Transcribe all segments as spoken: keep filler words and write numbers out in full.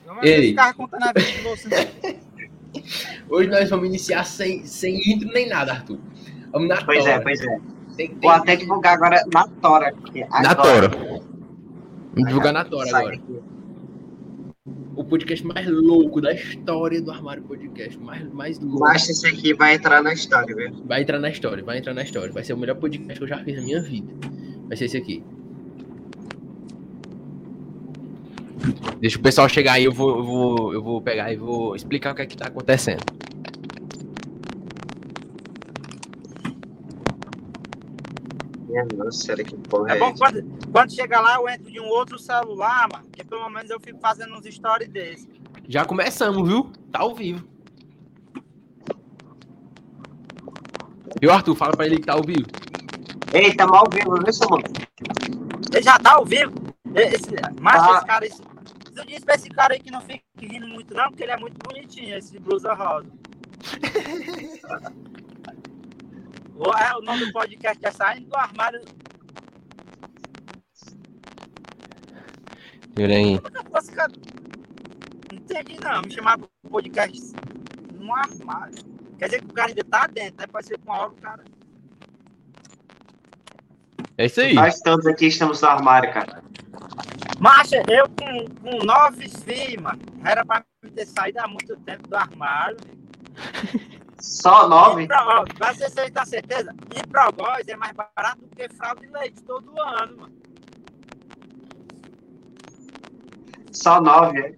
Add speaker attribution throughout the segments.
Speaker 1: Ei.
Speaker 2: Ficava contando a vida de você.
Speaker 1: Hoje nós vamos iniciar sem, sem intro nem nada, Arthur. Vamos na
Speaker 3: Pois
Speaker 1: tora.
Speaker 3: é, pois é.
Speaker 1: Tem, tem,
Speaker 3: Vou até divulgar agora na tora.
Speaker 1: Na tora. Vamos divulgar na tora
Speaker 3: Sai
Speaker 1: agora.
Speaker 3: aqui.
Speaker 1: O podcast mais louco da história do Armário Podcast. Mais, mais louco.
Speaker 3: Mas esse aqui vai entrar na história, viu?
Speaker 1: Vai entrar na história, vai entrar na história. Vai ser o melhor podcast que eu já fiz na minha vida. Vai ser esse aqui. Deixa o pessoal chegar aí, eu vou, eu vou, eu vou pegar e vou explicar o que é que tá acontecendo.
Speaker 3: Minha nossa, será que porra
Speaker 2: É
Speaker 3: é
Speaker 2: bom
Speaker 3: essa?
Speaker 2: quando, quando chega lá, eu entro de um outro celular, mano. Porque pelo menos eu fico fazendo uns stories desses.
Speaker 1: Já começamos, viu? Tá ao vivo. E o Arthur, fala pra ele que tá ao vivo.
Speaker 3: Ei, tamo ao vivo, viu, seu mano?
Speaker 2: Ele já tá ao vivo. Esse, mas
Speaker 3: Ah.
Speaker 2: esse cara, esse, eu disse pra esse cara aí que não fica rindo muito, não, porque ele é muito bonitinho, esse blusa rosa. O- é, o nome do podcast é Saindo do Armário.
Speaker 1: Peraí.
Speaker 2: Nossa, cara, não entendi não, me chamar pro podcast no armário. Quer dizer que o cara ainda tá dentro, né? Pode ser que uma hora o cara.
Speaker 1: É isso aí.
Speaker 3: Nós todos aqui estamos no armário, cara.
Speaker 2: Macha, eu com, com nove filhos, mano, era pra me ter saído há muito tempo do armário.
Speaker 3: Só nove?
Speaker 2: E pra, ó, pra você ter certeza, e Progós é mais barato do que fralda de leite todo ano, mano.
Speaker 3: Só nove, é?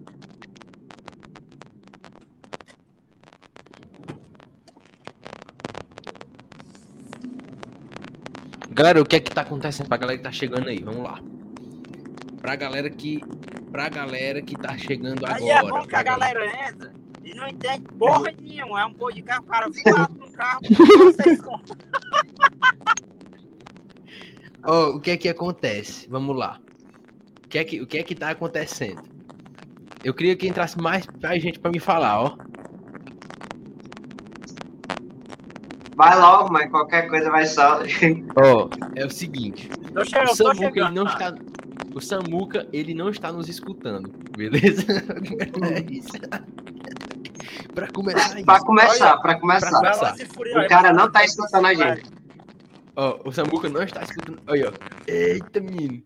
Speaker 1: Galera, o que é que tá acontecendo pra galera que tá chegando aí? Vamos lá. Pra galera que, pra galera que tá chegando agora.
Speaker 2: Aí é bom que
Speaker 1: pra
Speaker 2: a
Speaker 1: galera-
Speaker 2: galera entra e não entende porra nenhuma. É um pôr de carro, o cara voado no carro, vocês contam.
Speaker 1: Ó, o que é que acontece? Vamos lá. O que é que, o que é que tá acontecendo? Eu queria que entrasse mais, mais gente pra me falar, ó.
Speaker 3: Vai logo, mas qualquer coisa vai só.
Speaker 1: Ó, é o seguinte.
Speaker 2: Tô
Speaker 1: O
Speaker 2: chegando, tô
Speaker 1: Samuca, ele
Speaker 2: chegando.
Speaker 1: não está... O Samuca, ele não está nos escutando, beleza? É isso. Pra começar isso.
Speaker 3: Pra começar,
Speaker 2: Olha,
Speaker 3: pra começar.
Speaker 1: pra-
Speaker 2: Vai lá se furiar
Speaker 3: O
Speaker 2: aí,
Speaker 3: cara
Speaker 2: mano.
Speaker 3: não tá escutando a gente.
Speaker 1: Ó, o Samuca não está escutando... Olha, ó. Eita, menino.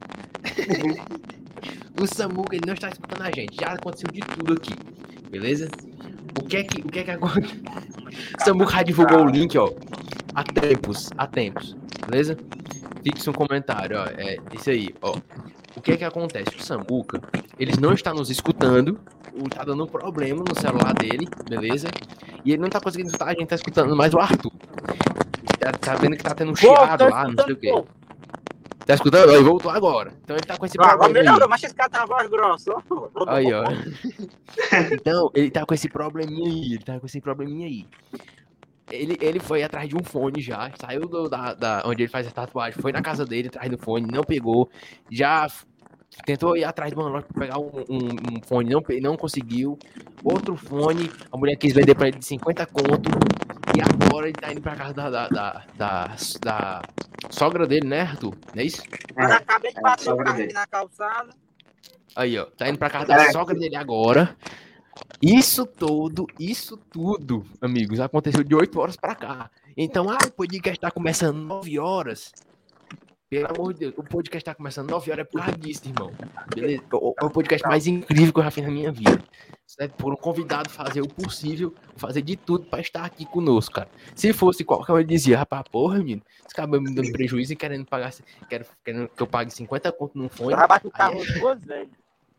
Speaker 1: O Samuca, ele não está escutando a gente. Já aconteceu de tudo aqui, beleza? O que é que, o que, é que acontece? O Samuca já divulgou o link, ó. Há tempos, há tempos, beleza? Fixe um comentário, ó. É isso aí, ó. O que é que acontece? O Samuca, ele não está nos escutando. O tá dando um problema no celular dele, beleza? E ele não tá conseguindo escutar, a gente tá escutando mais o Arthur. Tá, tá vendo que tá tendo um
Speaker 2: Pô,
Speaker 1: chiado
Speaker 2: tô
Speaker 1: lá, não sei o quê.
Speaker 2: escutando, pô.
Speaker 1: Tá escutando? Ó, ele voltou agora. Então ele tá com esse
Speaker 2: Ah, Agora
Speaker 1: problema aí.
Speaker 2: melhorou, mas esse cara tá a voz grossa. ó.
Speaker 1: Aí, ó. Então, ele tá com esse probleminha aí. Ele tá com esse probleminha aí. Ele, ele foi atrás de um fone já. Saiu do, da, da onde ele faz a tatuagem. Foi na casa dele atrás do fone. Não pegou. Já f- tentou ir atrás de uma loja pra pegar um, um- um fone. Não, pe- não conseguiu. Outro fone. A mulher quis vender pra ele de cinquenta conto. E agora ele tá indo pra casa da, da, da, da, da sogra dele, né, Arthur? Não é isso?
Speaker 2: Mas acabei de
Speaker 3: É,
Speaker 2: bater o
Speaker 3: sogra
Speaker 2: carro
Speaker 3: dele.
Speaker 2: aqui na calçada.
Speaker 1: Aí, ó. Tá indo pra casa da
Speaker 3: É.
Speaker 1: sogra dele agora. Isso tudo, isso tudo, amigos, aconteceu de oito horas pra cá. Então, ah, o podcast tá começando nove horas. Pelo amor de Deus, o podcast tá começando nove horas é por causa disso, irmão. Beleza? O- É o podcast mais incrível que eu já fiz na minha vida. Certo? Por um convidado fazer o possível, fazer de tudo pra estar aqui conosco, cara. Se fosse qualquer um, eu dizia, rapaz, porra, menino, esse cara me dando prejuízo e querendo pagar, quero, querendo que eu pague cinquenta conto num fone.
Speaker 2: Eu já bati o
Speaker 1: Aí
Speaker 2: carro duas vezes.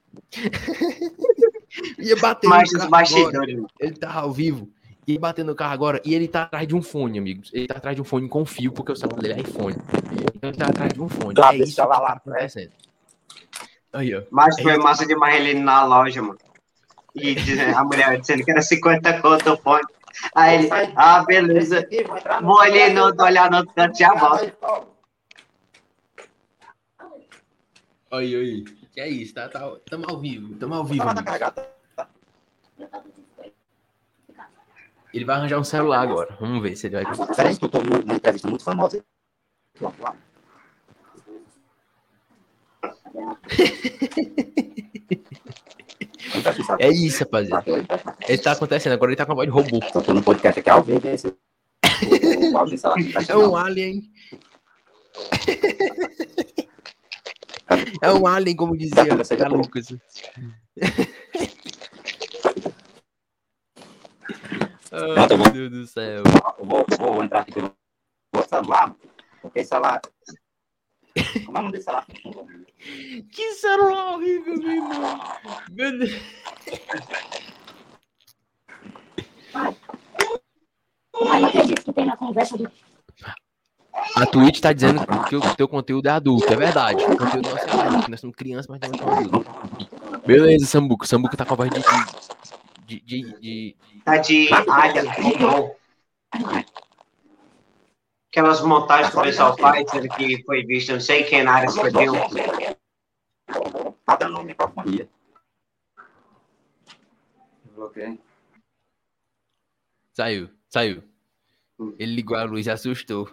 Speaker 1: Ia bater
Speaker 3: Mas
Speaker 1: no
Speaker 3: os
Speaker 1: carro agora.
Speaker 3: bastidores, mano.
Speaker 1: Ele tá ao vivo. E batendo no carro agora. E ele tá atrás de um fone, amigos. Ele tá atrás de um fone com fio, porque o celular dele é iPhone. Então ele tá atrás de um fone.
Speaker 2: Tá,
Speaker 1: é
Speaker 2: deixa
Speaker 1: isso que
Speaker 2: ela
Speaker 1: tá
Speaker 2: lá,
Speaker 1: acontecendo. Aí, ó.
Speaker 3: Mas
Speaker 1: É
Speaker 3: foi
Speaker 1: isso.
Speaker 3: massa demais ele indo na loja, mano. E dizendo- a mulher dizendo que era cinquenta conto o fone. Aí ele, ah, beleza. Vou ali no, olhar no outro canto e já volto.
Speaker 1: Aí, aí. Que é isso, tá? tá tamo ao vivo. Tamo ao vivo,
Speaker 2: Tava na
Speaker 1: amigos.
Speaker 2: carregada.
Speaker 1: Ele vai arranjar um celular agora. Vamos ver se ele vai.
Speaker 2: Peraí, que eu tô numa entrevista muito famosa. Lá, lá.
Speaker 1: É isso, rapaziada. Ele tá acontecendo, agora ele tá com a voz de robô.
Speaker 2: Só tô no podcast aqui ao vivo, esse. O áudio está lá,
Speaker 1: É um alien. É um alien, como dizia a Lucas. Ai, meu Deus do céu.
Speaker 2: Eu vou, vou, vou entrar aqui no outro celular, porque celular... Como é o nome desse celular?
Speaker 1: Que celular horrível, meu irmão. Meu Deus. A Twitch tá dizendo que o teu conteúdo é adulto, é verdade. O conteúdo nosso é adulto, nós somos crianças, mas não somos adultos. Beleza, Sambuca. Sambuca tá com a voz de... de, de, de, de...
Speaker 3: Tá de alien, robô. Aquelas montagens que o pessoal faz, sendo que foi visto, não sei quem na área escreveu.
Speaker 2: Tá dando microfonia. Ok.
Speaker 1: Saiu, saiu. Ele ligou a luz e assustou.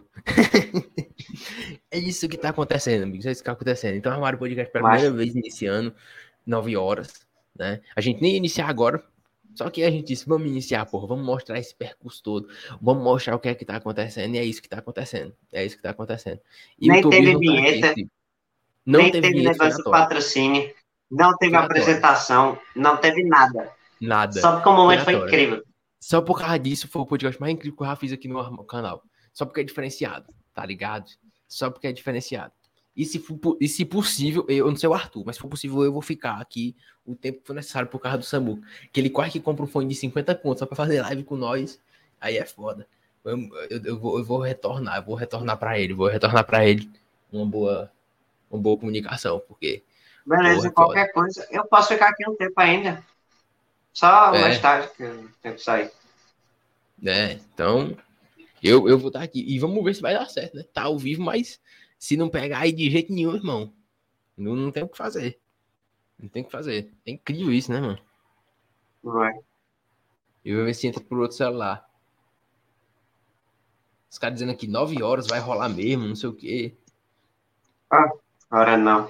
Speaker 1: É isso que tá acontecendo, amigos. É isso que tá acontecendo. Então, Armário Podcast pela
Speaker 3: Mas...
Speaker 1: primeira vez iniciando, nove horas, né? A gente nem ia iniciar agora, só que a gente disse, vamos iniciar, porra, vamos mostrar esse percurso todo, vamos mostrar o que é que tá acontecendo, e é isso que tá acontecendo. É isso que tá acontecendo. E
Speaker 3: nem
Speaker 1: o Tobias
Speaker 3: teve
Speaker 1: não tá
Speaker 3: vinheta,
Speaker 1: aqui, não
Speaker 3: nem
Speaker 1: teve,
Speaker 3: teve
Speaker 1: vinheta,
Speaker 3: negócio de
Speaker 1: foi na tora.
Speaker 3: patrocínio, não teve
Speaker 1: Foi na
Speaker 3: apresentação, não teve nada.
Speaker 1: Nada.
Speaker 3: Só porque o momento
Speaker 1: Foi
Speaker 3: foi
Speaker 1: na tora.
Speaker 3: incrível.
Speaker 1: Só por causa disso foi o podcast mais incrível que eu já fiz aqui no canal. Só porque é diferenciado, tá ligado? Só porque é diferenciado. E se, for, e se possível, eu não sei o Arthur, mas se for possível eu vou ficar aqui o tempo que for necessário por causa do Samu. Que ele quase que compra um fone de cinquenta contos só pra fazer live com nós. Aí é foda. Eu, eu, eu, vou, eu vou retornar, eu vou retornar pra ele, vou retornar pra ele uma boa, uma boa comunicação, porque...
Speaker 3: Beleza,
Speaker 1: porra, é
Speaker 3: qualquer
Speaker 1: foda.
Speaker 3: coisa. Eu posso ficar aqui um tempo ainda. Só
Speaker 1: É.
Speaker 3: mais tarde que eu tenho que sair.
Speaker 1: É, então... Eu, eu vou estar aqui. E vamos ver se vai dar certo, né? Tá ao vivo, mas se não pegar aí de jeito nenhum, irmão, não, não tem o que fazer. Não tem o que fazer. É incrível isso, né, mano?
Speaker 3: Vai.
Speaker 1: Eu vou ver se entra por outro celular. Os caras dizendo aqui, nove horas vai rolar mesmo, não sei o quê.
Speaker 3: Ah, agora não.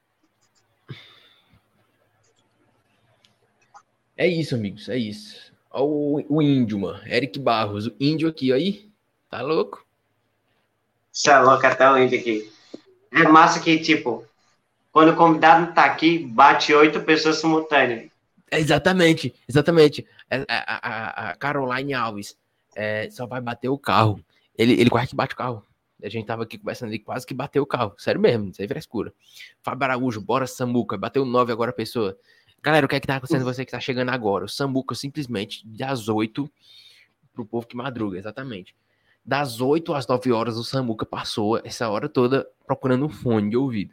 Speaker 1: É isso, amigos, é isso. Olha o, o índio, mano. Eric Barros, o índio aqui, aí. Tá louco?
Speaker 3: Você é louco até o índio aqui. É massa que, tipo, quando o convidado tá aqui, bate oito pessoas simultâneas.
Speaker 1: É, exatamente, exatamente. É, A, a, a Caroline Alves é, só vai bater o carro. Ele, ele quase que bate o carro. A gente tava aqui conversando, ele quase que bateu o carro. Sério mesmo, sem frescura. Fábio Araújo, bora Samuca. Bateu nove agora a pessoa. Galera, o que é que tá acontecendo? Você que tá chegando agora. O Samuca simplesmente, das oito pro povo que madruga, exatamente. Das oito às nove horas, o Samuca passou essa hora toda procurando um fone de ouvido.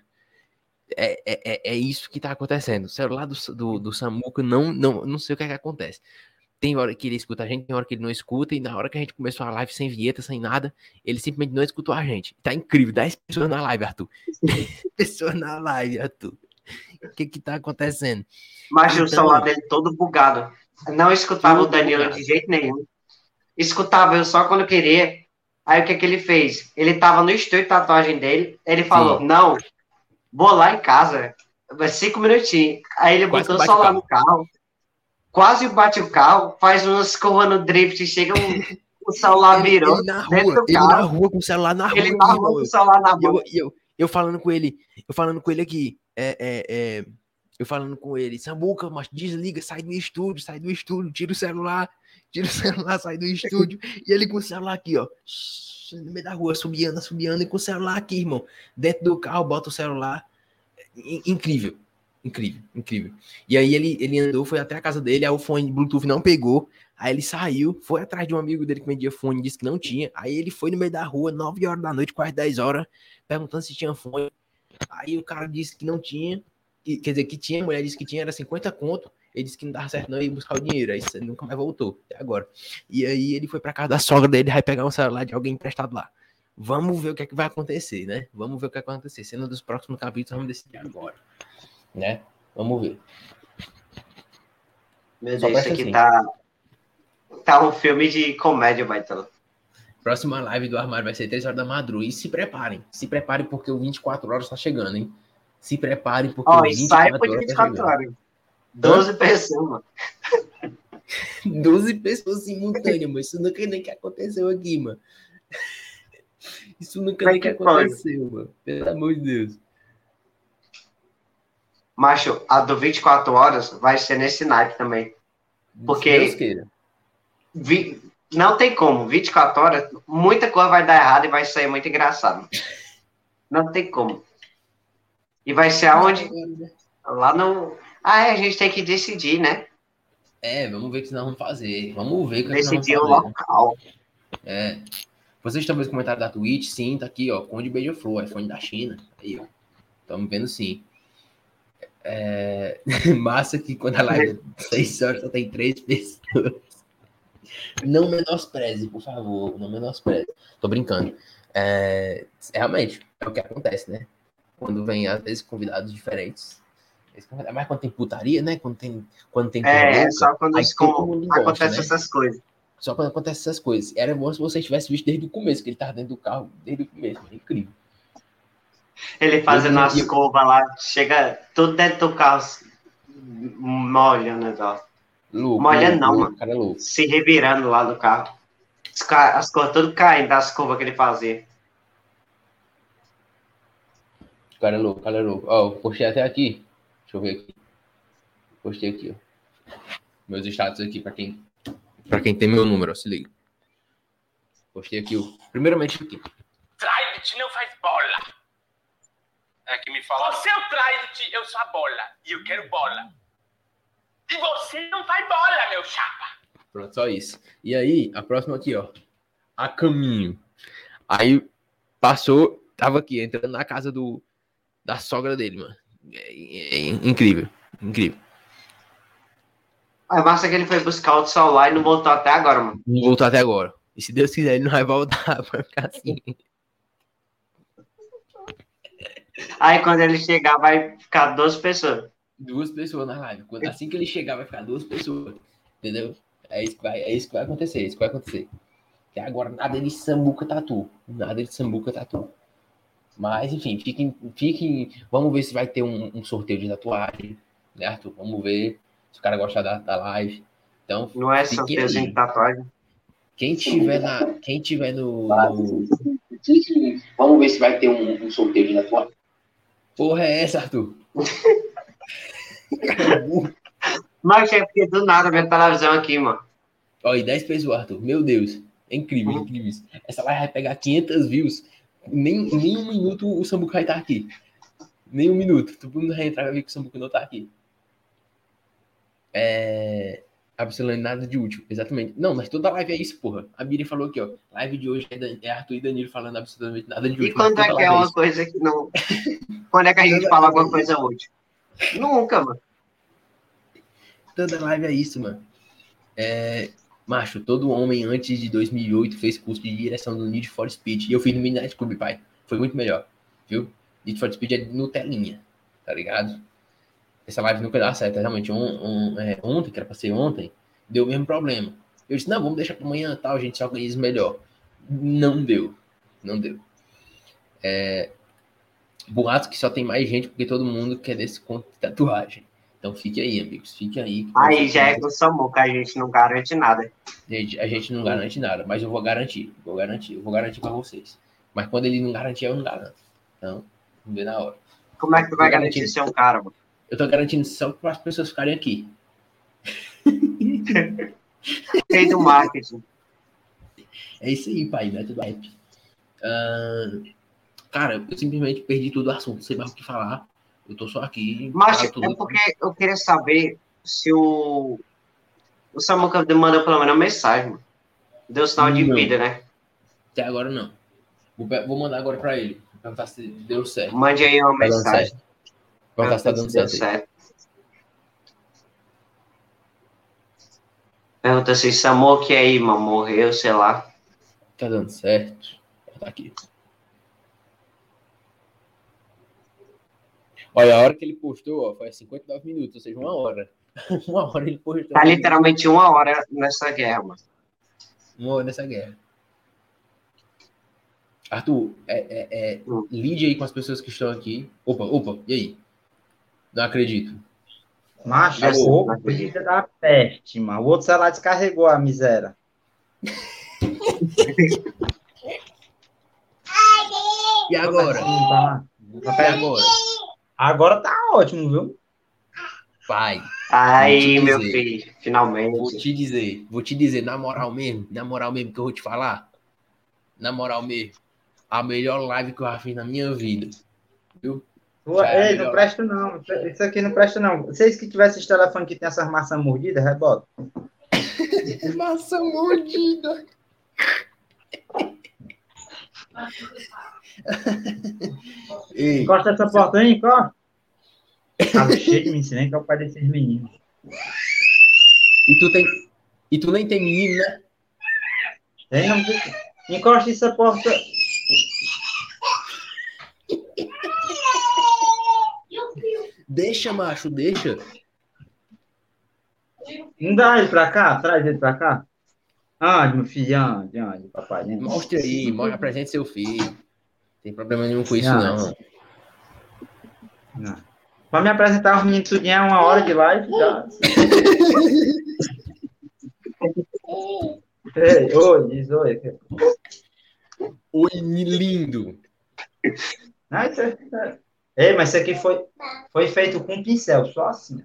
Speaker 1: É, é, é isso que tá acontecendo. O celular do, do, do Samuca não, não, não sei o que é que acontece. Tem hora que ele escuta a gente, tem hora que ele não escuta, e na hora que a gente começou a live sem vinheta, sem nada, ele simplesmente não escutou a gente. Tá incrível, dez pessoas na live, Arthur. dez pessoas na live, Arthur. O que que tá acontecendo?
Speaker 3: Mas
Speaker 1: Então,
Speaker 3: o celular dele todo bugado. Não escutava
Speaker 1: Todo
Speaker 3: o Danilo
Speaker 1: bugado.
Speaker 3: de jeito nenhum. Escutava eu só quando queria. Aí o que que ele fez? Ele tava no estúdio de tatuagem dele, ele falou,
Speaker 1: Sim.
Speaker 3: não, vou lá em casa, vai cinco minutinhos. Aí ele
Speaker 1: Quase
Speaker 3: botou
Speaker 1: que
Speaker 3: o
Speaker 1: bate o
Speaker 3: celular
Speaker 1: carro.
Speaker 3: no carro, quase bate o carro, faz umas curvas no drift, chega um, o celular
Speaker 1: Ele,
Speaker 3: virou
Speaker 1: ele na
Speaker 3: dentro
Speaker 1: rua,
Speaker 3: do
Speaker 1: ele na
Speaker 3: carro,
Speaker 1: rua com o celular na rua
Speaker 3: ele
Speaker 1: aqui,
Speaker 3: na rua
Speaker 1: irmão.
Speaker 3: com o celular na
Speaker 1: E eu,
Speaker 3: mão.
Speaker 1: e eu, eu falando com ele, eu falando com ele aqui, é, é, é, eu falando com ele, Samuca, mas desliga, sai do estúdio, sai do estúdio, tira o celular, tira o celular, sai do estúdio. E ele com o celular aqui, ó, no meio da rua, subiando, subiando, e com o celular aqui, irmão, dentro do carro, bota o celular. In- incrível, incrível, incrível. E aí ele, ele andou, foi até a casa dele, aí o fone Bluetooth não pegou, aí ele saiu, foi atrás de um amigo dele que vendia fone, disse que não tinha, aí ele foi no meio da rua, nove horas da noite, quase dez horas, perguntando se tinha fone, aí o cara disse que não tinha, que, quer dizer, que tinha, a mulher disse que tinha, era cinquenta conto, ele disse que não dava certo não, ia buscar o dinheiro, aí ele nunca mais voltou, até agora. E aí ele foi pra casa da sogra dele, vai pegar um celular de alguém emprestado lá. Vamos ver o que é que vai acontecer, né? Vamos ver o que, é que vai acontecer. Sendo dos próximos capítulos, vamos decidir agora, né? Vamos ver.
Speaker 3: Meu
Speaker 1: Só
Speaker 3: Deus, isso
Speaker 1: presta
Speaker 3: aqui
Speaker 1: assim.
Speaker 3: tá, tá um filme de comédia, Baitola.
Speaker 1: Próxima live do armário vai ser três horas da madrugada. E se preparem. Se preparem porque o vinte e quatro horas tá chegando, hein? Se preparem porque
Speaker 3: Ó,
Speaker 1: o
Speaker 3: e sai
Speaker 1: vinte e quatro
Speaker 3: por de
Speaker 1: horas
Speaker 3: vinte e
Speaker 1: tá
Speaker 3: quatro
Speaker 1: chegando.
Speaker 3: horas. doze pessoas, mano.
Speaker 1: doze pessoas simultâneas, mano. Isso nunca nem que aconteceu aqui, mano. Isso nunca
Speaker 3: Como é
Speaker 1: nem que
Speaker 3: que pode?
Speaker 1: aconteceu, mano. Pelo amor de Deus.
Speaker 3: Macho, a do vinte e quatro horas vai ser nesse naipe também. Porque-
Speaker 1: Se Deus queira.
Speaker 3: Vi- Não tem como. vinte e quatro horas, muita coisa vai dar errado e vai sair muito engraçado. Não tem como. E vai ser aonde? Lá no. Ah, é, a gente tem que decidir, né?
Speaker 1: É, vamos ver o que nós vamos fazer. Vamos ver o que, é que nós vamos
Speaker 3: Decidir o
Speaker 1: fazer.
Speaker 3: local.
Speaker 1: É. Vocês estão vendo os comentários da Twitch? Sim, tá aqui, ó. Conde Beija-Flor, iPhone da China. Aí, ó. Estamos vendo sim. É... Massa que quando a live é seis horas só tem três pessoas. Não menospreze, por favor. Não menospreze. Tô brincando. É... Realmente, é o que acontece, né? Quando vem, às vezes, convidados diferentes. Mas quando tem putaria, né? Quando tem, quando tem coisa
Speaker 3: É,
Speaker 1: louca,
Speaker 3: só quando
Speaker 1: aí
Speaker 3: isso
Speaker 1: todo
Speaker 3: como
Speaker 1: mundo gosta,
Speaker 3: acontece
Speaker 1: né?
Speaker 3: essas coisas.
Speaker 1: Só quando acontece essas coisas. Era bom se você tivesse visto desde o começo, que ele tava dentro do carro desde o começo. É incrível.
Speaker 3: Ele fazendo
Speaker 1: Eu-
Speaker 3: as
Speaker 1: eu-
Speaker 3: curvas lá, chega tudo dentro do carro, molha o negócio.
Speaker 1: Louco,
Speaker 3: Molha
Speaker 1: louco,
Speaker 3: não,
Speaker 1: louco,
Speaker 3: mano.
Speaker 1: cara é louco.
Speaker 3: Se revirando lá no carro. As, ca- as coisas tudo caindo das curvas que ele fazia.
Speaker 1: O cara é louco, o cara é louco. Ó, eu postei até aqui. Deixa eu ver aqui. Postei aqui, ó. Meus status aqui, pra quem, pra quem tem meu número, ó, se liga. Postei aqui, ó. Primeiramente aqui.
Speaker 4: Trident não faz bola. É que me fala. Você é o Trident, eu sou a bola. E eu quero bola. E você não faz bola, meu chapa.
Speaker 1: Pronto, só isso. E aí, a próxima aqui, ó. A caminho. Aí, passou, tava aqui, entrando na casa do, da sogra dele, mano. É, é, é incrível, incrível.
Speaker 3: É massa que ele foi buscar o celular e não voltou até agora, mano.
Speaker 1: Não voltou até agora. E se Deus quiser, ele não vai voltar pra ficar assim.
Speaker 3: Aí quando ele chegar, vai ficar duas pessoas.
Speaker 1: Duas pessoas na live. Quando- Assim que ele chegar, vai ficar duas pessoas. Entendeu? É isso que vai, é isso que vai acontecer. É isso que vai acontecer. Até agora, nada de sambuca tatu. Nada de sambuca tatu. Mas, enfim, fiquem, fiquem. Vamos ver se vai ter um, um sorteio de tatuagem. Né, Arthur? Vamos ver se o cara gostar da, da live. Então,
Speaker 3: Não é
Speaker 1: fiquem
Speaker 3: sorteiozinho
Speaker 1: aí.
Speaker 3: de tatuagem.
Speaker 1: Quem tiver, na, quem tiver no, no... Vamos ver se vai ter um, um sorteio de tatuagem. Porra, é essa, Arthur?
Speaker 3: Mas é porque do nada minha televisão aqui, mano.
Speaker 1: Olha, dez pessoas, Arthur. Meu Deus. É incrível, é incrível isso. Essa live vai pegar quinhentas views. Nem, nem um minuto o Sambuca vai estar aqui. Nem um minuto. Todo mundo vai entrar e vai ver que o Sambuca não tá aqui. É... Absolutamente nada de útil. Exatamente. Não, mas toda live é isso, porra. A Miriam falou aqui, ó. Live de hoje é, Dan... é Arthur e Danilo falando absolutamente nada de útil.
Speaker 3: E quando é que é uma coisa que não. Quando é que a gente fala alguma coisa útil? Nunca, mano.
Speaker 1: Toda live é isso, mano. É... Macho, todo homem antes de dois mil e oito fez curso de direção do Need for Speed. E eu fiz no Midnight Club, pai. Foi muito melhor, viu? Need for Speed é Nutelinha, tá ligado? Essa live nunca dá certo. Realmente, on, on, é, ontem, que era pra ser ontem, deu o mesmo problema. Eu disse, não, vamos deixar pra amanhã e tal, a gente se organiza melhor. Não deu. Não deu. É... Boatos que só tem mais gente porque todo mundo quer desse conto de tatuagem. Então fique aí, amigos. Fique aí.
Speaker 3: Aí já é com o Samuca, a gente não garante nada.
Speaker 1: Gente, a gente não garante nada, mas eu vou garantir. Vou garantir. Eu vou garantir pra vocês. Mas quando ele não garantir, eu não garanto. Então, vamos ver na hora.
Speaker 3: Como é que tu vai garantir ser um cara, mano?
Speaker 1: Eu tô garantindo só para as pessoas ficarem aqui.
Speaker 3: Rei do marketing.
Speaker 1: É isso aí, pai. Método app. Uh, cara, eu simplesmente perdi todo o assunto. Não sei mais o que falar. Eu tô só aqui.
Speaker 3: Mas
Speaker 1: falo
Speaker 3: é
Speaker 1: tudo.
Speaker 3: porque eu queria saber se o. O Samuca mandou pelo menos uma mensagem, mano. Deu sinal de
Speaker 1: Não.
Speaker 3: vida, né?
Speaker 1: Até agora não. Vou, vou mandar agora pra ele. Perguntar se deu certo.
Speaker 3: Mande aí uma
Speaker 1: Tá dando
Speaker 3: mensagem.
Speaker 1: certo. Perguntar se tá dando
Speaker 3: Deu
Speaker 1: certo. aí.
Speaker 3: certo. Pergunta se Samuca aí, mano, morreu, sei lá.
Speaker 1: Tá dando certo. Tá aqui. Olha, a hora que ele postou, ó, foi cinquenta e nove minutos, ou seja, uma hora. Uma hora ele postou.
Speaker 3: Tá literalmente uma hora nessa guerra, mano.
Speaker 1: Uma hora nessa guerra. Arthur, é, é, é,
Speaker 3: Hum.
Speaker 1: lide aí com as pessoas que estão aqui. Opa, opa, e aí? Não acredito.
Speaker 5: Macho,
Speaker 3: Já sei,
Speaker 5: o
Speaker 3: não acredito.
Speaker 5: filho da peste, mano. O outro celular descarregou a miséria.
Speaker 1: E agora?
Speaker 5: Sim, tá lá. Tá
Speaker 1: E
Speaker 5: perto.
Speaker 1: agora?
Speaker 5: Agora tá ótimo, viu?
Speaker 1: Pai,
Speaker 3: Aí,
Speaker 1: Vou te
Speaker 3: meu
Speaker 1: dizer.
Speaker 3: filho,
Speaker 1: vou
Speaker 3: finalmente.
Speaker 1: te dizer, vou te dizer, na moral mesmo, na moral mesmo que eu vou te falar, na moral mesmo, a melhor live que eu já fiz na minha vida, viu?
Speaker 5: Tua-
Speaker 1: Já é a
Speaker 5: Ei, não
Speaker 1: melhor
Speaker 5: presta não. Isso aqui não presta não. Vocês que tivessem esse telefone que tem essas maçãs mordidas, rebota.
Speaker 1: live. Maçã mordida. Ei,
Speaker 5: Encosta essa porta aí, encosta. Tá cheio de menino, que é o pai desses meninos.
Speaker 1: e tu tem, e tu nem tem menino, né?
Speaker 5: Tem, não, encosta essa porta.
Speaker 1: Deixa, macho, deixa.
Speaker 5: Não dá ele pra cá? Traz ele pra cá. Ande, meu filho, ande, ande, papai. Né?
Speaker 1: Mostra aí, mostra, apresente seu filho. Não tem problema nenhum com isso,
Speaker 5: Ande.
Speaker 1: não.
Speaker 5: Não. Pra me apresentar os meninos tudinho é uma hora de live. Já. Ei, oi, diz oi.
Speaker 1: Oi, lindo.
Speaker 5: Ah, isso é- Ei, mas isso aqui foi, foi feito com pincel, só assim.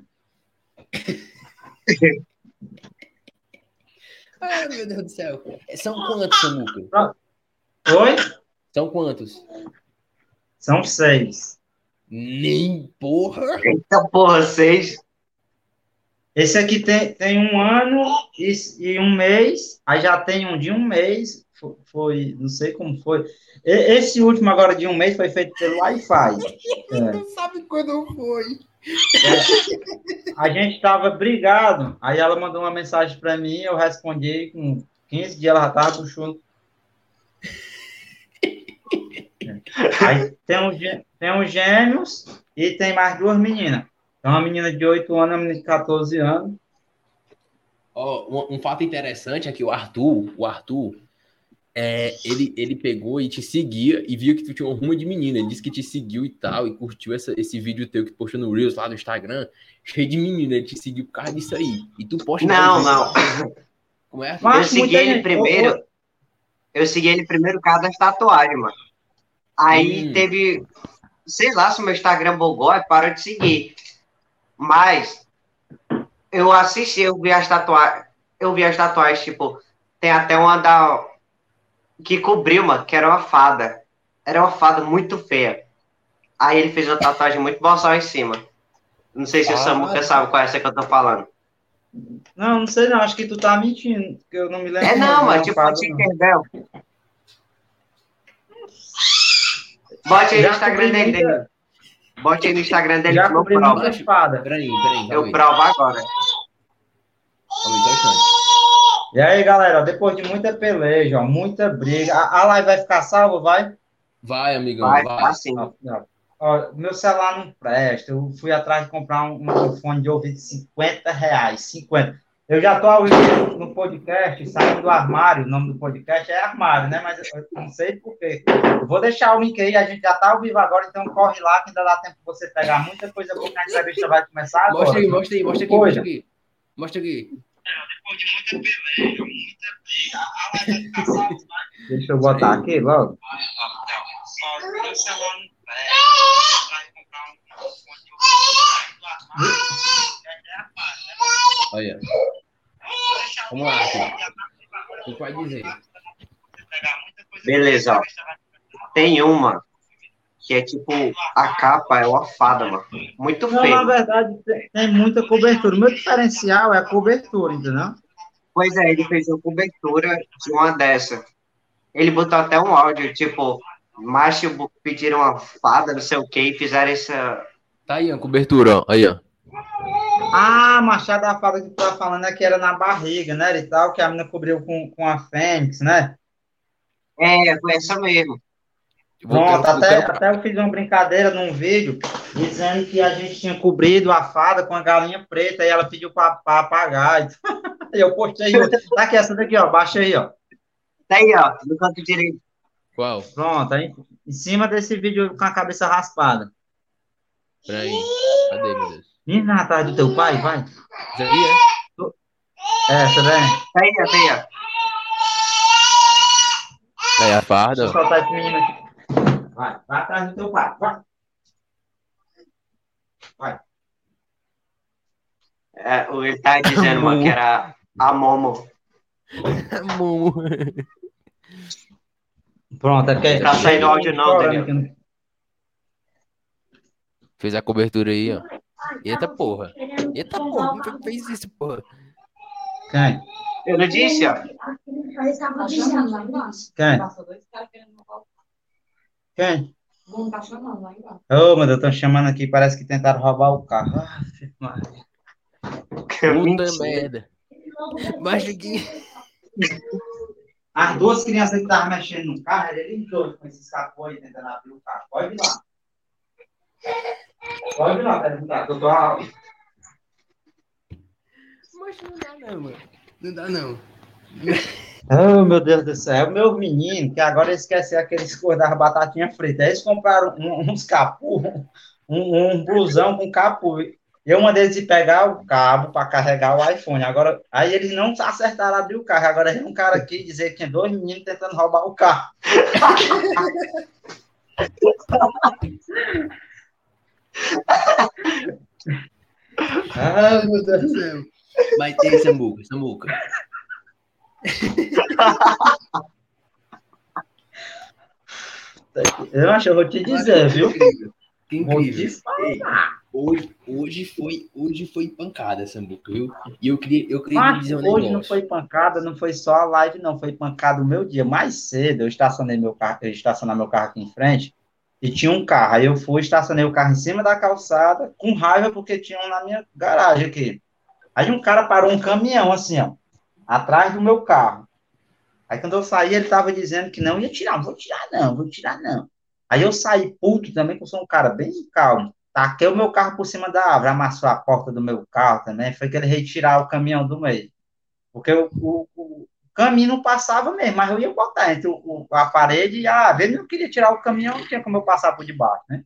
Speaker 1: Ah, meu Deus do céu. São quantos, Samuca?
Speaker 5: Oi?
Speaker 1: São quantos?
Speaker 5: São seis.
Speaker 1: Nem porra.
Speaker 3: Eita porra, vocês.
Speaker 5: Esse aqui tem, tem um ano e, e um mês, aí já tem um de um mês, foi, foi- não sei como foi. E- esse último agora de um mês foi feito pelo Wi-Fi. É.
Speaker 1: Não sabe quando foi.
Speaker 5: A gente estava brigado, aí ela mandou uma mensagem para mim, eu respondi, com quinze dias ela já estava puxando. Aí tem uns gê- tem uns gêmeos e tem mais duas meninas. Tem uma menina de oito anos e uma menina de catorze anos.
Speaker 1: Ó, um, um fato interessante é que o Arthur, o Arthur, é, ele, ele pegou e te seguia e viu que tu tinha uma ruma de menina. Ele disse que te seguiu e tal, e curtiu essa, esse vídeo teu que tu postou no Reels lá do Instagram, cheio de menina. Ele te seguiu por causa disso aí. E tu posta
Speaker 3: Não,
Speaker 1: mais vezes.
Speaker 3: não.
Speaker 1: Como é?
Speaker 5: Mas
Speaker 3: Eu segui
Speaker 5: muita
Speaker 3: ele
Speaker 5: gente-
Speaker 3: primeiro.
Speaker 5: ô, ô,
Speaker 3: Eu segui ele primeiro por causa das tatuagens, mano. Aí
Speaker 1: Hum.
Speaker 3: teve. Sei lá se o meu Instagram bugou e parou de seguir. Mas eu assisti, eu vi as tatuagens. Eu vi as tatuagens, tipo, tem até uma da. Que cobriu, mano, que era uma fada. Era uma fada muito feia. Aí ele fez uma tatuagem muito boçal em cima. Não sei se o
Speaker 1: Ah.
Speaker 3: Samuca sabe qual é essa que eu tô falando.
Speaker 5: Não, não sei não, acho que tu tá mentindo, porque eu não me lembro.
Speaker 3: É não, mas
Speaker 5: não,
Speaker 3: tipo
Speaker 5: fada,
Speaker 3: o
Speaker 5: não.
Speaker 3: Tinkerbell. Bote aí no
Speaker 5: Já
Speaker 3: Instagram
Speaker 5: cobri
Speaker 3: dele.
Speaker 5: muita-
Speaker 3: dele. Bote aí no Instagram dele
Speaker 5: Já
Speaker 3: que eu
Speaker 5: cobri
Speaker 3: provo.
Speaker 5: muita fada.
Speaker 1: Peraí, peraí, calma
Speaker 3: Eu
Speaker 1: aí.
Speaker 3: provo agora.
Speaker 1: Calma aí, só um instante.
Speaker 5: E aí, galera, depois de muita peleja, ó, muita briga, a, a live vai ficar salva, vai?
Speaker 1: Vai, amigão,
Speaker 3: Vai,
Speaker 1: vai.
Speaker 3: tá sim.
Speaker 5: Ó, ó, ó, meu celular não presta, eu fui atrás de comprar um, um fone de ouvido de cinquenta reais, cinquenta. Eu já tô ao vivo no podcast, saindo do armário, o nome do podcast é armário, né? Mas eu não sei por quê. Eu vou deixar o link aí, a gente já tá ao vivo agora, então corre lá que ainda dá tempo de você pegar muita coisa boa, que a entrevista vai começar agora.
Speaker 1: Mostra aí, mostra aí, mostra aqui,
Speaker 5: Coisa.
Speaker 1: mostra aqui. Mostra aqui.
Speaker 5: Depois de muita peleja, muita briga, a live vai ficar salva, vai? Deixa eu botar aqui logo. Ó, meu celular não presta, eu vou atrás de comprar um fone de ouvido, saindo do armário, é armário, né?
Speaker 1: Olha. Vamos lá, filho. O que vai dizer?
Speaker 3: Beleza, ó. Tem uma que é tipo, a capa é uma fada, mano. Muito
Speaker 5: Não, na
Speaker 3: feio.
Speaker 5: verdade, tem- tem muita cobertura. O meu diferencial é a cobertura, entendeu?
Speaker 3: Pois é, ele fez uma cobertura de uma dessa. Ele botou até um áudio, tipo, macho pediram uma fada, não sei o que, e fizeram essa.
Speaker 1: Tá aí a cobertura, ó. Aí, ó.
Speaker 5: Ah, Machado da Fada que tu tá falando é que era na barriga, né? E tal, que a menina cobriu com, com a Fênix, né?
Speaker 3: É, foi essa mesmo.
Speaker 1: Eu vou-
Speaker 5: Pronto,
Speaker 1: quero- eu
Speaker 5: até,
Speaker 1: quero-
Speaker 5: até eu fiz uma brincadeira num vídeo dizendo que a gente tinha cobrido a fada com a galinha preta e ela pediu para apagar. E eu postei. Tá aqui, essa daqui, ó. Baixa aí, ó.
Speaker 3: Tá aí, ó, no canto direito.
Speaker 1: Qual?
Speaker 5: Pronto, aí em cima desse vídeo com a cabeça raspada.
Speaker 1: Peraí. Cadê, meu Deus?
Speaker 5: Menina atrás do teu pai, vai.
Speaker 1: Isso aí, é?
Speaker 5: É, essa daí.
Speaker 3: Venha, venha.
Speaker 1: Aí a
Speaker 5: Deixa eu
Speaker 1: farda, ó.
Speaker 5: soltar esse menino aqui. Vai, vai atrás do teu pai, vai. Vai.
Speaker 3: É, ele tá dizendo, mano, que era a Momo.
Speaker 1: Mu.
Speaker 5: Pronto, é que...
Speaker 3: Tá saindo áudio não, Daniel.
Speaker 5: Daniel.
Speaker 1: Fez a cobertura aí, ó. Eita porra. Eita porra, como foi que fez isso, porra?
Speaker 5: Quem?
Speaker 3: Eu não disse, ó.
Speaker 5: Quem? Quem? Ô, meu Deus, estão chamando aqui, parece que tentaram roubar o carro. Ah, Maria.
Speaker 1: Puta
Speaker 3: Mentira.
Speaker 1: merda. Mas que...
Speaker 5: As duas crianças que estavam mexendo no carro, ele limpou com esses capô aí tentando abrir o carro. Pode ir lá. Pode ir lá, perguntar, que eu tô a...
Speaker 1: Mas não dá não, mano. Não dá não.
Speaker 5: Oh, meu Deus do céu, o meu menino, que agora esqueci aqueles coisas das batatinhas fritas. Eles compraram um- uns capuz, um, um blusão com capuz. Eu mandei eles ir pegar o cabo para carregar o iPhone. Agora, aí eles não acertaram abrir o carro. Agora tem um cara aqui dizer que tinha dois meninos tentando roubar o carro. Ah, meu Deus do céu.
Speaker 1: Mas tem Samuca, Samuca.
Speaker 5: Eu acho, eu vou te dizer, viu?
Speaker 1: Que
Speaker 5: Vou
Speaker 1: incrível.
Speaker 5: te falar.
Speaker 1: Hoje, hoje, foi, hoje foi pancada, Sambuca, viu? E eu queria, eu queria
Speaker 5: Mas
Speaker 1: dizer um
Speaker 5: hoje
Speaker 1: negócio.
Speaker 5: não foi pancada, não foi só a live, não. Foi pancada o meu dia. Mais cedo, eu estacionei meu carro, eu estacionei meu carro aqui em frente e tinha um carro. Aí eu fui, estacionei o carro em cima da calçada, com raiva, porque tinha um na minha garagem aqui. Aí um cara parou um caminhão, assim, ó, atrás do meu carro. Aí quando eu saí, ele tava dizendo que não ia tirar. Não vou tirar, não, vou tirar, não. Aí eu saí puto também, que eu sou um cara bem calmo. Taquei o meu carro por cima da árvore, amassou a porta do meu carro também. Foi que ele retirar o caminhão do meio. Porque o, o, o caminho não passava mesmo, mas eu ia botar entre o, o- a parede e a árvore. Ele não queria tirar o caminhão, não tinha como eu passar por debaixo, né?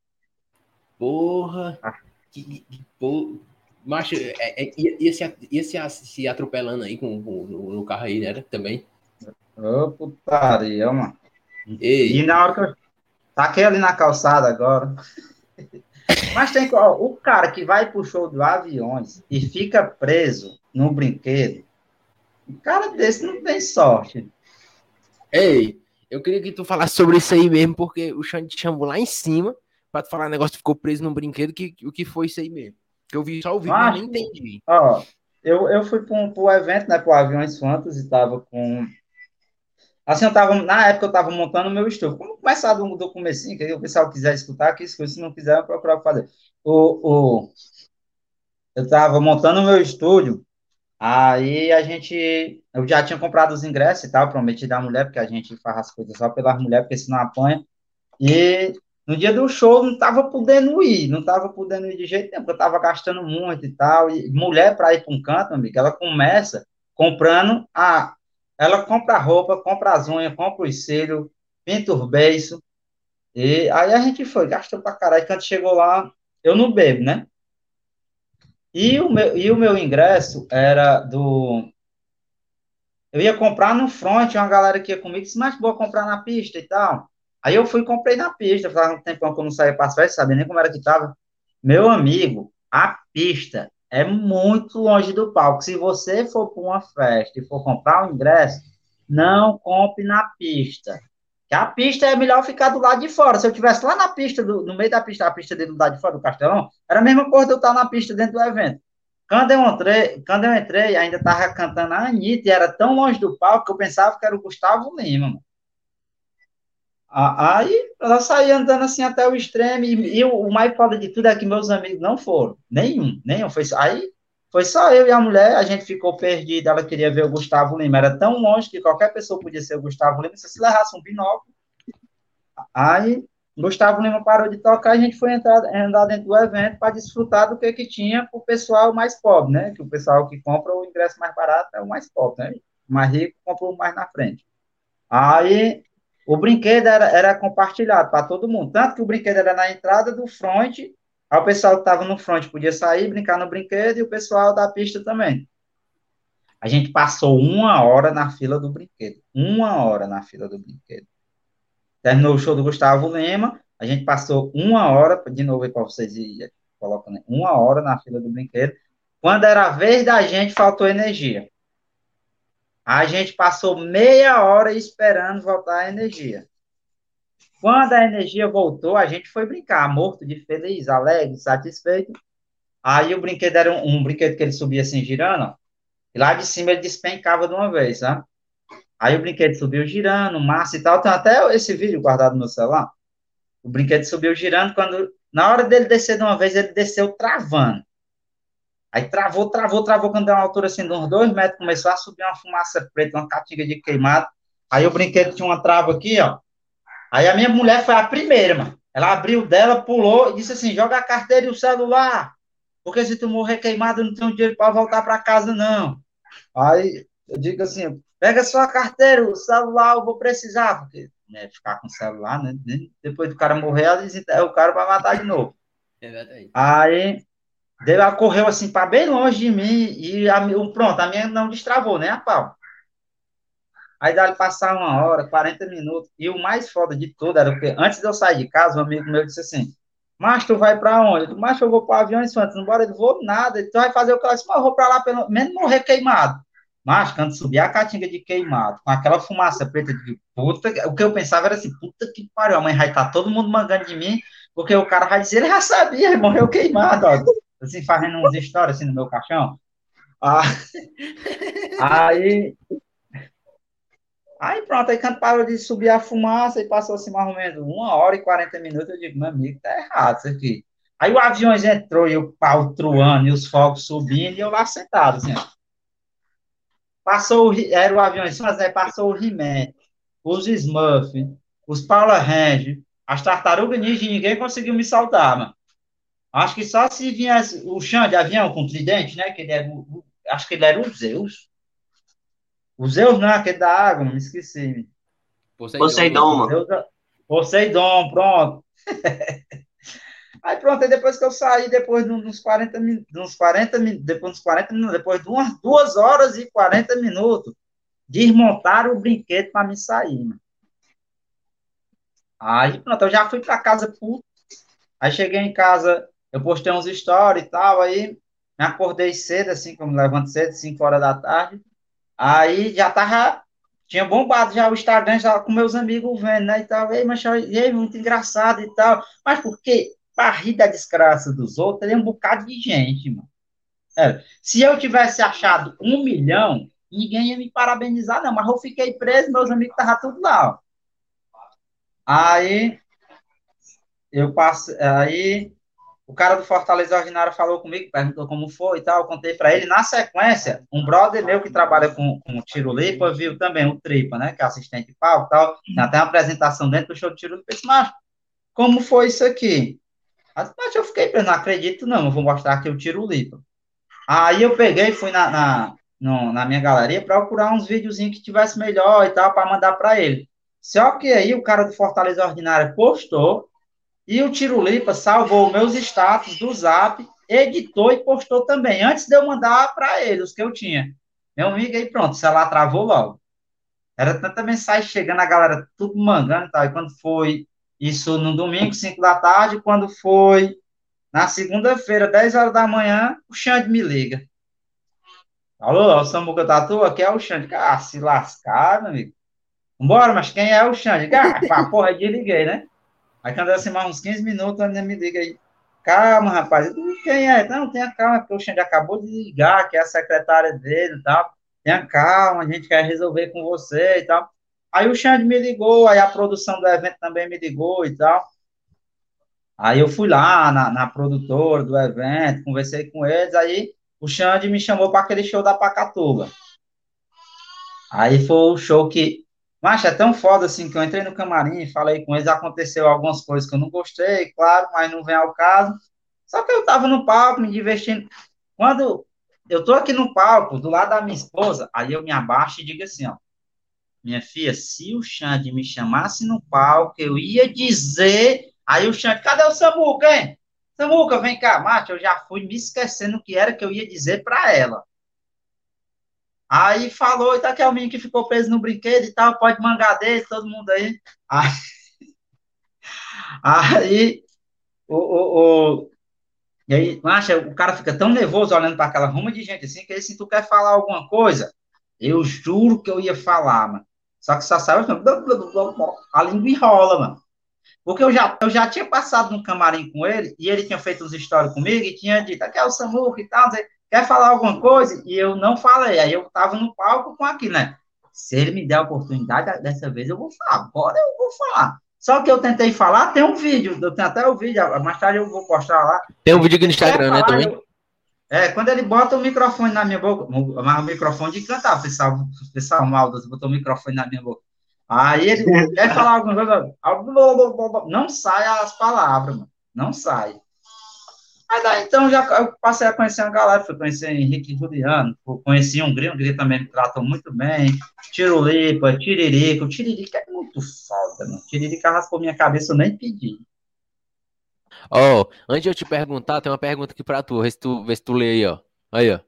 Speaker 1: Porra. Que, que, pô, macho, é, é, ia, ia, se, ia se, se atropelando aí com, com, no, no carro aí, né? Também.
Speaker 5: Ô, putaria, mano.
Speaker 1: Ei,
Speaker 5: E na hora que eu taquei ali na calçada agora. Mas tem ó, o cara que vai pro show do Aviões e fica preso no brinquedo. Um cara desse não tem sorte.
Speaker 1: ei, eu queria que tu falasse sobre isso aí mesmo, porque o Xande te chamou lá em cima pra tu falar negócio que ficou preso num brinquedo, que, o que foi isso aí mesmo. Que eu vi só o vídeo, mas
Speaker 5: Mas,
Speaker 1: nem entendi.
Speaker 5: ó, eu, eu fui para um pro evento, né, pro Aviões Fantasy, tava com... Assim, eu tava, na época eu tava montando o meu estúdio. Como começar do, do comecinho, que aí o pessoal quiser escutar, que escuta, se não quiser, eu procurar fazer. O, o, eu tava montando o meu estúdio, aí a gente, eu já tinha comprado os ingressos e tal, prometi da mulher, porque a gente faz as coisas só pelas mulheres, porque senão apanha. E no dia do show não tava podendo ir, não tava podendo ir de jeito nenhum, porque eu tava gastando muito e tal. E mulher, para ir para um canto, amiga, ela começa comprando a. Ela compra a roupa, compra as unhas, compra os cílios, pinta os beiços. E aí a gente foi, gastou pra caralho. Quando chegou lá, eu não bebo, né? E o meu, e o meu ingresso era do. Eu ia comprar no front, uma galera que ia comigo disse, mas boa comprar na pista e tal. Aí eu fui e comprei na pista, faz um tempão que eu não saía para as festas, sabia nem como era que tava. Meu amigo, a pista é muito longe do palco. Se você for para uma festa e for comprar um ingresso, não compre na pista. Que a pista é melhor ficar do lado de fora. Se eu tivesse lá na pista, do, no meio da pista, a pista dele do lado de fora do Castelão, era a mesma coisa de eu estar na pista dentro do evento. Quando eu entrei, quando eu entrei, ainda estava cantando a Anitta, e era tão longe do palco que eu pensava que era o Gustavo Lima, mano. A- Aí ela saía andando assim até o extremo, e, e o, o mais foda de tudo é que meus amigos não foram, nenhum, nenhum. Foi, só- aí foi só eu e a mulher, a gente ficou perdido, ela queria ver o Gustavo Lima, era tão longe que qualquer pessoa podia ser o Gustavo Lima, se você levasse um binóculo. Aí Gustavo Lima parou de tocar e a gente foi entrar, andar dentro do evento para desfrutar do que, que tinha para o pessoal mais pobre, né? Que o pessoal que compra o ingresso mais barato é o mais pobre, né? O mais rico compra o mais na frente. Aí o brinquedo era, era compartilhado para todo mundo, tanto que o brinquedo era na entrada do front, Aí o pessoal que estava no front podia sair, brincar no brinquedo, e o pessoal da pista também. A gente passou uma hora na fila do brinquedo. Uma hora na fila do brinquedo. Terminou o show do Gustavo Lima, a gente passou uma hora, de novo aí para vocês irem colocando, uma hora na fila do brinquedo. Quando era a vez da gente, faltou energia. A gente passou meia hora esperando voltar a energia. Quando a energia voltou, a gente foi brincar, morto de feliz, alegre, satisfeito. Aí o brinquedo era um, um brinquedo que ele subia assim, girando, ó, e lá de cima ele despencava de uma vez, sabe? Aí o brinquedo subiu girando, massa e tal. Tem até esse vídeo guardado no meu celular. O brinquedo subiu girando, quando, na hora dele descer de uma vez, ele desceu travando. Aí travou, travou, travou, quando deu uma altura assim de uns dois metros, começou a subir uma fumaça preta, uma catinga de queimado. Aí o brinquedo tinha uma trava aqui, ó. Aí a minha mulher foi a primeira, mano. Ela abriu dela, pulou e disse assim, joga a carteira e o celular, porque se tu morrer queimado, eu não tenho dinheiro para voltar para casa, não. Aí eu digo assim, pega sua carteira, o celular eu vou precisar, porque né, ficar com o celular, né? Depois do cara morrer, o cara vai matar de novo.
Speaker 1: É verdade.
Speaker 5: Aí ela correu assim para bem longe de mim e a, pronto, a minha não destravou, nem a pau. Aí dá-lhe passar uma hora, quarenta minutos, e o mais foda de tudo era porque antes de eu sair de casa, um amigo meu disse assim, mas tu vai para onde? Eu disse, mas eu vou para Aviões Santos, não bora, eu vou nada, tu vai fazer o que eu disse, mas eu vou para lá pelo menos morrer queimado. Mas quando subir a caatinga de queimado, com aquela fumaça preta de puta, o que eu pensava era assim, puta que pariu, a mãe vai estar todo mundo mangando de mim, porque o cara vai dizer, ele já sabia, ele morreu queimado, ó, assim, fazendo umas histórias assim no meu caixão. Ah, aí, aí pronto, aí quando parou de subir a fumaça e passou assim mais ou menos uma hora e quarenta minutos, eu digo, meu amigo, tá errado isso aqui. Aí o Aviões entrou e o pau truando e os fogos subindo e eu lá sentado, assim, ó. Passou o, era o Aviões, né? Passou o He-Man, os Smurfs, os Power Rangers, as Tartarugas Ninja, e ninguém conseguiu me saltar, mano. Acho que só se viesse o Xande de avião com tridente, né? Que ele era o, acho que ele era o Zeus. O Zeus não, aquele da água, me esqueci.
Speaker 1: Poseidon.
Speaker 3: Poseidon, mano.
Speaker 5: Zeus, Poseidon, pronto. Aí pronto, aí depois que eu saí, depois de uns quarenta minutos, quarenta, depois dos quarenta minutos, depois de umas duas horas e quarenta minutos, desmontaram o brinquedo para me sair, mano. Aí pronto, eu já fui para casa puto. Aí cheguei em casa, eu postei uns stories e tal, aí me acordei cedo, assim, como me levanto cedo, cinco horas da tarde. Aí já tava, tinha bombado já o Instagram, já com meus amigos vendo, né, e tal. Ei, mas, e aí, muito engraçado e tal. Mas por quê? Para rir da desgraça dos outros, tem um bocado de gente, mano. É, se eu tivesse achado um milhão, ninguém ia me parabenizar, não. Mas eu fiquei preso, meus amigos estavam tudo lá, ó. Aí, eu passei, aí, o cara do Fortaleza Ordinário falou comigo, perguntou como foi e tal, eu contei para ele. Na sequência, um brother meu que trabalha com, com o Tiro Lipa viu também o Tripa, né, que é assistente de palco e tal. Tem até uma apresentação dentro do show do Tiro Lipa. Eu disse, mas como foi isso aqui? Mas eu fiquei, eu não acredito não, eu vou mostrar aqui o Tiro Lipa. Aí eu peguei e fui na, na, no, na minha galeria procurar uns videozinhos que tivesse melhor e tal, para mandar para ele. Só que aí o cara do Fortaleza Ordinário postou, e o Tirulipa salvou meus status do Zap, editou e postou também, antes de eu mandar para ele os que eu tinha. Meu amigo, aí pronto, o celular travou logo. Era tanta mensagem chegando, a galera tudo mangando e tal. E quando foi isso no domingo, cinco da tarde, quando foi na segunda-feira, dez horas da manhã, o Xande me liga. Alô, o Samuca Tatu, aqui é o Xande. Ah, se lascar, meu amigo. Vambora, mas quem é o Xande? Ah, pá, porra, desliguei, né? Aí quando eu assim, mais uns quinze minutos, a menina me liga aí. Calma, rapaz. Eu digo, quem é? Não, tenha calma, porque o Xande acabou de ligar, que é a secretária dele e tal. Tenha calma, a gente quer resolver com você e tal. Aí o Xande me ligou, aí a produção do evento também me ligou e tal. Aí eu fui lá na, na produtora do evento, conversei com eles, aí o Xande me chamou para aquele show da Pacatuba. Aí foi o show que, mas é tão foda assim, que eu entrei no camarim, falei com eles, aconteceu algumas coisas que eu não gostei, claro, mas não vem ao caso. Só que eu tava no palco, me divertindo. Quando eu tô aqui no palco, do lado da minha esposa, aí eu me abaixo e digo assim, ó, minha filha, se o Xande me chamasse no palco, eu ia dizer, aí o Xande, cadê o Samuca, hein? Samuca, vem cá, macho, eu já fui me esquecendo o que era que eu ia dizer pra ela. Aí falou, e tá aqui é o menino que ficou preso no brinquedo e tal, pode mangar dele, todo mundo aí. Aí, aí o, o, o, e aí, macho, o cara fica tão nervoso olhando para aquela ruma de gente assim, que aí, se tu quer falar alguma coisa, eu juro que eu ia falar, mano. Só que só saiu assim, a língua enrola, mano. Porque eu já, eu já tinha passado no camarim com ele, e ele tinha feito uns stories comigo, e tinha dito, aqui é o Samuca e tal, não sei, quer falar alguma coisa? E eu não falei, aí eu tava no palco com aquilo, né? Se ele me der a oportunidade, dessa vez eu vou falar, agora eu vou falar. Só que eu tentei falar, tem um vídeo, eu tenho até o vídeo, mais tarde eu vou postar lá.
Speaker 1: Tem um vídeo aqui no Instagram,
Speaker 5: falar,
Speaker 1: né, também?
Speaker 5: Eu, é, quando ele bota o microfone na minha boca, mas o microfone de cantar, o pessoal, o pessoal maldoso botou o microfone na minha boca. Aí ele quer falar alguma coisa, não sai as palavras, mano. Não sai. Aí daí, então, já eu passei a conhecer a galera, fui conhecer Henrique e Juliano, conheci um gringo, o gringo também me tratou muito bem, Tirulipa, Tiririca, o Tiririca é muito foda, mano. Tiririca raspou minha cabeça, eu nem pedi.
Speaker 1: Ó, oh, antes de eu te perguntar, tem uma pergunta aqui pra tu, vê se tu, vê se tu lê aí, ó. Aí, ó.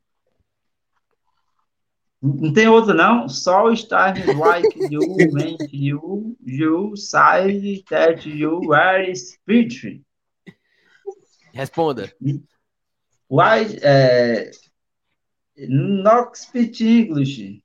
Speaker 5: Não tem outro, não? Só stars like you, meant you, you, side that you are spirit.
Speaker 1: Responda.
Speaker 5: Why, é, not speak English.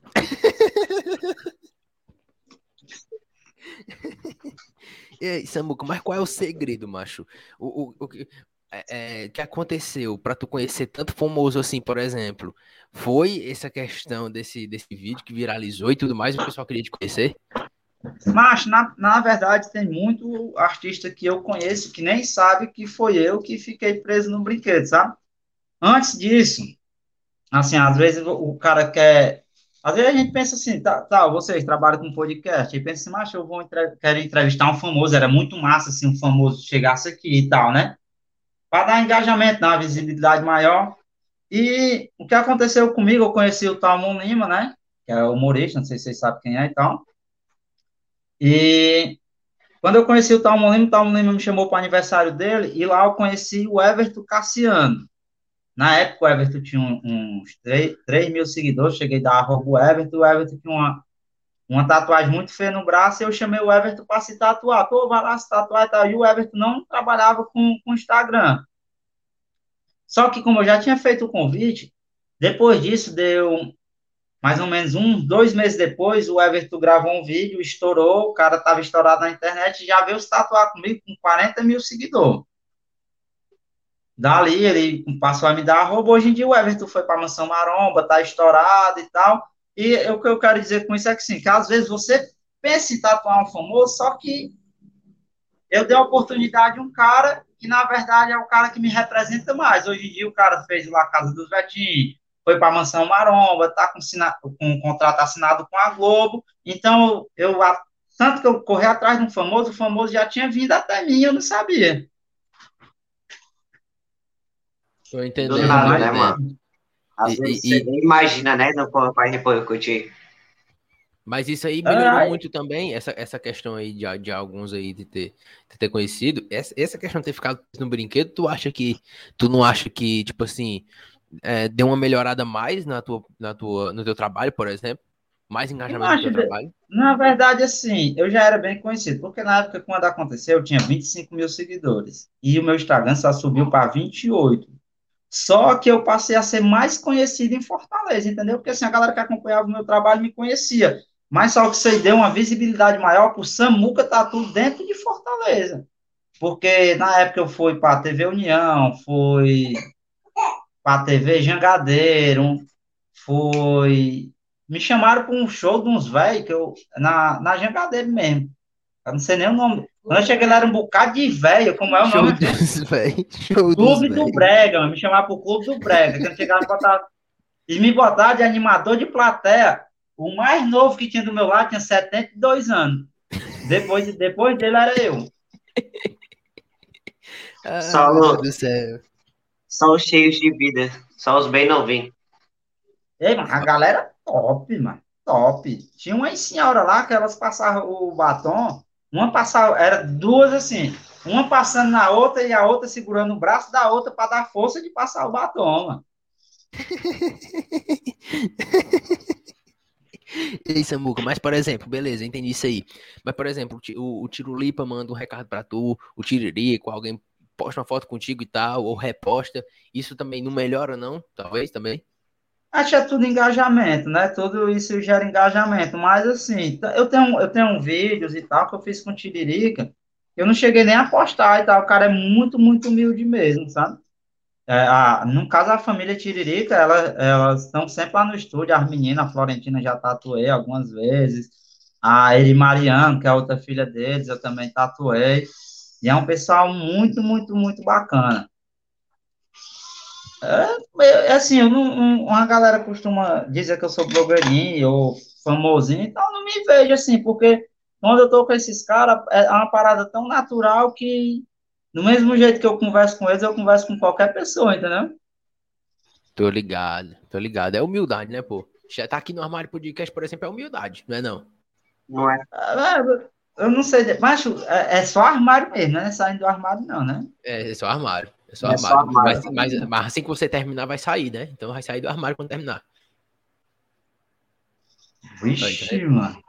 Speaker 1: E aí, Samuca, mas qual é o segredo, macho? O, o, o que é, é, que aconteceu pra tu conhecer tanto famoso assim, por exemplo? Foi essa questão desse, desse vídeo que viralizou e tudo mais, e o pessoal queria te conhecer?
Speaker 5: Mas, na, na verdade, tem muito artista que eu conheço que nem sabe que foi eu que fiquei preso no brinquedo, sabe? Antes disso, assim, às vezes o, o cara quer... Às vezes a gente pensa assim, tá, tá vocês trabalham com podcast, e pensa assim, mas eu vou entre... quero entrevistar um famoso, era muito massa se um famoso chegasse aqui e tal, né? Para dar engajamento, dar uma visibilidade maior. E o que aconteceu comigo, eu conheci o Talmon Lima, né? Que é humorista, não sei se vocês sabem quem é e tal. E quando eu conheci o Talmon Lima, o Talmon Lima me chamou para o aniversário dele, e lá eu conheci o Everton Cassiano. Na época, o Everton tinha uns três mil seguidores, cheguei da arroba o Everton, o Everton tinha uma, uma tatuagem muito feia no braço, e eu chamei o Everton para se tatuar. Pô, vai lá se tatuar e tal. E o Everton não trabalhava com, com Instagram. Só que como eu já tinha feito o convite, depois disso, deu mais ou menos uns dois meses depois, o Everton gravou um vídeo, estourou, o cara estava estourado na internet, e já veio se tatuar comigo com quarenta mil seguidores. Dali, ele passou a me dar arroba. Hoje em dia, o Everton foi para a Mansão Maromba, tá estourado e tal. E o que eu quero dizer com isso é que, sim, que às vezes você pensa em tatuar um famoso, só que eu dei a oportunidade a um cara que, na verdade, é o cara que me representa mais. Hoje em dia, o cara fez lá a Casa dos Vetinhos, foi para a Mansão Maromba, tá com, com um contrato assinado com a Globo. Então, eu, tanto que eu corri atrás de um famoso, o famoso já tinha vindo até mim, eu não sabia.
Speaker 1: Tô entendendo,
Speaker 3: Do nada,
Speaker 1: tô
Speaker 3: né,
Speaker 1: entendendo.
Speaker 3: mano? Às
Speaker 1: E,
Speaker 3: vezes
Speaker 1: e,
Speaker 3: você
Speaker 1: e,
Speaker 3: nem imagina, né? Não vai repercutir.
Speaker 1: mas isso aí melhorou
Speaker 5: Ai,
Speaker 1: muito também, essa, essa questão aí de, de alguns aí de ter, de ter conhecido. Essa, essa questão de ter ficado no brinquedo, tu acha que, tu não acha que, tipo assim, é, deu uma melhorada mais na tua, na tua, no teu trabalho, por exemplo? Mais
Speaker 5: eu
Speaker 1: engajamento no
Speaker 5: acho,
Speaker 1: teu trabalho?
Speaker 5: na verdade, assim, eu já era bem conhecido, porque na época, quando aconteceu, eu tinha vinte e cinco mil seguidores, e o meu Instagram só subiu para vinte e oito. Só que eu passei a ser mais conhecido em Fortaleza, entendeu? Porque assim, a galera que acompanhava o meu trabalho me conhecia. Mas só que isso aí deu uma visibilidade maior para o Samuca Tatu dentro de Fortaleza. Porque na época eu fui para a T V União, fui para a T V Jangadeiro, fui. Me chamaram para um show de uns velhos que eu. Na, na Jangadeiro mesmo. Eu não sei nem o nome. Quando eu cheguei lá, era um bocado de velho. Como é o
Speaker 1: Show
Speaker 5: nome, filho?
Speaker 1: dos velhos, show dos
Speaker 5: Clube do
Speaker 1: velhos.
Speaker 5: Brega, mano. Me chamaram para o Clube do Brega. Quando chegaram, botaram. E me botaram de animador de plateia. O mais novo que tinha do meu lado tinha setenta e dois anos. Depois, depois dele era eu.
Speaker 1: Ai,
Speaker 3: Só,
Speaker 1: meu Deus
Speaker 3: o-
Speaker 1: do céu.
Speaker 3: só os cheios de vida. Só os bem novinhos.
Speaker 5: Ei, mano, a galera top, mano. Top. Tinha uma senhora lá que elas passavam o batom. Uma passava, era duas assim. Uma passando na outra e a outra segurando o braço da outra para dar força de passar o batom, mano.
Speaker 1: Ei, Samuca, mas por exemplo, beleza, eu entendi isso aí. Mas por exemplo, o, Ti- o, o Tirulipa manda um recado pra tu, o Tiririca, alguém posta uma foto contigo e tal, ou reposta. Isso também não melhora, não? Talvez também?
Speaker 5: Acho que é tudo engajamento, né? Tudo isso gera engajamento. Mas, assim, t- eu tenho, eu tenho vídeos e tal que eu fiz com o Tiririca. Eu não cheguei nem a postar e tal. O cara é muito, muito humilde mesmo, sabe? É, a, no caso, a família Tiririca, ela, elas estão sempre lá no estúdio. As meninas, a Florentina já tatuei algumas vezes. A Eri Mariano, que é a outra filha deles, eu também tatuei. E é um pessoal muito, muito, muito bacana. É, é assim, eu não, não- uma galera costuma dizer que eu sou blogueirinho ou famosinho, então eu não me vejo assim, porque quando eu tô com esses caras, é uma parada tão natural que, do mesmo jeito que eu converso com eles, eu converso com qualquer pessoa, entendeu?
Speaker 1: Tô ligado, tô ligado. É humildade, né, pô? Já tá aqui no Armário Podcast, por exemplo, é humildade, não é não?
Speaker 3: Não é?
Speaker 5: É, eu não sei, mas é, é só armário mesmo, né? Saindo do armário não, né?
Speaker 1: É, é só armário, é só
Speaker 3: É só
Speaker 1: armário. Mas,
Speaker 3: armário.
Speaker 1: mas, mas assim que você terminar, vai sair, né? Então vai sair do armário quando terminar. Aí, tá
Speaker 5: Vixe,
Speaker 1: vendo?
Speaker 5: mano.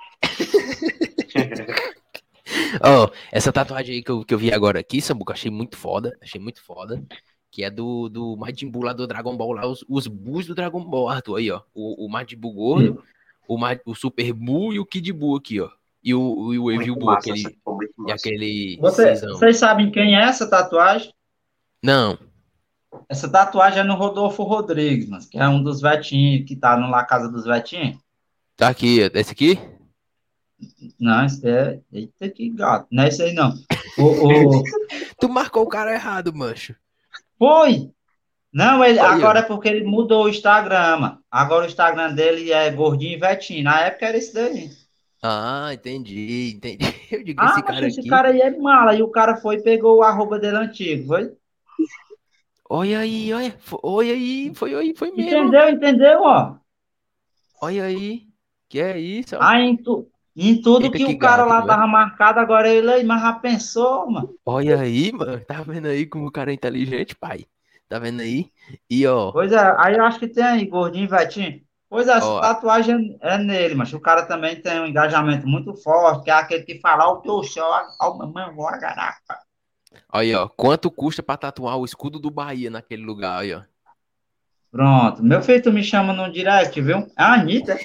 Speaker 1: Ó, essa tatuagem aí que eu, que eu vi agora aqui, Samuca, achei muito foda, achei muito foda. Que é do, do Majin Buu lá do Dragon Ball, lá, os, os Bulls do Dragon Ball, Arthur, aí, ó. O, o Majin Buu gordo, o, Ma- o Super Buu e o Kid Buu aqui, ó. E o, e o Evil
Speaker 3: Muito
Speaker 1: Buu,
Speaker 3: massa, essa
Speaker 1: aquele,
Speaker 3: ficou muito
Speaker 1: e
Speaker 3: massa.
Speaker 1: aquele
Speaker 5: Você,
Speaker 1: cinzão.
Speaker 5: vocês sabem quem é essa tatuagem?
Speaker 1: Não,
Speaker 5: Essa tatuagem é no Rodolfo Rodrigues, mas que é um dos vetinhos que tá no La Casa dos Vetinhos.
Speaker 1: tá aqui, ó, esse aqui?
Speaker 5: Não, esse é. Eita, que gato. Não é esse aí, não. O, o...
Speaker 1: Tu marcou o cara errado, mancho.
Speaker 5: Foi! Não, ele...
Speaker 1: Olha,
Speaker 5: agora é porque ele mudou o Instagram, mano. Agora o Instagram dele é Gordinho e Vetinho. Na época era esse daí.
Speaker 1: ah, entendi, entendi. Eu digo,
Speaker 5: Ah,
Speaker 1: esse
Speaker 5: mas
Speaker 1: cara
Speaker 5: esse
Speaker 1: aqui.
Speaker 5: cara aí é mala. E o cara foi e pegou o arroba dele antigo, foi?
Speaker 1: Olha aí, olha, fo- olha aí, foi aí, foi mesmo.
Speaker 5: Entendeu? Entendeu, ó?
Speaker 1: Olha aí, que é isso, ó.
Speaker 5: Aí em, tu... em tudo
Speaker 1: Eita,
Speaker 5: que
Speaker 1: que
Speaker 5: o cara
Speaker 1: gato,
Speaker 5: lá
Speaker 1: mano.
Speaker 5: tava marcado, agora ele aí, mas já pensou, mano?
Speaker 1: Olha aí, mano. Tá vendo aí como o cara é inteligente, pai? Tá vendo aí? E ó,
Speaker 5: Pois é, aí eu acho que tem aí, Gordinho e Vetinho. Pois é, essa
Speaker 1: ó,
Speaker 5: tatuagem é, é nele, mas o cara também tem um engajamento muito forte, que é aquele que fala, ó, o teu céu, ó, mamãe, ó, garapa.
Speaker 1: aí, ó. Quanto custa pra tatuar o escudo do Bahia naquele lugar, aí, ó.
Speaker 5: Pronto, meu filho, tu me chama no direct, viu? É a Anitta.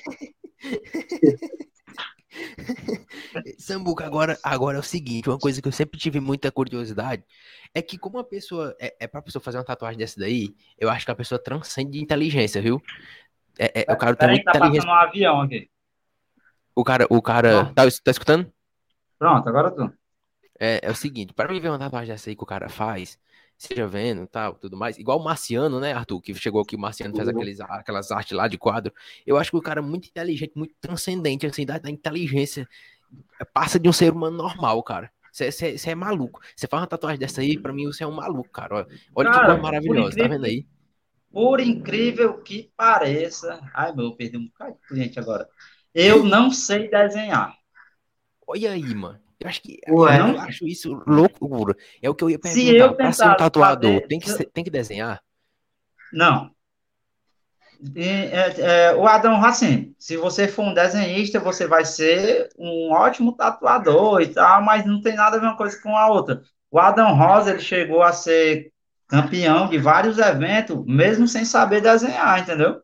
Speaker 1: Sambuca, agora, agora é o seguinte, uma coisa que eu sempre tive muita curiosidade é que como a pessoa, é, é pra pessoa fazer uma tatuagem dessa daí, eu acho que a pessoa transcende inteligência, viu? É, é, o cara tem
Speaker 5: Peraí
Speaker 1: muita
Speaker 5: que tá
Speaker 1: inteligência.
Speaker 5: passando um avião aqui.
Speaker 1: O cara, o cara,
Speaker 5: Pronto,
Speaker 1: tá, tá escutando?
Speaker 5: pronto, agora tu.
Speaker 1: É, é o seguinte, para mim ver uma tatuagem dessa aí que o cara faz, seja vendo, tal, tudo mais, igual o Marciano, né, Arthur, que chegou aqui, o Marciano fez aqueles, aquelas artes lá de quadro, eu acho que o cara é muito inteligente, muito transcendente, assim, da, da inteligência, passa de um ser humano normal, cara. Você é maluco. Você faz uma tatuagem dessa aí, pra mim você é um maluco, cara. Olha, olha que coisa
Speaker 5: Cara, por
Speaker 1: maravilhosa, tá
Speaker 5: incrível
Speaker 1: vendo
Speaker 5: que,
Speaker 1: aí?
Speaker 5: por incrível que pareça, ai, meu, eu perdi um bocado de cliente agora. Eu não sei desenhar.
Speaker 1: Olha aí, mano. Eu acho que
Speaker 3: Ué,
Speaker 1: eu,
Speaker 5: Não,
Speaker 1: eu acho isso loucura. É o que eu ia
Speaker 5: se
Speaker 1: perguntar.
Speaker 5: eu
Speaker 1: Pra ser um
Speaker 5: tentar
Speaker 1: tatuador,
Speaker 5: fazer,
Speaker 1: tem que,
Speaker 5: se eu-
Speaker 1: ser- tem que desenhar?
Speaker 5: não. E, é, é, o Adão, assim, se você for um desenhista, você vai ser um ótimo tatuador e tal, mas não tem nada a ver uma coisa com a outra. O Adão Rosa, ele chegou a ser campeão de vários eventos, mesmo sem saber desenhar, entendeu?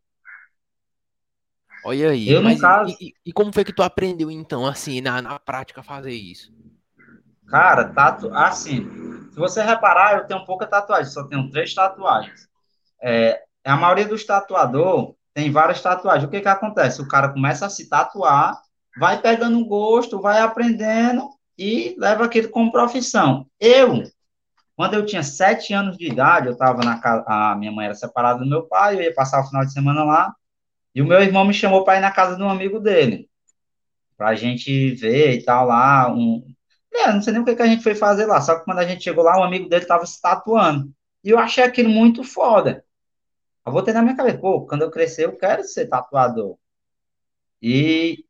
Speaker 1: Olha aí.
Speaker 5: Eu, no
Speaker 1: Mas e,
Speaker 5: caso,
Speaker 1: e- e como foi que tu aprendeu, então, assim, na, na prática, fazer isso?
Speaker 5: cara, tatu, assim, se você reparar, eu tenho pouca tatuagem, só tenho três tatuagens. É, a maioria dos tatuadores tem várias tatuagens. O que que acontece? O cara começa a se tatuar, vai pegando um gosto, vai aprendendo e leva aquilo como profissão. Eu, quando eu tinha sete anos de idade, eu estava na casa, a minha mãe era separada do meu pai, eu ia passar o final de semana lá, e o meu irmão me chamou para ir na casa de um amigo dele, para a gente ver e tal lá, um... É, não sei nem o que que a gente foi fazer lá, só que quando a gente chegou lá, um amigo dele estava se tatuando. E eu achei aquilo muito foda. Eu botei na minha cabeça, pô, quando eu crescer, eu quero ser tatuador. E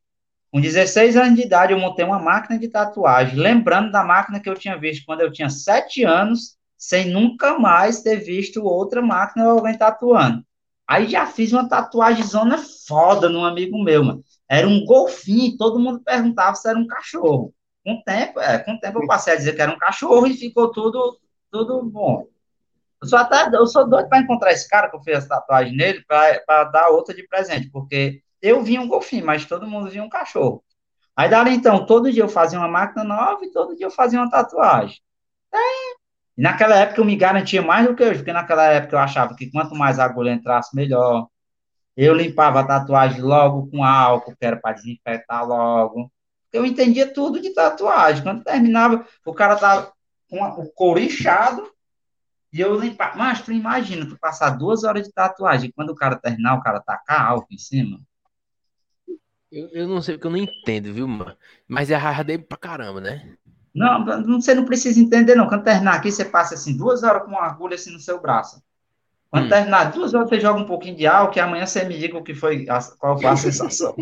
Speaker 5: Com dezesseis anos de idade, eu montei uma máquina de tatuagem, lembrando da máquina que eu tinha visto quando eu tinha sete anos, sem nunca mais ter visto outra máquina ou alguém tatuando. Aí já fiz uma tatuagem zona foda num amigo meu, mano. Era um golfinho e todo mundo perguntava se era um cachorro. Com o tempo, é, com o tempo eu passei a dizer que era um cachorro e ficou tudo, tudo bom. Eu sou até, eu sou doido para encontrar esse cara que eu fiz essa tatuagem nele para dar outra de presente, porque eu vi um golfinho, mas todo mundo via um cachorro. Aí dali então, todo dia eu fazia uma máquina nova e todo dia eu fazia uma tatuagem. E naquela época eu me garantia mais do que hoje, porque naquela época eu achava que quanto mais agulha entrasse, melhor. Eu limpava a tatuagem logo com álcool, que era para desinfetar logo. Eu entendia tudo de tatuagem. Quando terminava, o cara tava com a- o couro inchado e eu limpava. Mas tu imagina, tu passar duas horas de tatuagem, e quando o cara terminar, o cara tacar álcool em cima.
Speaker 1: Eu, eu não sei porque eu não entendo, viu, mano? Mas é arradei pra caramba, né?
Speaker 5: Não, não- você não precisa entender, não. Quando terminar aqui, você passa assim duas horas com uma agulha assim no seu braço. Quando
Speaker 1: Hum.
Speaker 5: terminar duas horas, você joga um pouquinho de álcool e amanhã você me diga o que foi, a- qual foi a sensação.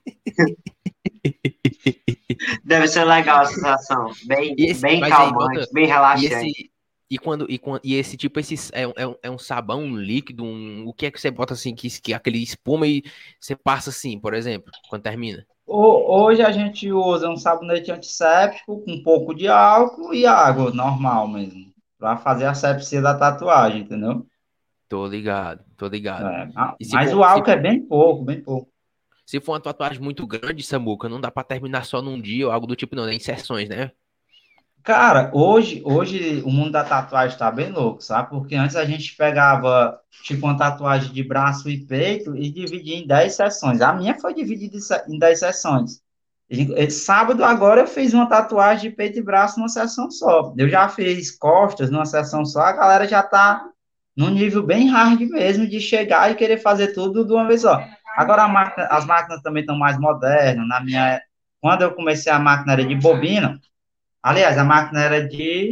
Speaker 3: Deve ser legal a sensação. Bem,
Speaker 1: E esse,
Speaker 3: bem
Speaker 1: mas aí,
Speaker 3: calmante,
Speaker 1: bota.
Speaker 3: bem
Speaker 1: E
Speaker 3: relaxante.
Speaker 1: esse. E quando, e quando. E esse tipo, esse é, um- é, um, é um sabão, um líquido, um. O que é que você bota assim, que, que aquele espuma e você passa assim, por exemplo, quando termina?
Speaker 5: Ho- Hoje a gente usa um sabonete antisséptico com um pouco de álcool e água, normal mesmo, para fazer a asepsia da tatuagem, entendeu?
Speaker 1: Tô ligado, tô ligado.
Speaker 5: É, a-
Speaker 1: E se
Speaker 5: mas
Speaker 1: for,
Speaker 5: o
Speaker 1: se,
Speaker 5: álcool é bem pouco, bem pouco.
Speaker 1: se for uma tatuagem muito grande, Samuca, não dá pra terminar só num dia ou algo do tipo, não, né? Em sessões, né?
Speaker 5: Cara, hoje, hoje o mundo da tatuagem está bem louco, sabe? Porque antes a gente pegava, tipo, uma tatuagem de braço e peito e dividia em dez sessões. A minha foi dividida em se- em dez sessões. E, e sábado agora eu fiz uma tatuagem de peito e braço numa sessão só. Eu já fiz costas numa sessão só, a galera já tá num nível bem hard mesmo de chegar e querer fazer tudo de uma vez só. Agora a máquina- as máquinas também estão mais modernas. Na minha, quando eu comecei a máquina era de bobina. Aliás, a máquina era de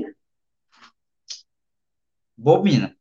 Speaker 5: bobina.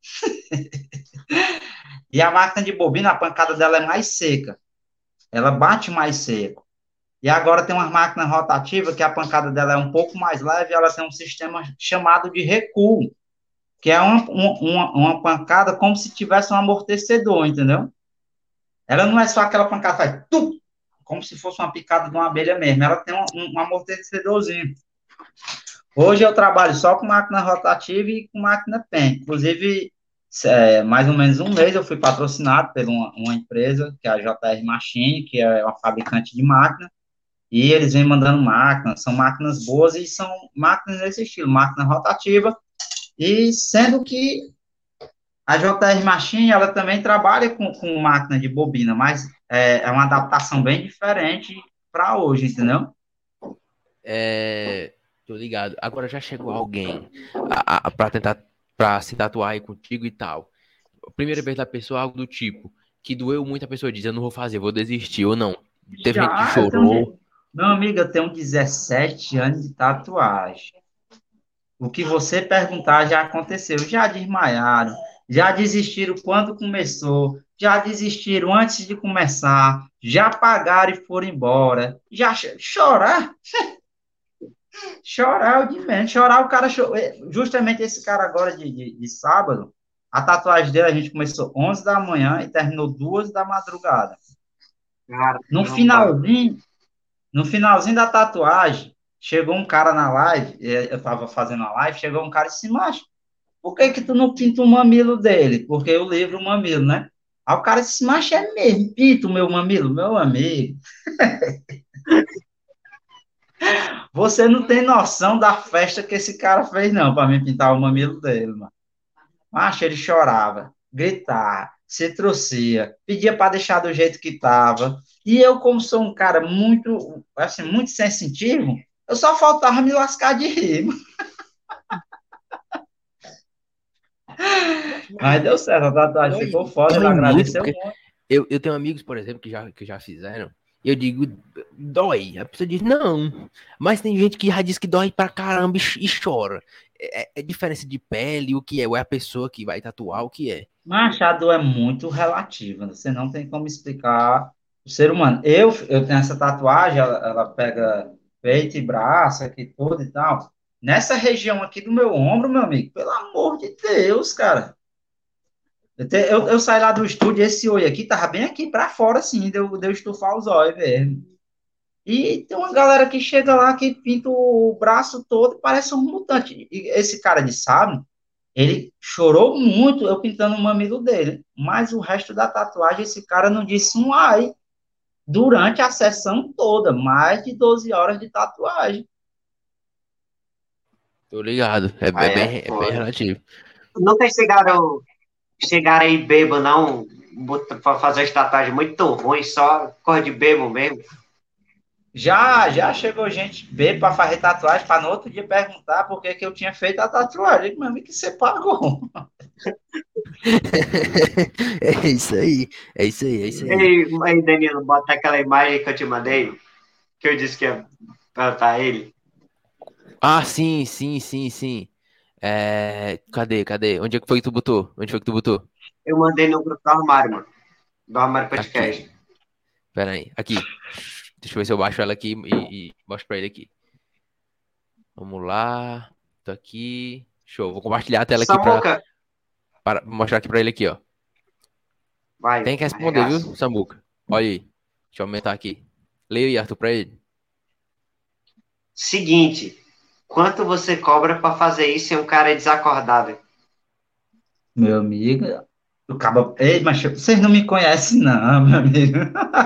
Speaker 5: E a máquina de bobina, a pancada dela é mais seca. Ela bate mais seco. E agora tem uma máquina rotativa que a pancada dela é um pouco mais leve e ela tem um sistema chamado de recuo, que é uma, uma, uma pancada como se tivesse um amortecedor, entendeu? Ela não é só aquela pancada que faz tum, como se fosse uma picada de uma abelha mesmo. Ela tem um, um amortecedorzinho. Hoje eu trabalho só com máquina rotativa e com máquina P E N. Inclusive, é, mais ou menos um mês eu fui patrocinado por uma, uma empresa, que é a J R Machine, que é uma fabricante de máquina, e eles vêm mandando máquinas, são máquinas boas e são máquinas desse estilo, máquina rotativa, e sendo que a J R Machine, ela também trabalha com, com máquina de bobina, mas é, é uma adaptação bem diferente para hoje, entendeu?
Speaker 1: É. Tô ligado. Agora já chegou alguém a, a, pra tentar pra se tatuar aí contigo e tal. A primeira vez da pessoa, algo do tipo, que doeu muito, a pessoa diz, eu não vou fazer, vou desistir, ou não. Teve gente que
Speaker 5: Já, eu tenho,
Speaker 1: chorou.
Speaker 5: de- meu amigo, eu tenho dezessete anos de tatuagem. O que você perguntar já aconteceu. Já desmaiaram, já desistiram quando começou, já desistiram antes de começar, já pagaram e foram embora. Já cho- chorar, chorar é o de menos. Chorar, o cara chorou. Justamente esse cara agora de, de, de sábado, a tatuagem dele a gente começou onze da manhã e terminou duas da madrugada. No
Speaker 3: Caramba.
Speaker 5: finalzinho, no finalzinho da tatuagem, chegou um cara na live, eh, eu tava fazendo a live, chegou um cara e disse, macho, por que que tu não pinta o mamilo dele? Porque eu livro o mamilo, né? Aí o cara disse, macho, é mesmo, pinta o meu mamilo, meu amigo. Você não tem noção da festa que esse cara fez, não, para mim pintar o mamilo dele, mano. Macho, ele chorava, gritava, se trouxia, pedia para deixar do jeito que tava. E eu, como sou um cara muito, assim, muito sensitivo, eu só faltava me lascar de rir. Mas deu certo, a tatuagem
Speaker 1: Dói,
Speaker 5: ficou foda, ele
Speaker 1: dói muito,
Speaker 5: agradeceu
Speaker 1: porque
Speaker 5: muito.
Speaker 1: eu, eu tenho amigos, por exemplo, que já, que já fizeram. E eu digo, dói. A pessoa diz, não. Mas tem gente que já diz que dói pra caramba e, ch- e chora. É, é é diferença de pele, o que é? Ou é a pessoa que vai tatuar, o que é?
Speaker 5: Machado é muito relativo, né? Você não tem como explicar. o ser humano. Eu, eu tenho essa tatuagem, ela, ela pega peito e braço aqui tudo e tal. Nessa região aqui do meu ombro, meu amigo, pelo amor de Deus, cara. Eu, te- eu, eu saí lá do estúdio, esse olho aqui tava bem aqui pra fora, assim, deu, deu estufar os olhos mesmo. E tem uma galera que chega lá que pinta o braço todo e parece um mutante. E esse cara de sábio, ele chorou muito eu pintando o mamilo dele. Mas o resto da tatuagem, esse cara não disse um ai durante a sessão toda. Mais de doze horas de tatuagem.
Speaker 1: Tô ligado. É, é
Speaker 3: Aí é
Speaker 1: bem, é bem
Speaker 3: foda.
Speaker 1: relativo.
Speaker 3: Nunca chegaram, chegaram aí bêbado, não, bota- pra fazer uma estratégia muito ruim, só cor de bêbado mesmo.
Speaker 5: Já, já chegou gente ver para fazer tatuagem, para no outro dia perguntar por que, que eu tinha feito a tatuagem. Eu digo, meu amigo, que você pagou.
Speaker 1: É isso aí. É isso aí, é isso aí.
Speaker 3: Ei, aí, Danilo, bota aquela imagem que eu te mandei, que eu disse que ia perguntar ele.
Speaker 1: Ah, sim, sim, sim, sim. É, cadê, cadê? Onde é que foi que tu botou? Onde foi que tu botou?
Speaker 3: Eu mandei no grupo do armário, mano. Do armário
Speaker 1: Aqui.
Speaker 3: podcast.
Speaker 1: Pera aí. Aqui. Deixa eu ver se eu baixo ela aqui e, e mostro pra ele aqui. Vamos lá. Tô aqui. Show. Vou compartilhar a tela aqui pra,
Speaker 3: Samuca,
Speaker 1: para mostrar aqui pra ele aqui, ó.
Speaker 3: vai,
Speaker 1: Tem que responder,
Speaker 3: arregaça.
Speaker 1: viu, Samuca? Olha aí. Deixa eu aumentar aqui. Leia aí, Arthur, pra ele.
Speaker 3: Seguinte, quanto você cobra pra fazer isso em um cara desacordável?
Speaker 5: Meu amigo, o cabo. Ei, mas vocês não me conhecem, não, meu amigo.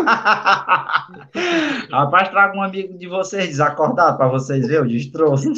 Speaker 5: Rapaz, traga um amigo de vocês desacordado para vocês verem o destroço.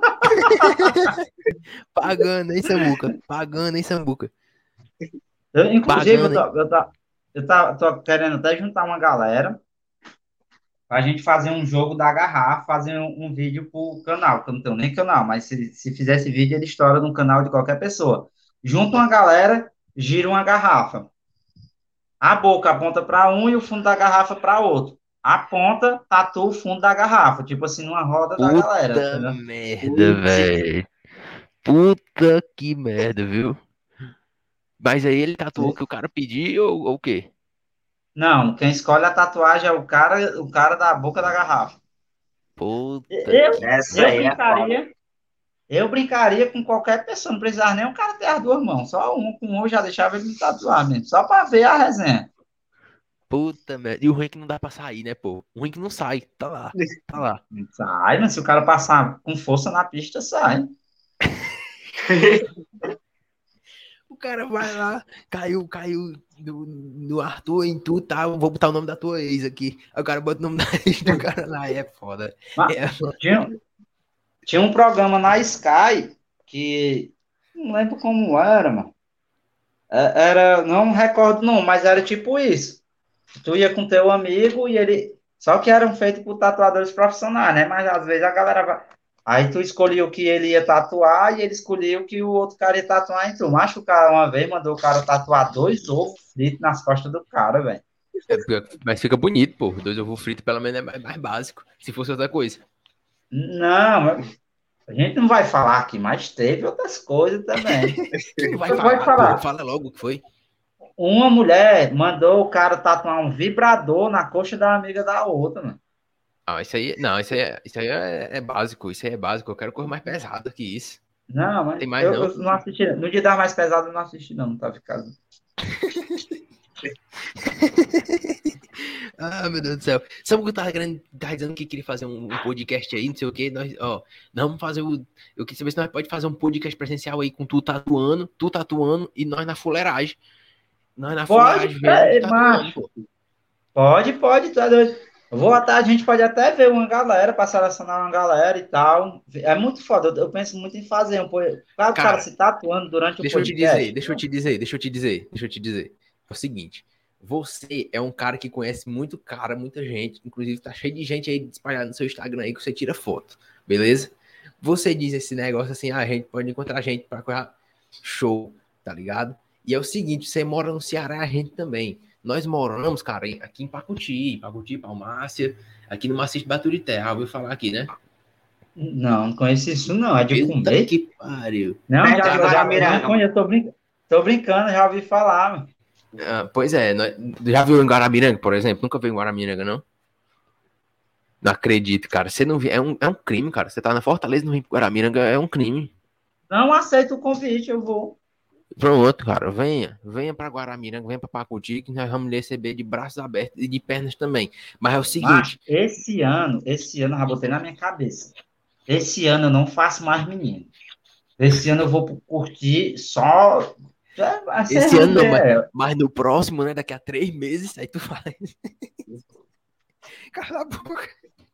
Speaker 1: Pagando, hein, Samuca? Pagando, hein, Sambuca?
Speaker 5: Eu, inclusive, eu,
Speaker 1: Pagando,
Speaker 5: tô,
Speaker 1: hein?
Speaker 5: eu, tô, eu tá- tô querendo até juntar uma galera para a gente fazer um jogo da garrafa, fazer um, um vídeo pro canal, que eu não tenho nem canal, mas se, se fizer esse vídeo, ele estoura no canal de qualquer pessoa. Junta uma galera, gira uma garrafa. A boca aponta para um e o fundo da garrafa para outro. A ponta tatua o fundo da garrafa, tipo assim, numa roda da galera,
Speaker 1: Puta
Speaker 5: entendeu?
Speaker 1: merda, velho. Puta que merda, viu? Mas aí ele tatuou o que o cara pediu ou ou o quê?
Speaker 5: Não, quem escolhe a tatuagem é o cara, o cara da boca da garrafa.
Speaker 1: Puta
Speaker 5: Eu,
Speaker 1: que
Speaker 3: Essa
Speaker 5: eu
Speaker 3: aí é foda.
Speaker 5: brincaria, eu brincaria com qualquer pessoa, não precisava nem um cara ter as duas mãos, só um com um eu já deixava ele me tatuar mesmo, só para ver a resenha.
Speaker 1: Puta merda. E o ruim é que não dá pra sair, né, pô? O ruim é que não sai. Tá lá. Tá lá.
Speaker 5: Sai, mas se o cara passar com força na pista, sai.
Speaker 1: O cara vai lá, caiu, caiu no, no Arthur em tu, tá? Vou botar o nome da tua ex aqui. Aí o cara bota o nome da ex do cara lá. É foda.
Speaker 5: Mas
Speaker 1: É,
Speaker 5: tinha, tinha um programa na Sky que não lembro como era, mano. É, Era, não recordo não, mas era tipo isso. Tu ia com teu amigo e ele. Só que eram feitos por tatuadores profissionais, né? Mas às vezes a galera vai. Aí tu escolhia o que ele ia tatuar e ele escolhia o que o outro cara ia tatuar em tu. Mas o cara uma vez mandou o cara tatuar dois ovos fritos nas costas do cara, velho.
Speaker 1: é pior que- mas fica bonito, pô. Dois ovos fritos, pelo menos, é mais, mais básico. Se fosse outra coisa.
Speaker 5: Não, a gente não vai falar aqui, mas teve outras coisas também.
Speaker 1: Quem vai
Speaker 5: Você pode
Speaker 1: falar, pô?
Speaker 5: falar.
Speaker 1: Fala logo o que foi.
Speaker 5: Uma mulher mandou o cara tatuar um vibrador na coxa da amiga da outra, mano.
Speaker 1: Ah, isso aí, não, isso aí, é, isso aí é, é básico. Isso aí é básico. Eu quero coisa mais pesada que isso.
Speaker 5: Não, mas
Speaker 1: Tem mais,
Speaker 5: eu,
Speaker 1: não.
Speaker 5: eu não assisti. No dia das mais pesadas eu não assisti, não, não tava em casa.
Speaker 1: Ah, meu Deus do céu. Sabe o que eu tava querendo, tava dizendo que queria fazer um, um podcast aí, não sei o que. Nós, ó, nós vamos fazer o. Eu queria saber se nós pode fazer um podcast presencial aí com tu tatuando, tu tatuando e nós na fuleiragem. Nós na
Speaker 5: Pode,
Speaker 1: fuleiragem vendo
Speaker 5: é,
Speaker 1: tu tatuando,
Speaker 5: macho.
Speaker 1: pô.
Speaker 5: Pode, pode, tá doido. Eu vou até, a gente pode até ver uma galera, para selecionar uma galera e tal. É muito foda. Eu, eu penso muito em fazer um. po- Claro, o cara
Speaker 1: Cara,
Speaker 5: se tatuando durante o
Speaker 1: deixa eu te dizer,
Speaker 5: podcast.
Speaker 1: deixa eu te dizer, deixa eu te dizer, deixa eu te dizer. É o seguinte, você é um cara que conhece muito cara, muita gente, inclusive tá cheio de gente aí espalhada no seu Instagram aí que você tira foto, beleza? Você diz esse negócio assim, ah, a gente pode encontrar gente pra coisa show, tá ligado? E é o seguinte, você mora no Ceará, a gente também. Nós moramos, cara, em- aqui em Pacuti, Pacuti, Palmácia, aqui no Maciço de Baturité, ah, ouviu falar aqui, né?
Speaker 5: Não, não conheço isso, não. É de
Speaker 1: Puta
Speaker 5: comer?
Speaker 1: que pariu.
Speaker 5: Não,
Speaker 3: Perto
Speaker 5: já,
Speaker 3: de
Speaker 5: já, já
Speaker 3: Guaramiranga,
Speaker 5: não conheço. Tô, brin... tô brincando, já ouvi falar, mano.
Speaker 1: Ah, pois é, nós- já viu em Guaramiranga, por exemplo? Nunca viu em Guaramiranga, não? Não acredito, cara. Você não viu, é um, é um crime, cara. Você tá na Fortaleza, não vem pro Guaramiranga, é um crime.
Speaker 5: Não aceito o convite, eu vou.
Speaker 1: Pronto, cara, venha, venha pra Guaramiranga, venha pra Pacuti, que nós vamos lhe receber de braços abertos e de pernas também. Mas é o
Speaker 5: Mas
Speaker 1: seguinte,
Speaker 5: esse ano, esse ano eu já botei na minha cabeça. Esse ano eu não faço mais menino. Esse ano eu vou curtir só. É, vai ser
Speaker 1: esse ano não, mas,
Speaker 5: romper.
Speaker 1: mas no próximo, né, daqui a três meses, aí tu faz. Cala a boca.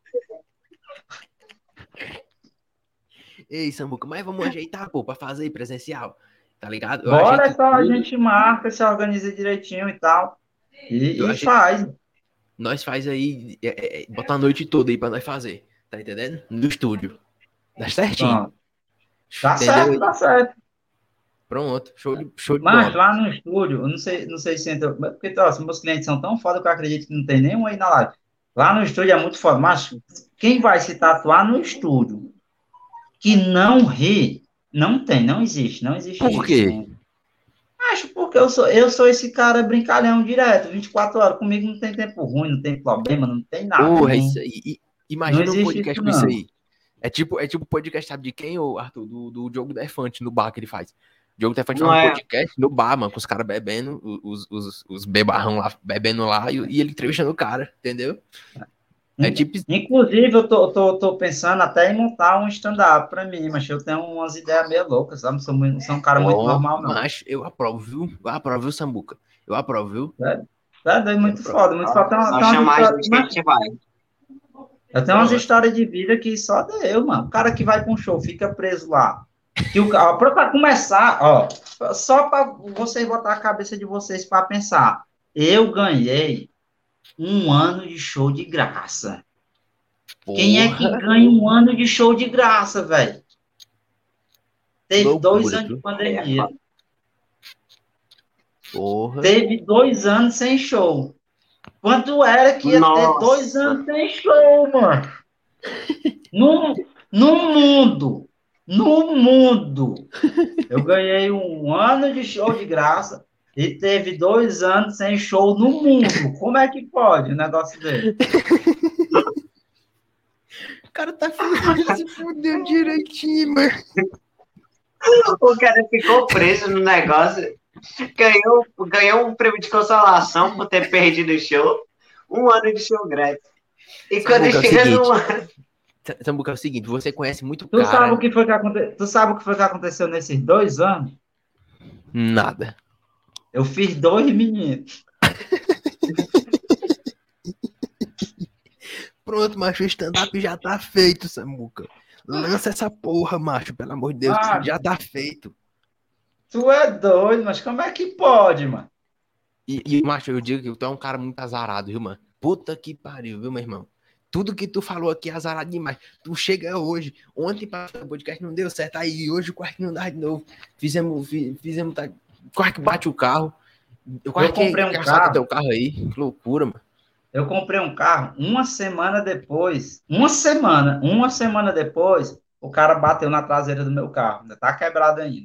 Speaker 1: Ei, Samuca, mas vamos ajeitar, pô, pra fazer aí presencial, tá ligado? Eu
Speaker 5: Bora, é
Speaker 1: ajeito
Speaker 5: só a
Speaker 1: tudo,
Speaker 5: gente marca, se organiza direitinho e tal. E,
Speaker 1: eu
Speaker 5: e
Speaker 1: ajeito,
Speaker 5: faz.
Speaker 1: nós faz aí, é, é, é, bota a noite toda aí pra nós fazer, tá entendendo? No estúdio, dá certinho,
Speaker 5: Pronto. Dá
Speaker 1: entendeu?
Speaker 5: certo, dá certo.
Speaker 1: Pronto, show de, show de
Speaker 5: Mas
Speaker 1: bola.
Speaker 5: lá no estúdio, eu não sei, não sei se entra. Porque, ó, meus clientes são tão foda que eu acredito que não tem nenhum aí na live. Lá no estúdio é muito foda. Mas quem vai se tatuar no estúdio que não ri, não tem, não existe, não existe
Speaker 1: Por
Speaker 5: isso.
Speaker 1: quê?
Speaker 5: Né? Acho porque eu sou, eu sou esse cara brincalhão direto, vinte e quatro horas. Comigo não tem tempo ruim, não tem problema, não tem nada.
Speaker 1: Porra,
Speaker 5: Não,
Speaker 1: isso aí. E-
Speaker 5: não
Speaker 1: imagina um
Speaker 5: existe
Speaker 1: podcast
Speaker 5: isso,
Speaker 1: com isso
Speaker 5: não.
Speaker 1: aí. É tipo, é tipo podcast, sabe de quem, ô, Arthur? Do, do Diogo Defante, no bar que ele faz. O Diogo Defante
Speaker 3: Não
Speaker 1: faz um
Speaker 3: é.
Speaker 1: podcast no bar, mano, com os caras bebendo, os, os, os bebarrão lá, bebendo lá, e, e ele entrevistando o cara, entendeu? É tipo,
Speaker 5: Inclusive, eu tô, tô, tô pensando até em montar um stand-up para mim, mas eu tenho umas ideias meio loucas, sabe? Não sou, muito- não sou um cara muito
Speaker 1: ó,
Speaker 5: normal, não.
Speaker 1: macho, eu aprovo, viu? Eu aprovo, viu, Sambuca? Eu aprovo, viu?
Speaker 5: É, é daí
Speaker 1: Eu
Speaker 5: muito
Speaker 1: aprovo.
Speaker 5: foda, muito foda. Tem, uma-
Speaker 3: Só
Speaker 5: tem umas
Speaker 3: chamar a
Speaker 5: histórias,
Speaker 3: gente que a
Speaker 5: mas
Speaker 3: gente vai.
Speaker 5: eu tenho umas
Speaker 1: Pronto.
Speaker 5: histórias de vida que só deu, mano. O cara que vai com um show fica preso lá. Que o, ó, pra, pra começar, ó, só para vocês botar a cabeça de vocês para pensar. Eu ganhei um ano de show de graça. Quem é que
Speaker 1: Porra,
Speaker 5: ganha um ano de show de graça, velho? Teve dois
Speaker 1: loucura,
Speaker 5: anos de
Speaker 1: viu?
Speaker 5: pandemia.
Speaker 1: Porra.
Speaker 5: Teve dois anos sem show. Quanto era que ia ter dois
Speaker 3: Nossa.
Speaker 5: anos sem show, mano? No, no mundo. No mundo. Eu ganhei um ano de show de graça e teve dois anos sem show no mundo. Como é que pode um negócio dele?
Speaker 1: O cara tá fudendo, se fudeu direitinho, mano.
Speaker 3: O cara ficou preso no negócio. Ganhou, ganhou um prêmio de consolação por ter perdido o show. Um ano de show grátis. E quando
Speaker 1: Samuca, é o
Speaker 3: chega
Speaker 1: seguinte,
Speaker 3: no ano.
Speaker 1: Sambuca, é o seguinte, você conhece muito
Speaker 5: Tu sabe
Speaker 1: cara.
Speaker 5: o que foi que aconteceu? Tu sabe o que foi que aconteceu nesses dois anos?
Speaker 1: Nada.
Speaker 5: Eu fiz dois meninos.
Speaker 1: Pronto, macho, o stand-up já tá feito, Samuca. Lança essa porra, macho, pelo amor de Deus.
Speaker 5: Ah,
Speaker 1: Já tá feito.
Speaker 5: tu é doido, mas como é que pode, mano?
Speaker 1: E, e, macho, eu digo que tu é um cara muito azarado, viu, mano? Puta que pariu, viu, meu irmão? Tudo que tu falou aqui é azarado demais. Tu chega hoje, ontem para o podcast não deu certo, aí hoje quase que não dá de novo. Fizemos, fi- fizemos, tá, quase que bate o carro. Eu quase
Speaker 5: Eu comprei
Speaker 1: que,
Speaker 5: um
Speaker 1: que assalta
Speaker 5: carro.
Speaker 1: teu carro aí. Que loucura, mano.
Speaker 5: Eu comprei um carro uma semana depois. Uma semana, uma semana depois, o cara bateu na traseira do meu carro. Ainda tá quebrado ainda.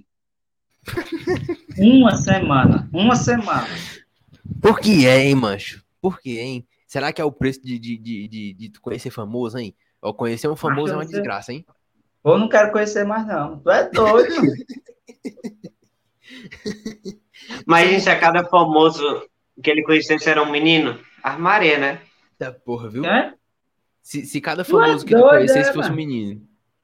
Speaker 5: Uma semana, uma semana.
Speaker 1: Por que é, hein, mancho? Por que, hein? Será que é o preço de, de, de, de, de tu conhecer famoso, hein? Ou conhecer um famoso
Speaker 5: Macho,
Speaker 1: é
Speaker 5: eu
Speaker 1: uma
Speaker 5: não sei.
Speaker 1: desgraça, hein?
Speaker 5: Eu não quero conhecer mais, não. Tu é doido, mano.
Speaker 3: Imagina se a cada famoso que ele conhecesse era um menino. Armaria, né?
Speaker 1: Tá porra, viu?
Speaker 5: Quem?
Speaker 1: Se, se cada
Speaker 5: Tu é
Speaker 1: famoso que tu
Speaker 5: doido,
Speaker 1: conhecesse
Speaker 5: é,
Speaker 1: fosse um
Speaker 5: mano.
Speaker 1: menino.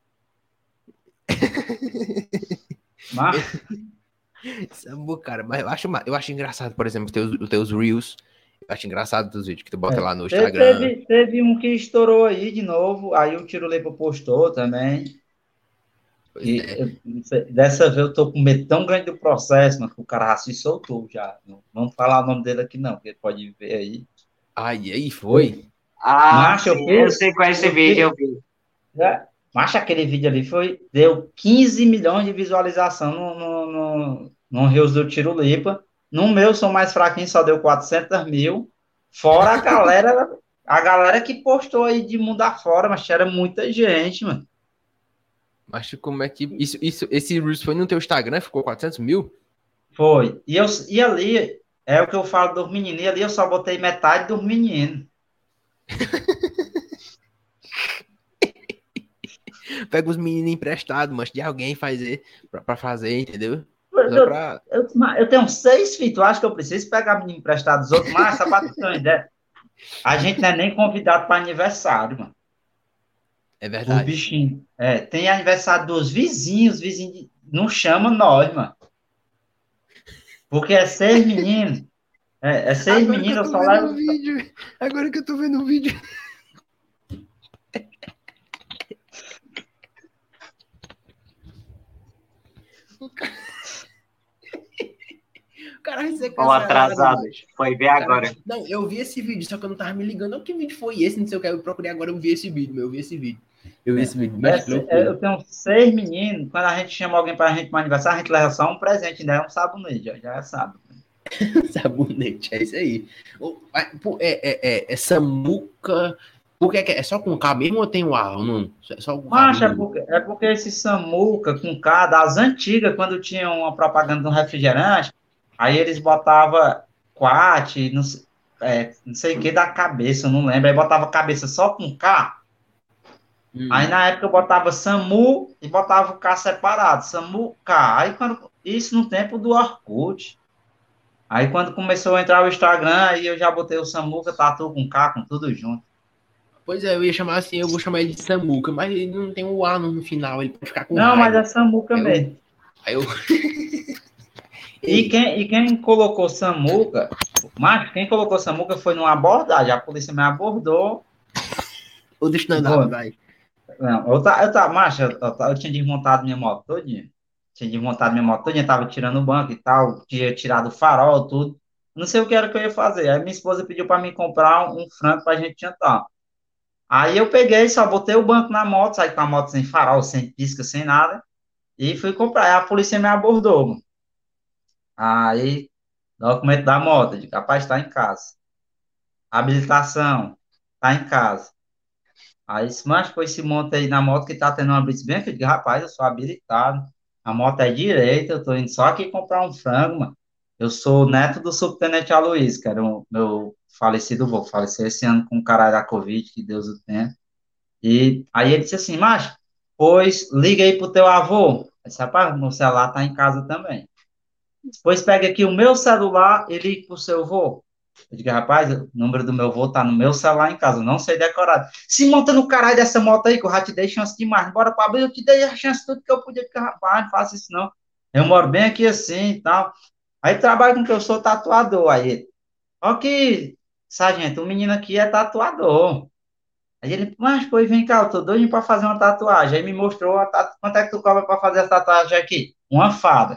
Speaker 5: Mas,
Speaker 1: Sabe, cara, mas eu acho, ma- eu acho engraçado, por exemplo, os teus, os teus Reels. Eu acho engraçado os vídeos que tu bota
Speaker 5: é,
Speaker 1: lá no
Speaker 5: te-
Speaker 1: Instagram.
Speaker 5: teve, teve um que estourou aí de novo. Aí o Tiro Leipa postou também.
Speaker 1: Pois
Speaker 5: E
Speaker 1: é.
Speaker 5: eu não sei, dessa vez eu tô com medo tão grande do processo, mano, que o cara já se soltou já. Não vamos falar o nome dele aqui, não, porque ele pode ver aí.
Speaker 1: Ai, e aí foi.
Speaker 3: Ah,
Speaker 5: Macho, eu
Speaker 3: sim,
Speaker 5: fiz-
Speaker 3: eu sei qual é esse
Speaker 5: eu
Speaker 3: vídeo,
Speaker 5: fiz-
Speaker 3: eu vi.
Speaker 5: É, mas aquele vídeo ali foi, deu quinze milhões de visualização no, no, no, no Reels do Tiro Lipa. No meu, sou mais fraquinho, só deu quatrocentos mil. Fora a galera, a galera que postou aí de mundo afora, mas era muita gente, mano.
Speaker 1: Mas como é que. Isso, isso, esse Reels foi no teu Instagram? Ficou quatrocentos mil?
Speaker 5: Foi. E, eu, e ali, é o que eu falo dos meninos. E ali eu só botei metade dos meninos.
Speaker 1: Pega os meninos emprestados, mas de alguém fazer, pra, pra fazer, entendeu?
Speaker 5: Eu,
Speaker 1: Só pra...
Speaker 5: eu, eu tenho seis filhos, tu acha que eu preciso pegar menino emprestado dos outros? Mas, só pra tu ter uma ideia, a gente não é nem convidado para aniversário, mano.
Speaker 1: É
Speaker 5: O
Speaker 1: verdade.
Speaker 5: bichinho. É, tem aniversário dos vizinhos, os vizinhos não chamam nós, mano. Porque é seis meninos. É, é seis
Speaker 1: Agora que eu
Speaker 5: meninos, eu
Speaker 1: tô
Speaker 5: só
Speaker 1: vendo o
Speaker 5: levo.
Speaker 1: vídeo. Agora que eu tô vendo o vídeo. O cara, o cara vai ser
Speaker 3: Ou
Speaker 1: cancelado,
Speaker 3: atrasado.
Speaker 1: bicho.
Speaker 3: Foi ver
Speaker 1: O cara-
Speaker 3: agora.
Speaker 1: Não, eu vi esse vídeo, só que eu não tava me ligando. Não, que vídeo foi esse? Não sei o que. Eu procurei agora, eu vi esse vídeo, meu. Eu vi esse vídeo. Eu vi esse vídeo.
Speaker 5: É,
Speaker 1: Mas que
Speaker 5: é,
Speaker 1: loucura.
Speaker 5: eu tenho seis meninos. Quando a gente chama alguém pra gente para aniversário, a gente leva só um presente, ainda é um sabonete, já, já é sábado.
Speaker 1: Sabonete, é isso aí. O- a- pô, É, é, é, é Samuca. Por que que é? É só com K mesmo ou tem o A? Ou não? É só com K
Speaker 5: Mas é
Speaker 1: mesmo?
Speaker 5: porque, é porque esse Samuca com K, das antigas, quando tinha uma propaganda de um refrigerante, aí eles botavam Quat, não, sei- é, não sei o que da cabeça, eu não lembro. Aí botava cabeça só com K.
Speaker 1: Hum.
Speaker 5: Aí na época eu botava Samu e botava o K separado, Samu K. Aí quando, isso no tempo do Orkut. Aí quando começou a entrar o Instagram, aí eu já botei o Samuca, tatu com K, com tudo junto.
Speaker 1: Pois é, eu ia chamar assim, eu vou chamar ele de Samuca, mas ele não tem o A no, no final, ele pode ficar com
Speaker 5: Não, mas
Speaker 1: raiva.
Speaker 5: é Samuca
Speaker 1: Aí eu-
Speaker 5: mesmo.
Speaker 1: Aí eu.
Speaker 5: E quem, e quem colocou Samuca, mas quem colocou Samuca foi numa abordagem, a polícia me abordou.
Speaker 1: O do stand-up, vai.
Speaker 5: Não, eu tá, eu tá, macho, eu, eu, eu tinha desmontado minha moto todinha. Tinha desmontado minha moto todinha, tava tirando o banco e tal, tinha tirado o farol, tudo. Não sei o que era que eu ia fazer. Aí minha esposa pediu para mim comprar um, um frango pra gente jantar. Aí eu peguei, só botei o banco na moto, saí com a moto sem farol, sem pisca, sem nada, e fui comprar. Aí a polícia me abordou, mano. Aí, documento da moto, de capaz está em casa. Habilitação, tá em casa. Aí, disse, mas foi esse monte aí na moto que tá tendo uma blitz bem aqui. Eu digo, rapaz, eu sou habilitado. A moto é direita, eu tô indo só aqui comprar um frango, mano. Eu sou neto do subtenente Aloysio, que era o meu falecido avô. Faleceu esse ano com o caralho da Covid, que Deus o tenha. E aí ele disse assim, macho, pois liga aí pro teu avô. Eu disse, rapaz, meu celular tá em casa também. Pois pega aqui o meu celular e liga pro seu avô. Eu digo, rapaz, o número do meu avô tá no meu celular em casa, eu não sei decorar. Se monta no caralho dessa moto aí, que eu já te dei chance demais. Bora pra abrir, eu te dei a chance tudo que eu podia. Digo, rapaz, não faça isso não. Eu moro bem aqui assim e tal. Aí trabalho com que eu sou tatuador. Aí ele, ó que, sargento, o menino aqui é tatuador. Aí ele, mas, pois vem cá, eu tô doido pra fazer uma tatuagem. Aí me mostrou a tatu... quanto é que tu cobra pra fazer essa tatuagem aqui? Uma fada.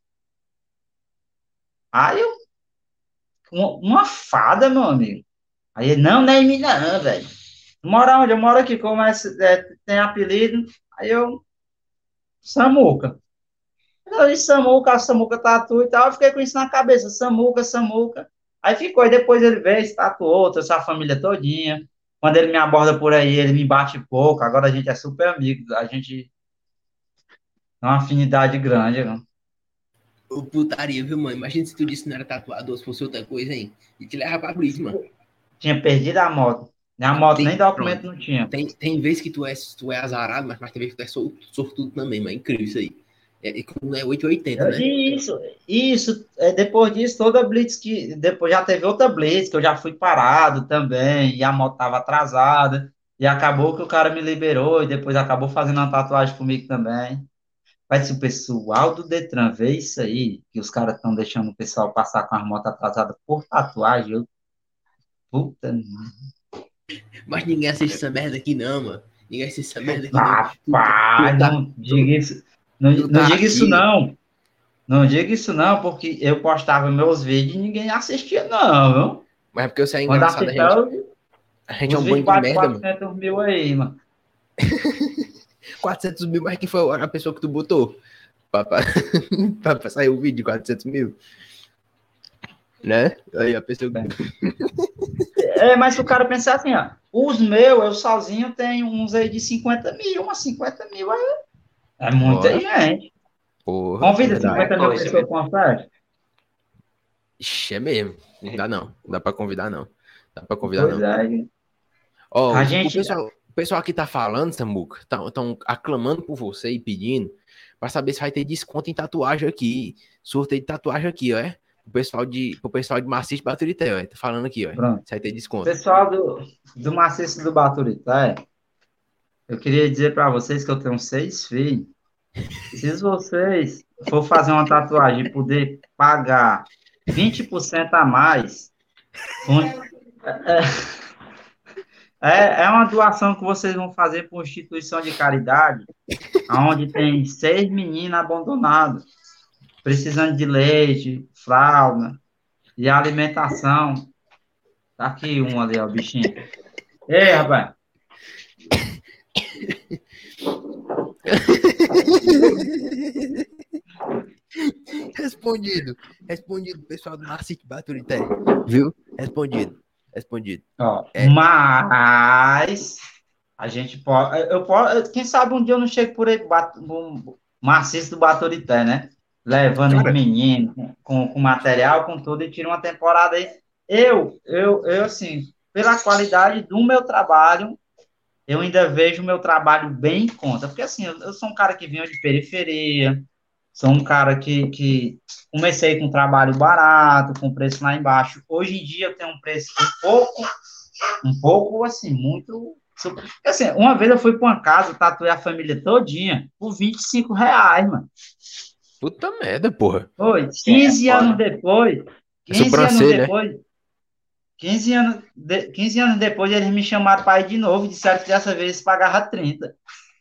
Speaker 5: Aí eu, uma, uma fada, meu amigo. Aí ele, não, não é em mim não, velho. Mora onde? Eu moro aqui, começa, é, tem apelido. Aí eu, Samuca. Eu disse Samuca, a Samuca tatu e tal. Eu fiquei com isso na cabeça, Samuca, Samuca. Aí ficou, e depois ele veio, se tatuou, trouxe a família todinha. Quando ele me aborda por aí, ele me bate pouco. Agora a gente é super amigo. A gente tem uma afinidade grande, né?
Speaker 1: Ô, putaria, viu, mano? Imagina se tu disse que não era tatuador, se fosse outra coisa, hein? E te leva pra blitz, mano.
Speaker 5: Tinha perdido a moto. A
Speaker 1: Não,
Speaker 5: moto
Speaker 1: tem-
Speaker 5: nem documento
Speaker 1: pronto.
Speaker 5: não tinha.
Speaker 1: Tem, tem vez que tu é, tu é azarado, mas, mas tem vez que tu é sor- sortudo também, mas é incrível isso aí. É, é, como é oito e oitenta, né?
Speaker 5: Isso, isso. É, depois disso, toda blitz que. Depois já teve outra blitz, que eu já fui parado também, e a moto estava atrasada, e acabou que o cara me liberou, e depois acabou fazendo uma tatuagem comigo também. Mas se o pessoal do Detran vê isso aí, que os caras estão deixando o pessoal passar com as motos atrasadas por tatuagem, eu. Puta.
Speaker 1: Mas ninguém assiste essa merda aqui, não, mano. Ninguém assiste essa merda aqui, não. Tu, tu,
Speaker 5: Rapaz,
Speaker 1: tu tá,
Speaker 5: não diga isso. Não,
Speaker 1: tu
Speaker 5: não
Speaker 1: tá
Speaker 5: diga isso,
Speaker 1: aqui.
Speaker 5: não. Não diga isso, não, porque eu postava meus vídeos e ninguém assistia, não, viu?
Speaker 1: Mas é porque você é
Speaker 5: Quando
Speaker 1: engraçado, a gente,
Speaker 5: assistia,
Speaker 1: a gente é
Speaker 5: os
Speaker 1: um bando
Speaker 5: vídeos
Speaker 1: de
Speaker 5: batem
Speaker 1: merda, mano.
Speaker 5: quatrocentos mil aí, mano.
Speaker 1: quatrocentos mil, mas quem foi a pessoa que tu botou? Pra, pra, pra, pra sair o vídeo de quatrocentos mil? Né? Aí a pessoa.
Speaker 5: É, mas se o cara pensar assim, ó, os meus, eu sozinho tenho uns aí de cinquenta mil, umas cinquenta mil aí. É muita
Speaker 1: Bora.
Speaker 5: gente.
Speaker 1: Porra,
Speaker 5: Convida
Speaker 1: verdade.
Speaker 5: cinquenta mil
Speaker 3: Coisa,
Speaker 5: pessoas com uma festa.
Speaker 1: Ixi, é mesmo. Não dá não. Não dá pra convidar, não. Dá pra convidar,
Speaker 5: Pois
Speaker 1: não.
Speaker 5: é.
Speaker 1: Ó,
Speaker 5: A
Speaker 1: o
Speaker 5: gente.
Speaker 1: pessoal, o pessoal aqui tá falando, Samuca, estão aclamando por você e pedindo pra saber se vai ter desconto em tatuagem aqui. Sorteio de tatuagem aqui, ó. É? O pessoal de, pro pessoal de Maciço de Baturité, ó. Tá falando aqui, ó.
Speaker 5: Pronto.
Speaker 1: Se vai ter desconto.
Speaker 5: Pessoal do, do Maciço do Baturité, eu queria dizer para vocês que eu tenho seis filhos. Se vocês for fazer uma tatuagem e poder pagar vinte por cento a mais, com- é, é uma doação que vocês vão fazer para uma instituição de caridade, onde tem seis meninas abandonadas, precisando de leite, fralda e alimentação. Tá aqui um ali, ó, o bichinho. Ei, rapaz.
Speaker 1: Respondido. Respondido, pessoal do Maciço de Baturité. Viu? Respondido. Respondido.
Speaker 5: Ó,
Speaker 1: É.
Speaker 5: Mas a gente pode. Eu posso. Quem sabe um dia eu não chego por aí, bato, um, Maciço do Baturité, né? Levando
Speaker 1: Cara.
Speaker 5: os meninos com, com material, com tudo, e tira uma temporada aí. Eu, eu, eu, assim, pela qualidade do meu trabalho, eu ainda vejo o meu trabalho bem em conta. Porque, assim, eu, eu sou um cara que vinha de periferia, sou um cara que, que comecei com um trabalho barato, com preço lá embaixo. Hoje em dia eu tenho um preço um pouco, um pouco, assim, muito... super- Assim, uma vez eu fui para uma casa, tatuei a família todinha por vinte e cinco reais, mano.
Speaker 1: Puta merda, porra.
Speaker 5: Foi, quinze
Speaker 3: É,
Speaker 5: anos
Speaker 3: foda.
Speaker 5: depois,
Speaker 1: É
Speaker 5: quinze anos
Speaker 1: sobrancelha, né?
Speaker 5: depois, quinze anos, de, quinze anos depois eles me chamaram para ir de novo, disseram que dessa vez pagava trinta.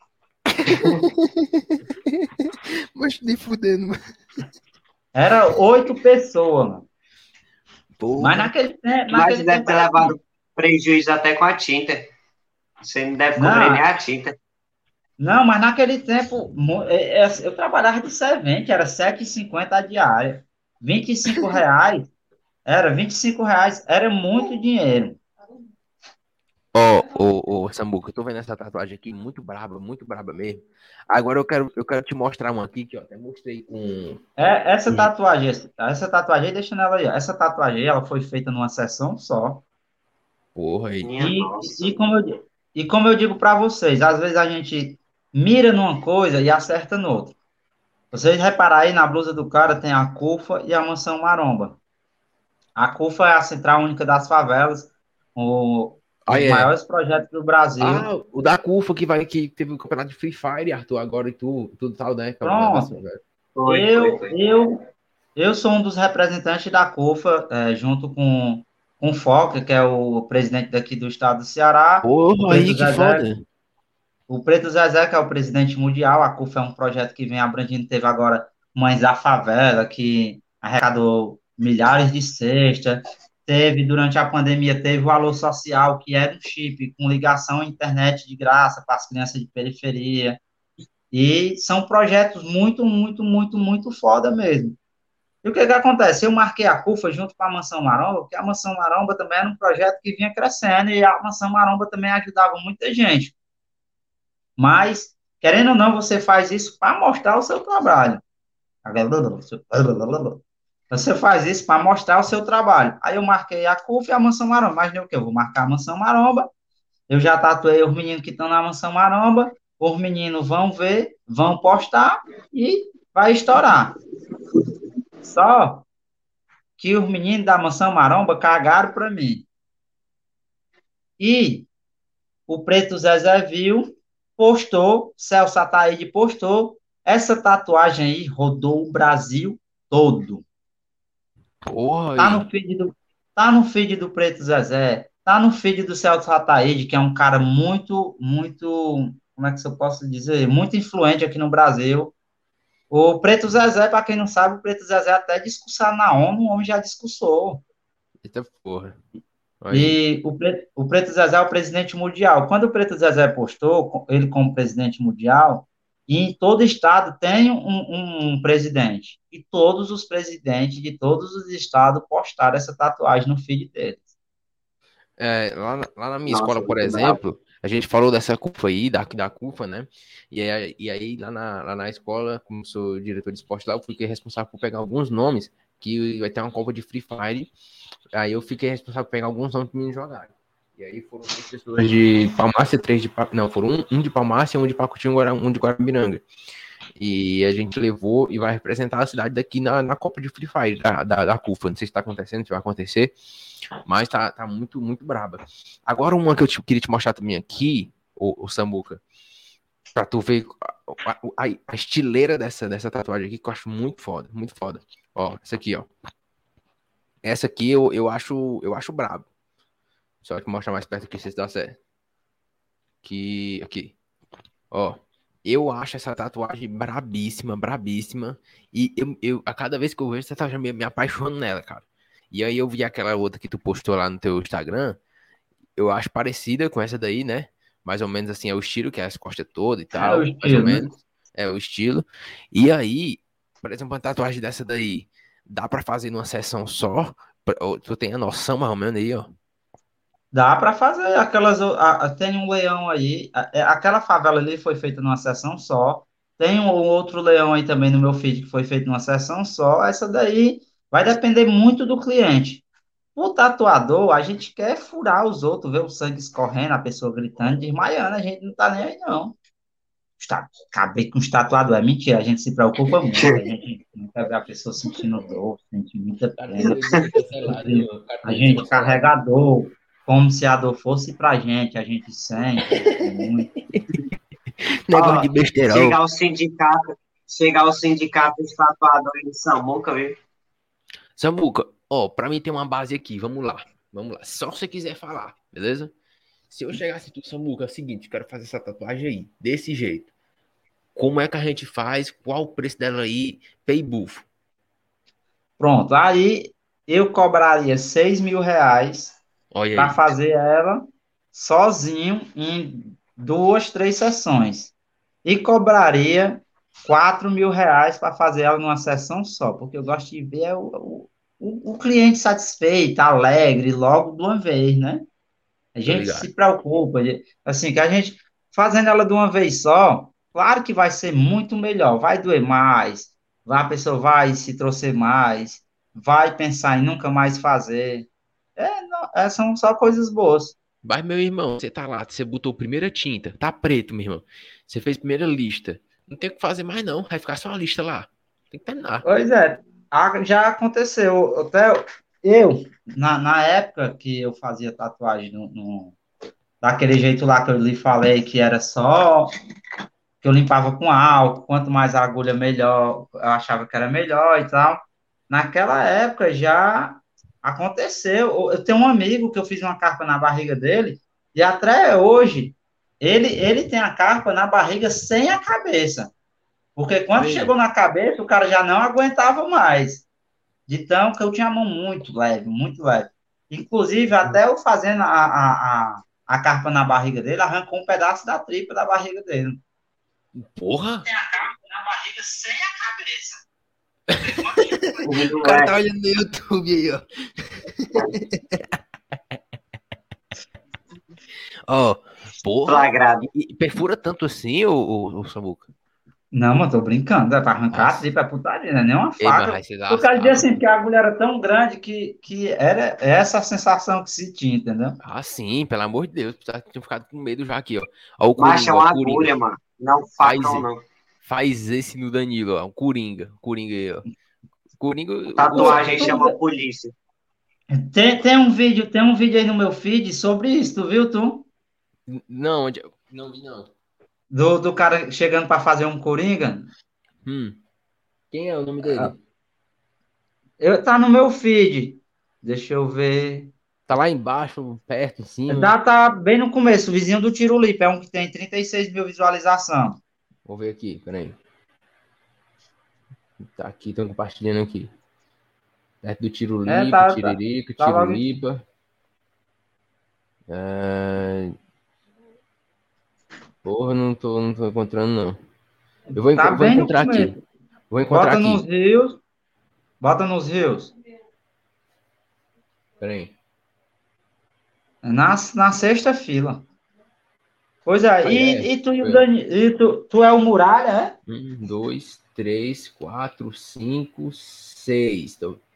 Speaker 1: Mas nem fudendo, mano.
Speaker 5: Era oito pessoas, mano.
Speaker 1: Porra.
Speaker 5: Mas naquele tempo,
Speaker 3: Mas
Speaker 5: naquele
Speaker 3: deve
Speaker 5: tempo
Speaker 3: ter
Speaker 5: era
Speaker 3: levado
Speaker 5: assim.
Speaker 3: prejuízo até com a tinta. Você não deve
Speaker 5: Não.
Speaker 3: cobrir nem a tinta.
Speaker 5: Não, mas naquele tempo mu- é- é- eu trabalhava de servente, era sete reais e cinquenta a diária. vinte e cinco reais, era vinte e cinco reais, era muito dinheiro.
Speaker 1: Ó, ô, ô, Samuca, eu tô vendo essa tatuagem aqui muito braba, muito braba mesmo. Agora eu quero, eu quero te mostrar uma aqui que eu até mostrei com.
Speaker 5: É, essa
Speaker 1: Hum.
Speaker 5: tatuagem, essa tatuagem, deixa ela aí, ó. Essa tatuagem, ela foi feita numa sessão só.
Speaker 1: Porra aí.
Speaker 3: Minha
Speaker 5: E,
Speaker 3: nossa.
Speaker 5: e como eu, di- e como eu digo para vocês, às vezes a gente mira numa coisa e acerta noutra. Vocês repararam aí, na blusa do cara tem a CUFA e a Mansão Maromba. A CUFA é a Central Única das Favelas, o, um
Speaker 1: Ah,
Speaker 5: dos
Speaker 1: é.
Speaker 5: maiores projetos do Brasil.
Speaker 1: Ah, o da CUFA que vai que teve o campeonato de Free Fire, Arthur, agora e tu, tudo tal, né? Que é um negócio,
Speaker 5: Pronto,
Speaker 1: velho.
Speaker 3: Foi,
Speaker 5: eu,
Speaker 3: foi, foi.
Speaker 5: eu, eu sou um dos representantes da CUFA, é, junto com, com o Foca, que é o presidente daqui do estado do Ceará, o
Speaker 1: Porra
Speaker 5: Preto
Speaker 1: aí, que
Speaker 5: Zezé,
Speaker 1: foda.
Speaker 5: o Preto Zezé, que é o presidente mundial. A CUFA é um projeto que vem abrangindo, teve agora Mães da Favela, que arrecadou milhares de cestas. Teve, durante a pandemia, teve o Alô Social, que era um chip com ligação à internet de graça para as crianças de periferia. E são projetos muito, muito, muito, muito foda mesmo. E o que que acontece? Eu marquei a CUFA junto com a Mansão Maromba, porque a Mansão Maromba também era um projeto que vinha crescendo e a Mansão Maromba também ajudava muita gente. Mas, querendo ou não, você faz isso para mostrar o seu trabalho. Você faz isso para mostrar o seu trabalho. Aí eu marquei a CUFA e a Mansão Maromba. Imaginei o quê? Eu vou marcar a Mansão Maromba. Eu já tatuei os meninos que estão na Mansão Maromba. Os meninos vão ver, vão postar e vai estourar. Só que os meninos da Mansão Maromba cagaram para mim. E o Preto Zezé viu, postou, Celso Ataíde postou. Essa tatuagem aí rodou o Brasil todo.
Speaker 1: Porra
Speaker 5: Tá
Speaker 1: aí.
Speaker 5: no feed do, tá no feed do Preto Zezé, tá no feed do Celso Ataíde, que é um cara muito, muito, como é que eu posso dizer? Muito influente aqui no Brasil. O Preto Zezé, para quem não sabe, o Preto Zezé até discursar na ONU, o homem já discursou.
Speaker 1: Eita porra. Aí.
Speaker 5: E o Preto, o Preto Zezé é o presidente mundial. Quando o Preto Zezé postou, ele como presidente mundial, e em todo estado tem um, um, um presidente. E todos os presidentes de todos os estados postaram essa tatuagem no feed deles.
Speaker 1: É, lá, na- lá na minha
Speaker 3: Nossa,
Speaker 1: escola, por
Speaker 3: muito
Speaker 1: exemplo, a gente falou dessa CUFA aí, da, da CUFA, né? E aí, e aí lá, na, lá na escola, como sou diretor de esporte lá, eu fiquei responsável por pegar alguns nomes que vai ter uma Copa de Free Fire. Aí eu fiquei responsável por pegar alguns nomes pra mim jogar. E aí foram três pessoas de Palmácia, três de... Não, foram um, um de Palmácia, um de Pacutinho, um de Guarabiranga. E a gente levou e vai representar a cidade daqui na, na Copa de Free Fire da, da, da C U F A. Não sei se tá acontecendo, se vai acontecer, mas tá, tá muito, muito braba. Agora uma que eu te, queria te mostrar também aqui, o, o Samuca, pra tu ver a, a, a estileira dessa, dessa tatuagem aqui, que eu acho muito foda, muito foda. Ó, essa aqui, ó. Essa aqui eu, eu, acho, eu acho brabo. Só que mostrar mais perto aqui, se dá certo. Que, aqui. Ó. Eu acho essa tatuagem brabíssima, brabíssima. E eu, eu, a cada vez que eu vejo essa tatuagem, me, me apaixono nela, cara. E aí eu vi aquela outra que tu postou lá no teu Instagram. Eu acho parecida com essa daí, né? Mais ou menos assim, é o estilo, que é as costas todas e tal.
Speaker 5: É o estilo,
Speaker 1: mais ou
Speaker 5: né?
Speaker 1: menos. É o estilo. E aí, por exemplo, uma tatuagem dessa daí, dá pra fazer numa sessão só? Tu tem a noção mais ou menos aí, ó.
Speaker 5: Dá para fazer aquelas. A- a- tem um leão aí. a- é, Aquela favela ali foi feita numa sessão só. Tem um outro leão aí também no meu feed que foi feito numa sessão só. Essa daí vai depender muito do cliente. O tatuador, a gente quer furar os outros, ver o sangue escorrendo, a pessoa gritando, desmaiando. A gente não tá nem aí, não. Está- Acabei com os tatuadores. É mentira, a gente se preocupa muito. A gente não quer ver a pessoa sentindo dor, sentindo muita pena. A gente carrega a dor como se a dor fosse pra gente, a gente sente muito.
Speaker 1: Negócio
Speaker 3: Ó,
Speaker 1: de besteirão.
Speaker 3: chegar ao sindicato, chegar ao sindicato dos tatuadores de Samuca, viu?
Speaker 1: Samuca, ó, pra mim tem uma base aqui, vamos lá, vamos lá, só se você quiser falar, beleza? Se eu chegasse tu, Samuca, é o seguinte, quero fazer essa tatuagem aí, desse jeito, como é que a gente faz, qual o preço dela aí, pay buff?
Speaker 5: Pronto, aí eu cobraria seis mil reais
Speaker 1: Olha
Speaker 5: para
Speaker 1: aí,
Speaker 5: fazer ela sozinho em duas, três sessões. E cobraria quatro mil reais para fazer ela numa sessão só, porque eu gosto de ver o, o, o cliente satisfeito, alegre, logo de uma vez, né? A
Speaker 1: tô
Speaker 5: gente
Speaker 1: ligado.
Speaker 5: se preocupa, de- assim, que a gente fazendo ela de uma vez só, claro que vai ser muito melhor, vai doer mais, vai- a pessoa vai se trouxer mais, vai pensar em nunca mais fazer. É, não, é, são só coisas boas.
Speaker 1: Mas, meu irmão, você tá lá, você botou primeira tinta, tá preto, meu irmão, você fez primeira lista, não tem o que fazer mais não, vai ficar só a lista lá, tem que terminar.
Speaker 5: Pois é, a- já aconteceu. Até eu, na, na época que eu fazia tatuagem no, no- daquele jeito lá que eu lhe falei, que era só que eu limpava com álcool, quanto mais agulha, melhor, eu achava que era melhor e tal. Naquela época já aconteceu. Eu tenho um amigo que eu fiz uma carpa na barriga dele, e até hoje ele, ele tem a carpa na barriga sem a cabeça. Porque quando
Speaker 1: Aí,
Speaker 5: chegou na cabeça, o cara já não aguentava mais. De tão que eu tinha a mão muito leve, muito leve. Inclusive, até eu fazendo a, a, a, a carpa na barriga dele, arrancou um pedaço da tripa da barriga dele.
Speaker 1: porra,
Speaker 5: Tem a carpa na barriga sem a cabeça.
Speaker 1: o cara tá olhando no YouTube aí, ó. Ó, porra,
Speaker 3: Flagrado.
Speaker 1: e, e perfura tanto assim, o, o, o Samuca?
Speaker 5: Não, mas tô brincando, é para arrancar
Speaker 1: Nossa.
Speaker 5: a tripa, é putaria, não é nem uma
Speaker 1: Ei, mas
Speaker 5: faca.
Speaker 1: vai ser
Speaker 5: Eu quero dizer
Speaker 1: lascado.
Speaker 5: assim, porque a agulha era tão grande que, que era essa a sensação que se tinha, entendeu?
Speaker 1: Ah, sim, pelo amor de Deus. Tá, tinha ficado com medo já aqui, ó. Ó o
Speaker 3: Macho, é
Speaker 1: Coringa, ó,
Speaker 3: uma
Speaker 1: o Coringa.
Speaker 3: agulha, mano. Não
Speaker 1: Faz,
Speaker 3: facão, não.
Speaker 1: faz esse no Danilo, ó. O Coringa. O Coringa aí, ó. Coringa. o-
Speaker 3: Tatuagem
Speaker 5: Tu-
Speaker 3: chama
Speaker 5: tu-
Speaker 3: polícia.
Speaker 5: Tem, tem um vídeo, tem um vídeo aí no meu feed sobre isso, tu viu, tu?
Speaker 1: o- Não, onde- não vi, não.
Speaker 5: Do, do cara chegando para fazer um coringa.
Speaker 1: Hum. Quem é o nome dele?
Speaker 5: Eu, tá no meu feed. Deixa eu ver.
Speaker 1: Tá lá embaixo, perto, em cima.
Speaker 5: Tá, tá bem no começo, o vizinho do Tirulipa. É um que tem trinta e seis mil visualizações.
Speaker 1: Vou ver aqui, peraí. Tá aqui, tô compartilhando aqui. Perto do Tirulipa,
Speaker 5: É, tá, tá,
Speaker 1: Tiririca,
Speaker 5: tá logo em-
Speaker 1: Tirulipa. É... Porra, não tô, não tô encontrando, não. Eu vou, enco-
Speaker 5: Tá
Speaker 1: vou
Speaker 5: bem no
Speaker 1: encontrar aqui.
Speaker 5: começo.
Speaker 1: Vou encontrar
Speaker 5: Bota nos
Speaker 1: aqui.
Speaker 5: rios. Bota nos rios.
Speaker 1: Peraí.
Speaker 5: Na, na sexta fila. Pois é,
Speaker 1: Ah, é?
Speaker 5: e, e tu, e o
Speaker 1: Foi.
Speaker 5: Dani, e tu, tu é o Muralha, é?
Speaker 1: Um, dois, três, quatro, cinco, seis. Tô-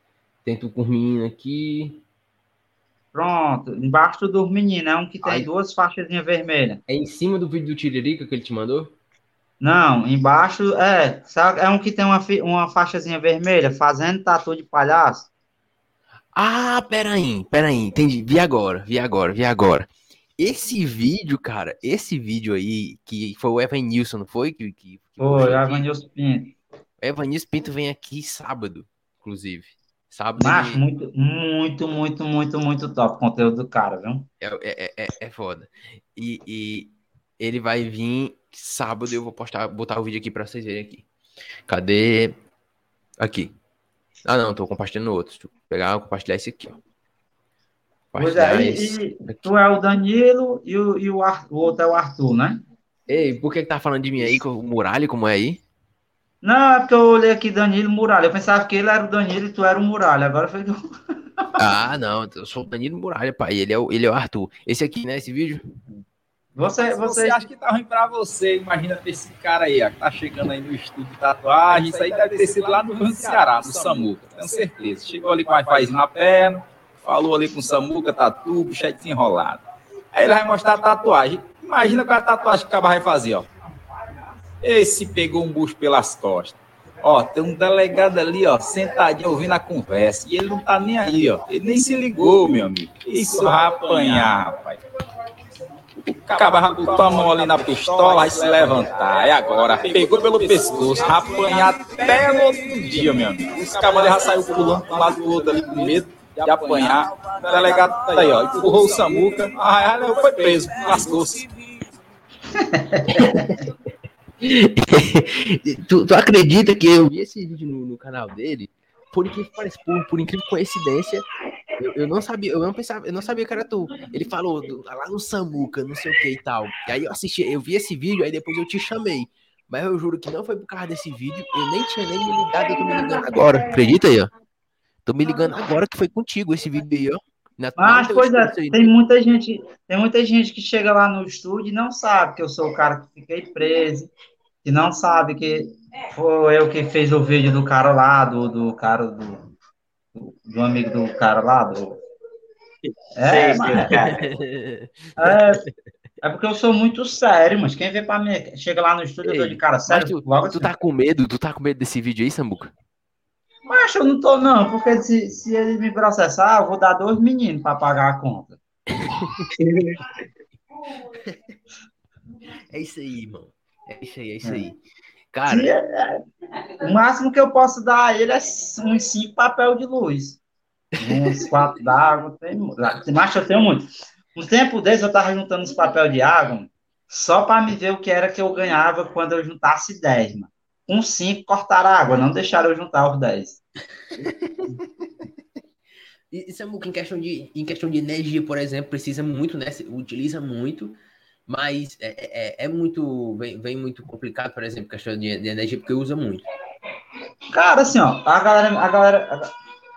Speaker 1: Tem tu com os meninos aqui.
Speaker 5: Pronto, embaixo dos meninos, é um que tem
Speaker 1: Aí.
Speaker 5: duas faixazinhas vermelhas.
Speaker 1: É em cima do vídeo do Tiririca que ele te mandou?
Speaker 5: Não, embaixo, é, sabe, é um que tem uma, fi- uma faixazinha vermelha, fazendo tatu de palhaço.
Speaker 1: Ah, peraí, peraí, entendi. Vi agora, vi agora, vi agora. Esse vídeo, cara, esse vídeo aí, que foi o Evanilson, não foi? Que, que, que
Speaker 5: Foi,
Speaker 1: postou aqui?
Speaker 5: Evanilson Pinto.
Speaker 1: O Evanilson Pinto vem aqui sábado, inclusive. Sábado
Speaker 5: Macho,
Speaker 1: ele
Speaker 5: muito, muito, muito, muito, muito top o conteúdo do cara, viu?
Speaker 1: é, é, é, é foda. E, e ele vai vir sábado, eu vou postar, botar o vídeo aqui pra vocês verem aqui. Cadê? Aqui. Ah, não, tô compartilhando outro. Deixa eu pegar e compartilhar esse aqui, ó.
Speaker 5: Pois
Speaker 1: Compartilhar
Speaker 5: é,
Speaker 1: esse
Speaker 5: e, e
Speaker 1: aqui.
Speaker 5: tu é o Danilo e o, e o, Ar- o outro é o Arthur, né?
Speaker 1: Ei, por que que tá falando de mim aí, com o Muralha, como é aí?
Speaker 5: Não, é porque eu olhei aqui Danilo Muralha. Eu pensava que ele era o Danilo e tu era o Muralha. Agora foi que eu...
Speaker 1: Ah, não, eu sou o Danilo Muralha, pai. Ele é o, ele é o Arthur. Esse aqui, né? Esse vídeo?
Speaker 5: Você,
Speaker 6: Se você
Speaker 5: você...
Speaker 6: acha que tá ruim pra você, imagina pra esse cara aí, ó, que tá chegando aí no estúdio de tatuagem. Isso aí deve ter sido lá no Rio do Ceará, do Samuca, tenho certeza. Chegou ali com o Wi-Fi na perna, falou ali com o Samuca, tatu, bicho aí desenrolado. Aí ele vai mostrar a tatuagem. Imagina qual é a tatuagem que o cara vai fazer, ó. Esse pegou um bucho pelas costas. Ó, tem um delegado ali, ó, sentadinho ouvindo a conversa. E ele não tá nem aí, ó. Ele nem se ligou, meu amigo. Isso vai apanhar, rapaz. O cara vai botar a mão ali na pistola, vai se levantar. É agora. Pegou pelo pescoço, vai apanhar até no outro dia, meu amigo. Os cabas já saiu pulando de um lado do outro ali com medo de apanhar. O delegado tá aí, ó. Empurrou o Samuca. Ah, ele foi preso, lascou-se.
Speaker 1: tu, tu acredita que eu vi esse vídeo no, no canal dele? Por incrível que pareça, por, por incrível coincidência, eu, eu não sabia, eu não pensava, eu não sabia que era tu. Ele falou do- lá no Samuca, não sei o que e tal. E aí eu assisti, eu vi esse vídeo, aí depois eu te chamei. Mas eu juro que não foi por causa desse vídeo, eu nem tinha nem me ligado, eu tô me ligando agora. Acredita aí, ó? Tô me ligando agora que foi contigo esse vídeo aí, ó. Na,
Speaker 5: Mas,
Speaker 1: não,
Speaker 5: pois é,
Speaker 1: isso aí,
Speaker 5: tem muita gente, tem muita gente que chega lá no estúdio e não sabe que eu sou o cara que fiquei preso, que não sabe que foi eu que fiz o vídeo do cara lá, do, do cara do, do, do amigo do cara lá, do... É,
Speaker 3: Sei, sei,
Speaker 5: mas,
Speaker 3: cara.
Speaker 5: é, é porque eu sou muito sério, mas quem vê pra mim, chega lá no estúdio, eu tô de
Speaker 1: Ei,
Speaker 5: cara
Speaker 1: mas
Speaker 5: sério,
Speaker 1: tu,
Speaker 5: logo
Speaker 1: tu
Speaker 5: assim.
Speaker 1: tá com medo, tu tá com medo desse vídeo aí, Sambuca?
Speaker 5: Mas eu não tô não, porque se, se ele me processar, eu vou dar dois meninos pra pagar a conta.
Speaker 1: É isso aí, irmão. É isso aí, é isso aí.
Speaker 5: Se,
Speaker 1: Cara,
Speaker 5: é, o máximo que eu posso dar a ele é uns cinco papel de luz. Uns quatro d'água. Tem, mas eu tenho muito. Um tempo desse eu tava juntando os papel de água só para me ver o que era que eu ganhava quando eu juntasse dez, mano. Com cinco cortaram a água, não deixaram eu juntar os dez.
Speaker 1: e, e Samuca, em questão de, em questão de energia, por exemplo, precisa muito, né? Se utiliza muito, mas é, é, é muito, vem, vem muito complicado, por exemplo, questão de, de energia, porque usa muito.
Speaker 5: Cara, assim, ó, a galera, a galera, a-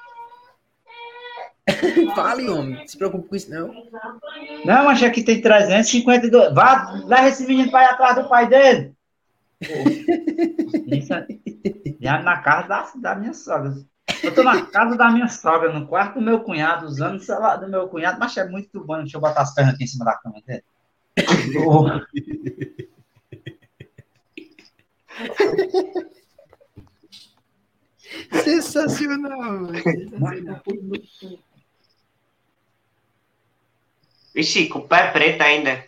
Speaker 1: Fale, homem, não se preocupe com isso, não.
Speaker 5: não, mas aqui tem trezentos e cinquenta e dois. Vá, leva esse menino para ir atrás do pai dele. Pô, isso é- já na casa da, da minha sogra. Eu tô na casa da minha sogra, no quarto do meu cunhado, usando o celular do meu cunhado, mas é muito bom. Deixa eu botar as pernas aqui em cima da cama dele. Ô,
Speaker 1: Sensacional, velho.
Speaker 3: Vixe, com o pé preto ainda.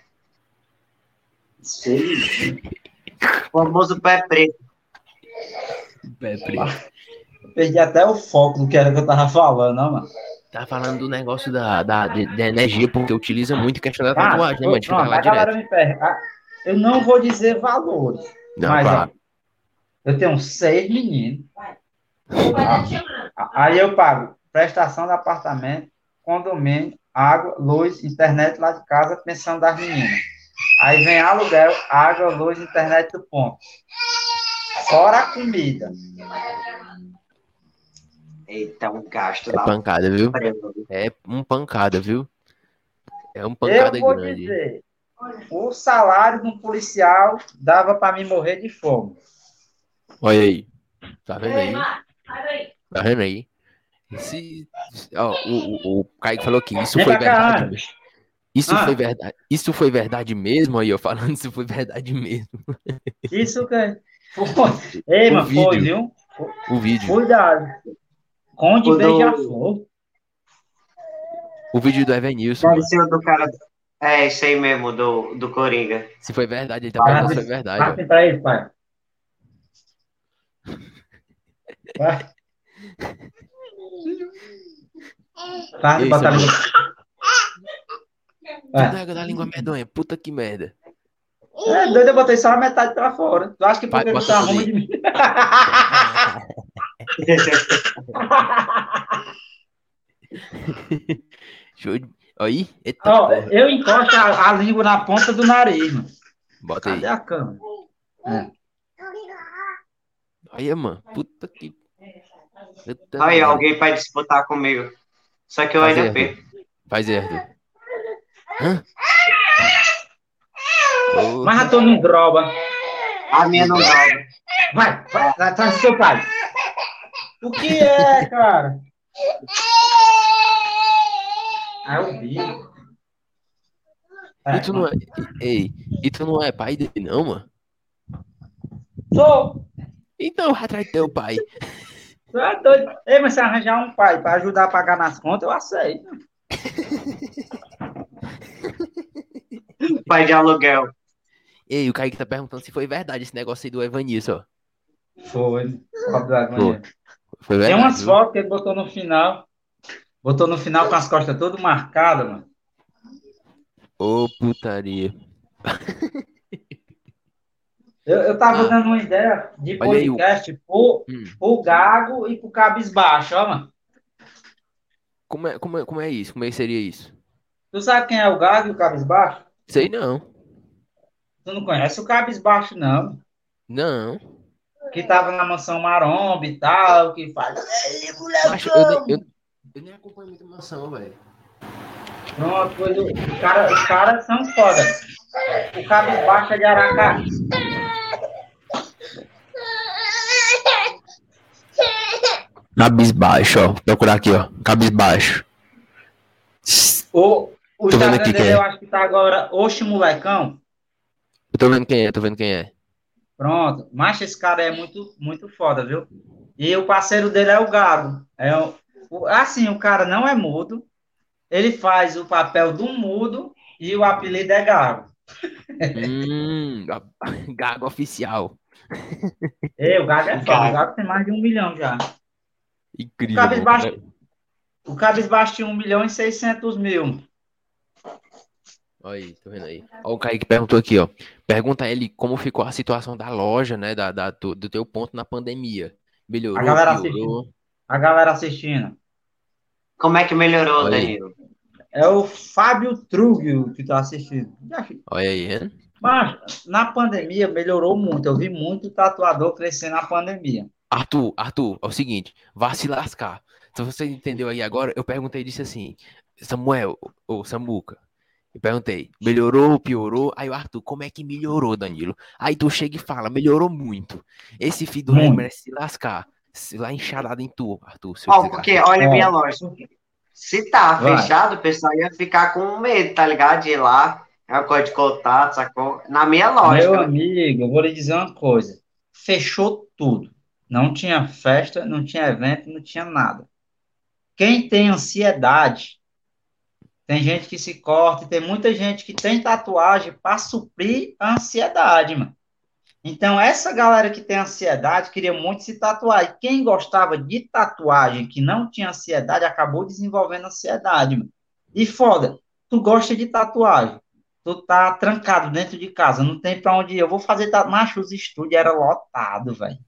Speaker 5: sei.
Speaker 3: O famoso pé preto.
Speaker 1: Pé preto.
Speaker 5: Eu perdi até o foco do que era que eu tava falando, não, mano.
Speaker 1: Tá falando do negócio da, da, de, de energia, porque utiliza muito em questão da
Speaker 5: Ah,
Speaker 1: tatuagem, né, mano? De ficar
Speaker 5: pronto,
Speaker 1: lá
Speaker 5: a galera
Speaker 1: direto.
Speaker 5: me perde. Ah, eu não vou dizer valores,
Speaker 1: Não,
Speaker 5: mas
Speaker 1: claro.
Speaker 5: ó, eu tenho seis meninos. Ah, aí eu pago prestação do apartamento, condomínio, água, luz, internet lá de casa, pensão das meninas. Aí vem aluguel, água, luz, internet do ponto. Fora a comida.
Speaker 3: Eita, um gasto
Speaker 1: É
Speaker 3: da
Speaker 1: pancada, viu?
Speaker 3: prenda.
Speaker 1: É um pancada, viu? É um
Speaker 5: Eu
Speaker 1: pancada
Speaker 5: vou
Speaker 1: grande.
Speaker 5: dizer, o salário de um policial dava para mim morrer de fome.
Speaker 1: Olha aí. Tá vendo aí? Tá vendo aí? Se, ó, o, o, o Kaique falou que isso
Speaker 5: Vem
Speaker 1: foi
Speaker 5: pra cá,
Speaker 1: verdade
Speaker 5: Ana.
Speaker 1: mesmo. Isso
Speaker 5: Ah.
Speaker 1: foi verdade. Isso foi verdade mesmo, aí eu falando, isso foi verdade mesmo.
Speaker 5: Isso que foi. Ei,
Speaker 1: O
Speaker 5: mano, foi,
Speaker 1: vídeo,
Speaker 5: viu?
Speaker 1: o vídeo.
Speaker 5: Cuidado. Conde
Speaker 3: O do.
Speaker 5: Beija-Flor.
Speaker 1: O vídeo do Evanilson,
Speaker 3: Deve
Speaker 1: mano.
Speaker 3: ser o do cara. É, esse aí mesmo, do, do Coringa.
Speaker 1: Se foi verdade, ele tá
Speaker 5: Vai,
Speaker 1: perguntando se foi verdade, ó.
Speaker 5: vai pra ele, pai. Vai. Vai,
Speaker 1: Ei,
Speaker 5: bota a
Speaker 1: Samuel.
Speaker 5: língua.
Speaker 1: Tu
Speaker 5: Vai.
Speaker 1: nega da língua medonha, puta que merda.
Speaker 5: É doido, eu botei só a metade pra fora. Tu acha que
Speaker 1: Vai,
Speaker 5: porque tu
Speaker 1: bota
Speaker 5: tá
Speaker 1: tudo
Speaker 5: ruim
Speaker 1: aí.
Speaker 5: de mim?
Speaker 1: Show de... Aí, eita
Speaker 5: Ó,
Speaker 1: porra.
Speaker 5: eu encosto a, a língua na ponta do nariz, mano.
Speaker 1: Bota aí.
Speaker 5: Cadê a câmera? É.
Speaker 1: Aí, mano, puta que... Puta
Speaker 3: Aí,
Speaker 1: merda.
Speaker 3: alguém vai disputar comigo. Só que eu
Speaker 1: Faz
Speaker 3: ainda
Speaker 1: aí,
Speaker 3: perco.
Speaker 1: Arthur. Faz aí, Arthur. Hã? Porra.
Speaker 5: Mas já tô no droga.
Speaker 3: A minha não dá.
Speaker 5: Vai, vai, vai atrás do seu pai. O que é, cara? Ah, eu vi.
Speaker 1: E tu não é... Ei, e tu não é pai dele, não, mano?
Speaker 5: Sou.
Speaker 1: Então, vai atrás do teu pai.
Speaker 5: Tu é doido. Ei, mas se arranjar um pai pra ajudar a pagar nas contas, eu aceito.
Speaker 3: Pai de aluguel.
Speaker 1: Ei, o Kaique tá perguntando se foi verdade esse negócio aí do Evanilson, ó.
Speaker 5: Foi. Foto da Evanilson.
Speaker 1: Foi
Speaker 5: Tem
Speaker 1: verdade,
Speaker 5: umas
Speaker 1: viu?
Speaker 5: fotos que ele botou no final. Botou no final com as costas todas marcadas, mano.
Speaker 1: Ô, putaria.
Speaker 5: Eu, eu tava
Speaker 1: Ah.
Speaker 5: dando uma ideia de
Speaker 1: Olha aí o-
Speaker 5: podcast pro,
Speaker 1: Hum.
Speaker 5: pro Gago e pro Cabisbaixo, ó, mano.
Speaker 1: Como é, como é, como é isso? Como é que seria isso?
Speaker 5: Tu sabe quem é o Gago e o Cabisbaixo?
Speaker 1: Sei não.
Speaker 5: Tu não conhece o Cabisbaixo, não.
Speaker 1: Não.
Speaker 5: Que tava na mansão Maromba e tal, que fala. "Ei,
Speaker 1: Macho, eu, nem,
Speaker 5: molecão!"
Speaker 1: eu, eu nem acompanho muito mansão, velho.
Speaker 5: Pronto, pois o, o cara, os caras são foda. O Cabisbaixo é de Aracá.
Speaker 1: Cabisbaixo, ó. Vou procurar aqui, ó. Cabisbaixo.
Speaker 5: O, o
Speaker 1: Tô vendo
Speaker 5: Instagram
Speaker 1: aqui
Speaker 5: dele
Speaker 1: quem é.
Speaker 5: eu acho que tá agora Oxe Molecão.
Speaker 1: Eu tô vendo quem é, tô vendo quem é.
Speaker 5: Pronto. Mas esse cara é muito, muito foda, viu? E o parceiro dele é o Gago. É o, o- assim, o cara não é mudo. Ele faz o papel do mudo e o apelido é Gago.
Speaker 1: Hum, Gago oficial.
Speaker 5: E, o Gago é foda.
Speaker 3: Gago.
Speaker 5: O Gago tem mais de um milhão já.
Speaker 1: Incrível.
Speaker 5: O Cabisbaixo-
Speaker 1: mano.
Speaker 5: O Cabisbaixo tinha um milhão e seiscentos mil.
Speaker 1: Olha aí, tô vendo aí. Ó, o Kaique perguntou aqui, ó. Pergunta a ele como ficou a situação da loja, né? Da, da- do, do teu ponto na pandemia. Melhorou,
Speaker 5: A galera
Speaker 1: piorou?
Speaker 5: A galera assistindo.
Speaker 3: Como é que melhorou,
Speaker 1: Olha aí.
Speaker 3: Danilo?
Speaker 5: É o Fábio Trugio que tá assistindo.
Speaker 1: Olha aí, hein?
Speaker 5: Mas na pandemia melhorou muito. Eu vi muito tatuador crescer na pandemia.
Speaker 1: Arthur, Arthur, é o seguinte, vá se lascar. Se você entendeu aí agora, eu perguntei, disse assim, Samuel, ou Samuca, eu perguntei, melhorou, piorou? Aí o Arthur, como é que melhorou, Danilo? Aí tu chega e fala, melhorou muito. Esse filho do rei
Speaker 5: Muito.
Speaker 1: merece se lascar. Se lá enxadado em tu, Arthur. Seu
Speaker 3: Ó,
Speaker 1: desgraçado.
Speaker 3: porque, olha a
Speaker 5: Ó.
Speaker 3: minha lógica. Se tá
Speaker 5: Vai.
Speaker 3: fechado, o pessoal ia ficar com medo, tá ligado? De ir lá, é uma coisa de contato, sacou? Na minha lógica.
Speaker 5: Meu
Speaker 3: né?
Speaker 5: amigo, eu vou lhe dizer uma coisa. Fechou tudo. Não tinha festa, não tinha evento, não tinha nada. Quem tem ansiedade, tem gente que se corta, e tem muita gente que tem tatuagem para suprir a ansiedade, mano. Então, essa galera que tem ansiedade queria muito se tatuar. E quem gostava de tatuagem, que não tinha ansiedade, acabou desenvolvendo ansiedade, mano. E foda, tu gosta de tatuagem. Tu tá trancado dentro de casa, não tem pra onde ir. Eu vou fazer tatuagem. Macho, os estúdios eram lotados, velho.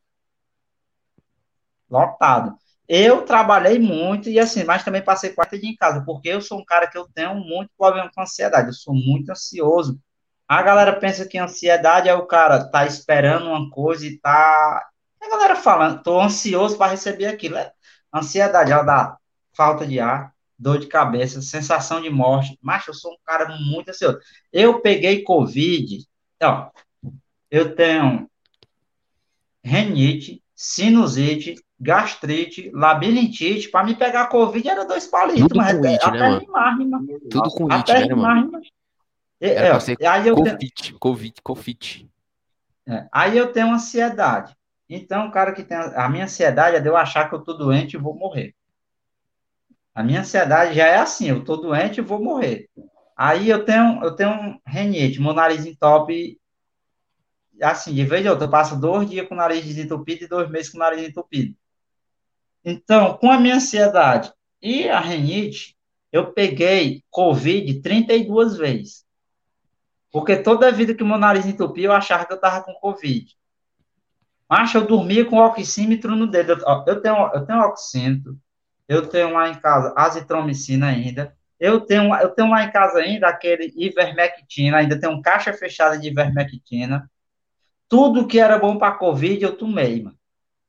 Speaker 5: Lotado. Eu trabalhei muito e assim, mas também passei quatro dias em casa, porque eu sou um cara que eu tenho muito problema com ansiedade. Eu sou muito ansioso. A galera pensa que ansiedade é o cara tá esperando uma coisa e tá. A galera falando, tô ansioso para receber aquilo. É ansiedade, ela dá falta de ar, dor de cabeça, sensação de morte. Mas eu sou um cara muito ansioso. Eu peguei Covid, ó, eu tenho renite, sinusite, gastrite, labirintite, para me pegar Covid era dois palitos,
Speaker 1: Tudo
Speaker 5: mas
Speaker 1: com
Speaker 5: até,
Speaker 1: it, né,
Speaker 5: até
Speaker 1: mano?
Speaker 5: rimar, rima.
Speaker 1: Tudo com it,
Speaker 5: Até
Speaker 1: né, mano?
Speaker 5: rimar, rima. E,
Speaker 1: Era
Speaker 5: é,
Speaker 1: pra
Speaker 5: ó,
Speaker 1: ser
Speaker 5: e aí eu tenho,
Speaker 1: Covid, Covid, Covid.
Speaker 5: é, aí eu tenho ansiedade. Então, o cara que tem a, a minha ansiedade é de eu achar que eu tô doente e vou morrer. A minha ansiedade já é assim, eu tô doente e vou morrer. Aí eu tenho, eu tenho um renite, meu nariz entope, assim, de vez em outra, eu passo dois dias com o nariz desentupido e dois meses com o nariz entupido. Então, com a minha ansiedade e a renite, eu peguei Covid trinta e duas vezes. Porque toda vida que o meu nariz entupia, eu achava que eu tava com Covid. Mas eu dormia com oxímetro no dedo. Eu, ó, eu tenho, eu tenho oxímetro, eu tenho lá em casa azitromicina ainda, eu tenho, eu tenho lá em casa ainda aquele ivermectina, ainda tenho um caixa fechada de ivermectina. Tudo que era bom para Covid, eu tomei, mano.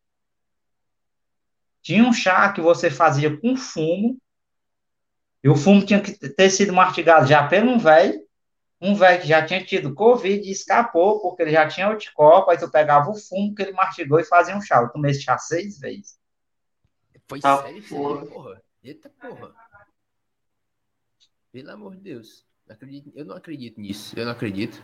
Speaker 5: Tinha um chá que você fazia com fumo, e o fumo tinha que ter sido mastigado já pelo um velho, um velho que já tinha tido Covid e escapou, porque ele já tinha anticorpo, aí tu pegava o fumo que ele mastigou e fazia um chá. Eu tomei esse chá seis vezes.
Speaker 1: Foi
Speaker 3: Tá,
Speaker 1: sério isso
Speaker 3: porra.
Speaker 1: aí, porra. Eita porra. Pelo amor de Deus. Não acredito- Eu não acredito nisso. Eu não acredito.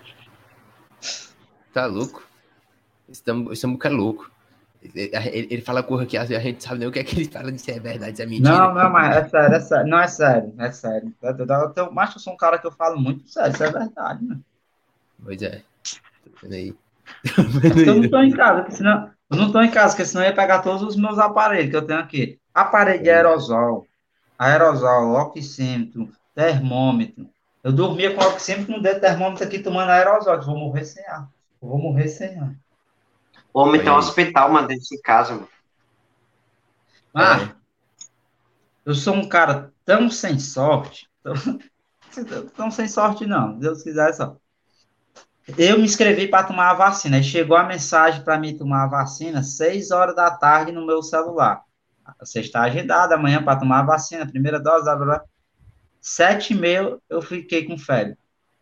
Speaker 1: Tá louco? Esse tam- esse Samuca é louco. Ele, ele- ele fala coisa que a a gente sabe nem o que é que ele fala, se é verdade, se é mentira.
Speaker 5: Não, não, mas é sério, é sério. Não, é sério, é sério. Eu, eu, eu, eu, mas eu sou um cara que eu falo muito sério, isso é verdade, né?
Speaker 1: Pois é. Tô vendo aí.
Speaker 5: É porque eu não estou em casa, porque senão, eu não estou em casa, porque senão eu ia pegar todos os meus aparelhos que eu tenho aqui. Aparelho de aerosol, aerosol, oxímetro, termômetro. Eu dormia com oxímetro no dedo, termômetro aqui tomando aerosol. Eu vou morrer sem ar. Eu vou morrer sem ar.
Speaker 3: O homem tem um
Speaker 1: Olha aí.
Speaker 3: hospital, mano, dentro de casa, mano.
Speaker 5: Ah, eu sou um cara tão sem sorte, tão, tão sem sorte não, Deus quiser só. Eu me inscrevi para tomar a vacina. E chegou a mensagem para mim tomar a vacina seis horas da tarde no meu celular. Você está agendado amanhã para tomar a vacina, primeira dose, blá, blá, blá. Sete e meia eu fiquei com febre.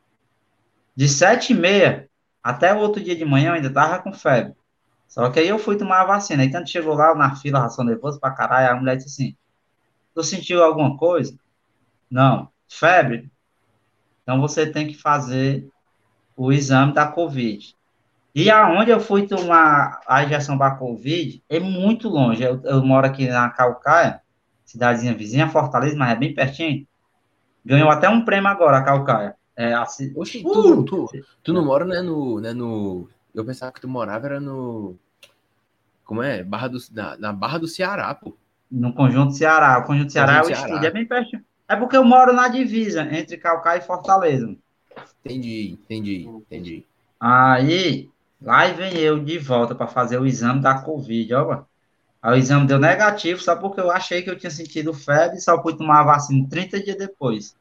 Speaker 5: De sete e meia até o outro dia de manhã eu ainda estava com febre. Só que aí eu fui tomar a vacina. Aí quando chegou lá, eu na fila, ração nervoso pra caralho, a mulher disse assim, tu sentiu alguma coisa? Não. Febre? Então você tem que fazer o exame da Covid. E aonde eu fui tomar a injeção para Covid é muito longe. Eu, eu moro aqui na Calcaia, cidadezinha vizinha, Fortaleza, mas é bem pertinho. Ganhou até um prêmio agora, a Calcaia. É, assim,
Speaker 1: Oxi, tu,
Speaker 5: uh,
Speaker 1: tu, tu não mora, né, no, né, no... Eu pensava que tu morava era no... Como é? Barra do, na, na Barra do Ceará, pô.
Speaker 5: no Conjunto Ceará. O Conjunto Ceará é
Speaker 1: Conjunto
Speaker 5: o estúdio, é
Speaker 1: Ceará.
Speaker 5: bem pertinho. É porque eu moro na divisa entre Calcaia e Fortaleza.
Speaker 1: Entendi, entendi, entendi.
Speaker 5: Aí, lá vem eu de volta para fazer o exame da Covid, ó, mano. Aí o exame deu negativo, só porque eu achei que eu tinha sentido febre e só fui tomar a vacina trinta dias depois.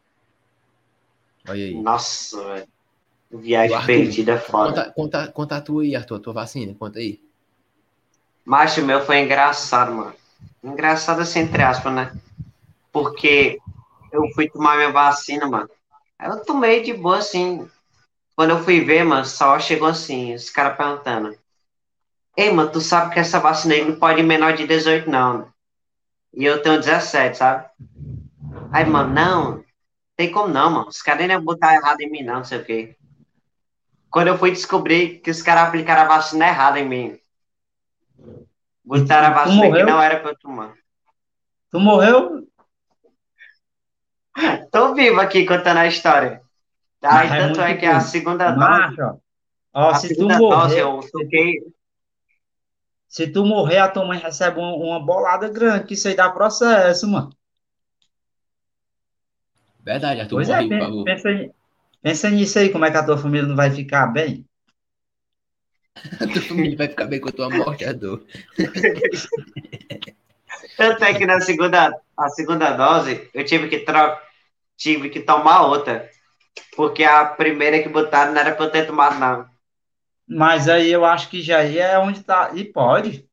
Speaker 1: Olha aí.
Speaker 3: Nossa, velho. Viagem
Speaker 1: Arthur,
Speaker 3: perdida é foda.
Speaker 1: Conta, conta, conta a tua aí, Arthur, a tua vacina, conta aí.
Speaker 3: Mas o meu foi engraçado, mano. Engraçado assim, entre aspas, né? Porque eu fui tomar minha vacina, mano. Aí eu tomei de boa, assim. Quando eu fui ver, mano, só chegou assim, os caras perguntando. Ei, mano, tu sabe que essa vacina aí não pode ir menor de dezoito, não, né? E eu tenho dezessete, sabe? Aí, mano, não, tem como não, mano. Os caras nem iam botar errado em mim, não, não sei o quê. Quando eu fui descobrir que os caras aplicaram a vacina errada em mim. Botaram a
Speaker 5: Tu
Speaker 3: vacina que
Speaker 5: morreu?
Speaker 3: não era pra eu tomar.
Speaker 5: Tu morreu?
Speaker 3: Tô vivo aqui contando a história. Aí,
Speaker 5: Mas é
Speaker 3: tanto é
Speaker 5: muito
Speaker 3: que a
Speaker 5: tempo.
Speaker 3: segunda dose,
Speaker 5: Macho, ó. Ó,
Speaker 3: a
Speaker 5: se tu
Speaker 3: segunda dose
Speaker 5: morrer,
Speaker 3: eu toquei.
Speaker 5: se tu morrer, a tua mãe recebe uma, uma bolada grande, que isso aí dá processo, mano.
Speaker 1: Verdade, Arthur,
Speaker 5: Pois é,
Speaker 1: morre, por
Speaker 5: pe-
Speaker 1: favor.
Speaker 5: pensa, pensa nisso aí, como é que a tua família não vai ficar bem?
Speaker 1: A tua família vai ficar bem com a tua morte, Arthur.
Speaker 3: Tanto é que na segunda, a segunda dose eu tive que, tro... tive que tomar outra. Porque a primeira que botaram não era pra eu ter tomado, não.
Speaker 5: Mas aí eu acho que já aí é onde tá. E pode.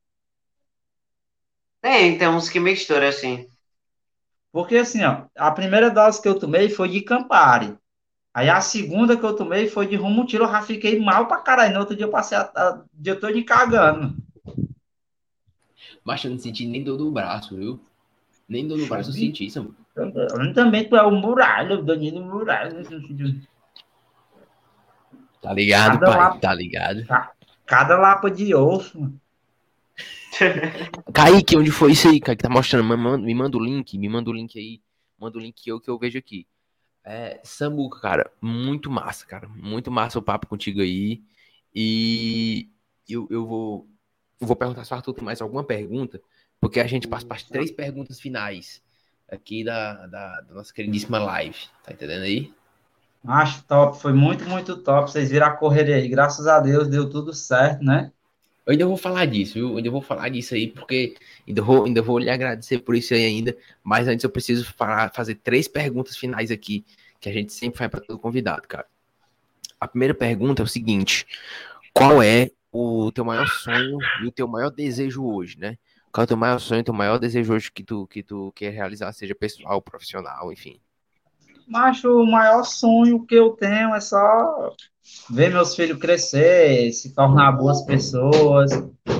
Speaker 3: Tem, tem uns que misturam assim.
Speaker 5: Porque assim, ó, a primeira dose que eu tomei foi de Campari. Aí a segunda que eu tomei foi de Rumutila, eu já fiquei mal pra caralho. No outro dia eu passei a- a- o dia todo cagando.
Speaker 1: Mas eu não senti nem dor no braço, viu? Nem dor no braço eu senti, Samuca.
Speaker 5: Também tu é o Muralha, o Danilo Muralha.
Speaker 1: Tá ligado,
Speaker 5: Cada
Speaker 1: pai?
Speaker 5: lapa,
Speaker 1: Tá ligado?
Speaker 5: cada lapa de osso, mano.
Speaker 1: Kaique, onde foi isso aí, cara? Que tá mostrando? Me manda, me manda o link, me manda o link aí. Manda o link que eu, que eu vejo aqui. É, Samuca, cara, muito massa, cara. Muito massa o papo contigo aí. E eu, eu vou eu vou perguntar se o Arthur tem mais alguma pergunta, porque a gente passa para as três perguntas finais aqui da, da, da nossa queridíssima live. Tá entendendo aí?
Speaker 5: Acho top, foi muito, muito top. Vocês viram a correria aí. Graças a Deus deu tudo certo, né?
Speaker 1: Eu ainda vou falar disso, viu? Eu ainda vou falar disso aí, porque ainda vou, ainda vou lhe agradecer por isso aí ainda. Mas antes eu preciso falar, fazer três perguntas finais aqui, que a gente sempre faz para todo convidado, cara. A primeira pergunta é o seguinte: qual é o teu maior sonho e o teu maior desejo hoje, né? Qual é o teu maior sonho e o teu maior desejo hoje que tu, que tu quer realizar, seja pessoal, profissional, enfim?
Speaker 5: Mas o maior sonho que eu tenho é só ver meus filhos crescer, se tornar boas pessoas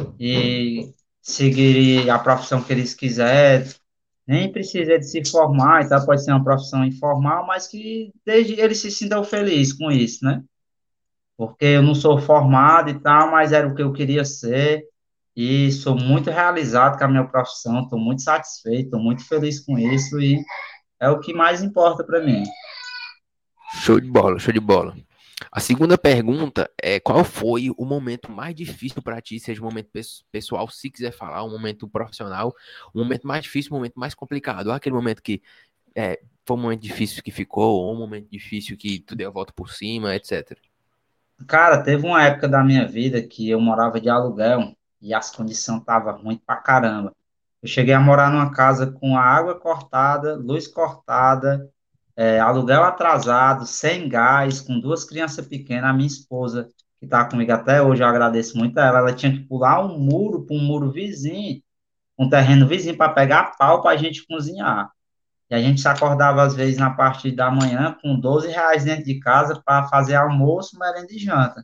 Speaker 5: e seguir a profissão que eles quiserem. Nem precisa de se formar, então pode ser uma profissão informal, mas que desde eles se sintam felizes com isso, né? Porque eu não sou formado e tal, mas era o que eu queria ser e sou muito realizado com a minha profissão, estou muito satisfeito, estou muito feliz com isso e é o que mais importa para mim.
Speaker 1: Show de bola, show de bola. A segunda pergunta é: qual foi o momento mais difícil para ti, seja um momento pessoal, se quiser falar, um momento profissional, um momento mais difícil, um momento mais complicado, ou aquele momento que é, foi um momento difícil que ficou, ou um momento difícil que tu deu a volta por cima, etcétera.
Speaker 5: Cara, teve uma época da minha vida que eu morava de aluguel e as condições estavam ruins pra caramba. Eu cheguei a morar numa casa com a água cortada, luz cortada, é, aluguel atrasado, sem gás, com duas crianças pequenas. A minha esposa, que está comigo até hoje, eu agradeço muito a ela, ela tinha que pular um muro para um muro vizinho, um terreno vizinho, para pegar pau para a gente cozinhar. E a gente se acordava, às vezes, na parte da manhã, com doze reais dentro de casa para fazer almoço, merenda e janta.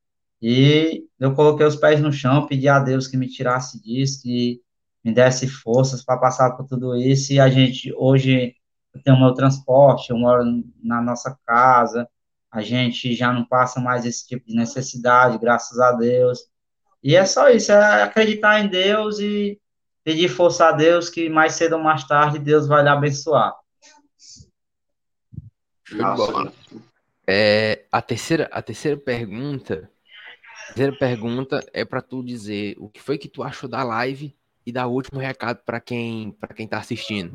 Speaker 5: E eu coloquei os pés no chão, pedi a Deus que me tirasse disso, que me desse forças para passar por tudo isso. E a gente, hoje, eu tenho o meu transporte, eu moro na nossa casa, a gente já não passa mais esse tipo de necessidade, graças a Deus. E é só isso, é acreditar em Deus e pedir força a Deus, que mais cedo ou mais tarde Deus vai lhe abençoar.
Speaker 1: Show de bola. É, a terceira, a terceira pergunta, a terceira pergunta é para tu dizer o que foi que tu achou da live e dar o último recado para quem, para quem tá assistindo.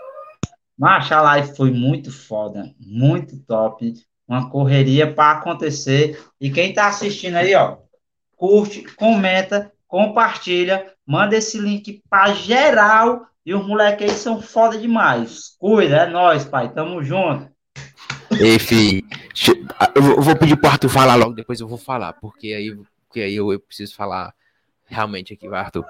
Speaker 5: Mas a live foi muito foda, muito top, uma correria para acontecer. E quem tá assistindo aí, ó, curte, comenta, compartilha, manda esse link para geral e os moleques aí são foda demais. Cuida, é nóis, pai, tamo junto.
Speaker 1: Ei, filho, eu vou pedir pro Arthur falar logo, depois eu vou falar, porque aí, porque aí eu, eu preciso falar realmente aqui, vai, Arthur.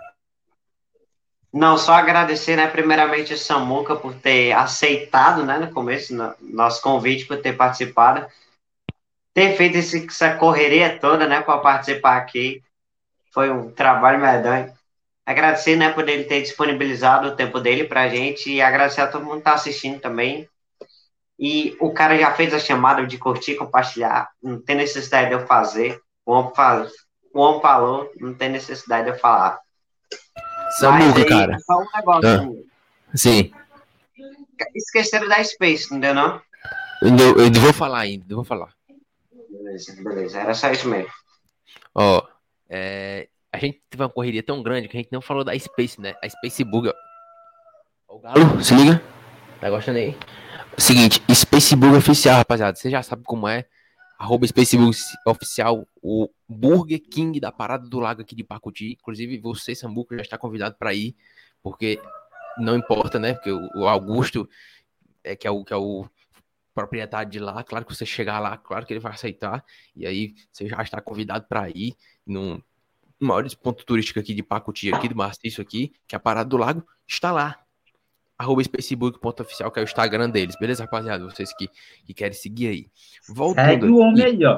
Speaker 3: Não, só agradecer, né, primeiramente, a Samuca por ter aceitado, né, no começo, no, nosso convite, por ter participado, ter feito esse, essa correria toda, né, para participar aqui. Foi um trabalho medonho. Agradecer, né, por ele ter disponibilizado o tempo dele pra gente e agradecer a todo mundo que tá assistindo também. E o cara já fez a chamada de curtir, compartilhar, não tem necessidade de eu fazer. O homem, faz, o homem falou, não tem necessidade de eu falar.
Speaker 1: Samuca, cara.
Speaker 3: Só um negócio.
Speaker 1: Ah, sim.
Speaker 3: Esqueceram da Space, entendeu não?
Speaker 1: Eu, eu vou falar ainda, eu vou falar.
Speaker 3: Beleza, beleza. Era só isso mesmo.
Speaker 1: Ó, é, a gente teve uma correria tão grande que a gente não falou da Space, né? A Space Bug. Ó, o Galo, se liga. Tá gostando aí? Seguinte, Space Bug Oficial, rapaziada. Você já sabe como é. Arroba Space Bug Oficial, o Burger King da Parada do Lago aqui de Pacuti. Inclusive, você, Samuca, já está convidado para ir, porque não importa, né? Porque o Augusto, é, que, é o, que é o proprietário de lá, claro que você chegar lá, claro que ele vai aceitar. E aí, você já está convidado para ir no maior ponto turístico aqui de Pacuti, aqui do Maciço aqui, que é a Parada do Lago, está lá. Arroba Spacebook.oficial, que é o Instagram deles, beleza, rapaziada? Vocês que, que querem seguir aí. Voltando
Speaker 5: Segue o homem aí, ó.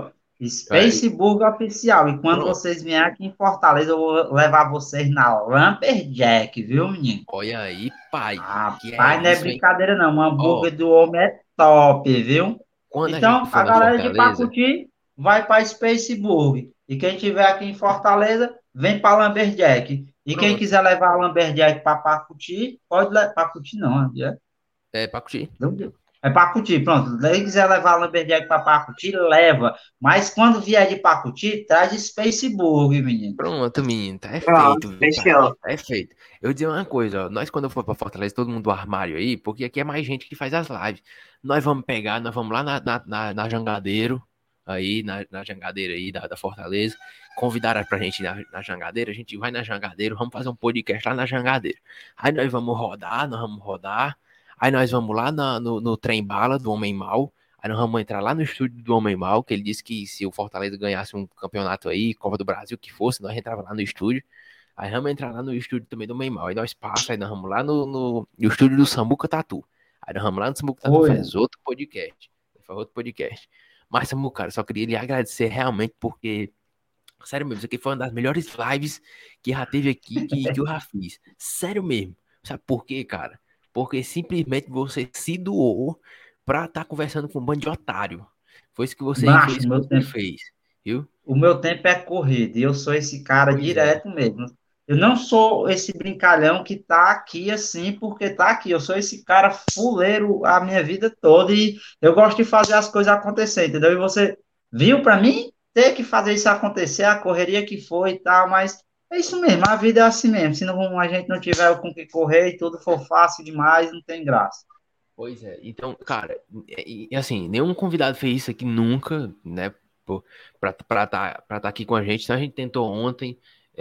Speaker 5: Space Burger Oficial. E quando
Speaker 1: Pronto.
Speaker 5: vocês vierem aqui em Fortaleza, eu vou levar vocês na Lumberjack, viu, menino?
Speaker 1: Olha aí, pai. Que
Speaker 5: Rapaz, não é
Speaker 1: isso, hein?
Speaker 5: brincadeira, não. O
Speaker 1: Ó,
Speaker 5: hambúrguer do homem é top, viu?
Speaker 1: quando a gente
Speaker 5: Então,
Speaker 1: for
Speaker 5: a
Speaker 1: na
Speaker 5: galera de
Speaker 1: Fortaleza,
Speaker 5: Pacuti vai para Space Burger. E quem tiver aqui em Fortaleza, vem para Lumberjack. E quem
Speaker 1: pronto.
Speaker 5: quiser levar a Lumberjack para Pacuti, pode levar. Pacuti não, é?
Speaker 1: É, pra curtir.
Speaker 5: É Pacuti, pronto. Quem quiser levar a Lumberjack para Pacuti, leva. Mas quando vier de Pacuti, traz Space Burger, menino.
Speaker 1: Pronto, menino. Tá é
Speaker 3: Pronto,
Speaker 1: feito, viu, pai?
Speaker 3: fechou.
Speaker 1: Tá é feito. Eu vou dizer uma coisa, ó. Nós, quando for pra Fortaleza, todo mundo do armário aí, porque aqui é mais gente que faz as lives. Nós vamos pegar, nós vamos lá na, na, na, na Jangadeiro, aí, na, na Jangadeira aí da, da Fortaleza. Convidaram pra gente ir na, na Jangadeira, a gente vai na Jangadeiro, vamos fazer um podcast lá na Jangadeira. Aí nós vamos rodar, nós vamos rodar. Aí nós vamos lá na, no, no trem bala do Homem Mal. Aí nós vamos entrar lá no estúdio do Homem Mal, que ele disse que se o Fortaleza ganhasse um campeonato aí, Copa do Brasil, que fosse, nós entrava lá no estúdio. Aí vamos entrar lá no estúdio também do Homem Mal. Aí nós passamos, aí nós vamos lá no, no, no estúdio do Samuca Tatu. Aí nós vamos lá no Samuca Tatu,
Speaker 5: Oi.
Speaker 1: faz outro podcast. Faz outro podcast. Mas, Samuca, cara, só queria lhe agradecer realmente, porque, sério mesmo, isso aqui foi uma das melhores lives que já teve aqui, que, que eu já fiz. Sério mesmo. Sabe por quê, cara? Porque simplesmente você se doou pra estar tá conversando com um bando de otário. Foi isso que você,
Speaker 5: Macho,
Speaker 1: foi isso que
Speaker 5: meu
Speaker 1: você
Speaker 5: tempo,
Speaker 1: fez, viu?
Speaker 5: o meu tempo é corrido. E eu sou esse cara
Speaker 1: Pois é.
Speaker 5: direto mesmo. Eu não sou esse brincalhão que tá aqui assim porque tá aqui. Eu sou esse cara fuleiro a minha vida toda e eu gosto de fazer as coisas acontecer, entendeu? E você viu pra mim ter que fazer isso acontecer, a correria que foi e tal, mas é isso mesmo, a vida é assim mesmo. Se não, a gente não tiver com o que correr e tudo for fácil demais, não tem graça.
Speaker 1: Pois é. Então, cara, e, e assim, nenhum convidado fez isso aqui nunca, né? Pô, pra pra tá, pra tá aqui com a gente. Então a gente tentou ontem.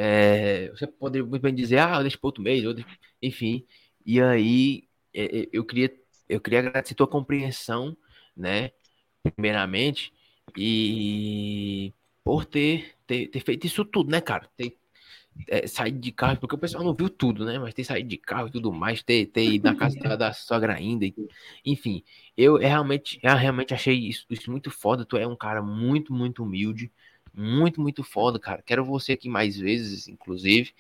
Speaker 1: É, você poderia muito bem dizer, ah, deixa para outro mês, outro... enfim. E aí, é, é, eu queria, eu queria agradecer a tua compreensão, né? Primeiramente, e por ter, ter, ter feito isso tudo, né, cara? Ter é, saído de carro, porque o pessoal não viu tudo, né? Mas ter saído de carro e tudo mais, ter, ter ido na casa da, da sogra ainda, enfim. Eu realmente, eu realmente achei isso, isso muito foda. Tu é um cara muito, muito humilde. Muito, muito foda, cara. Quero você aqui mais vezes, inclusive.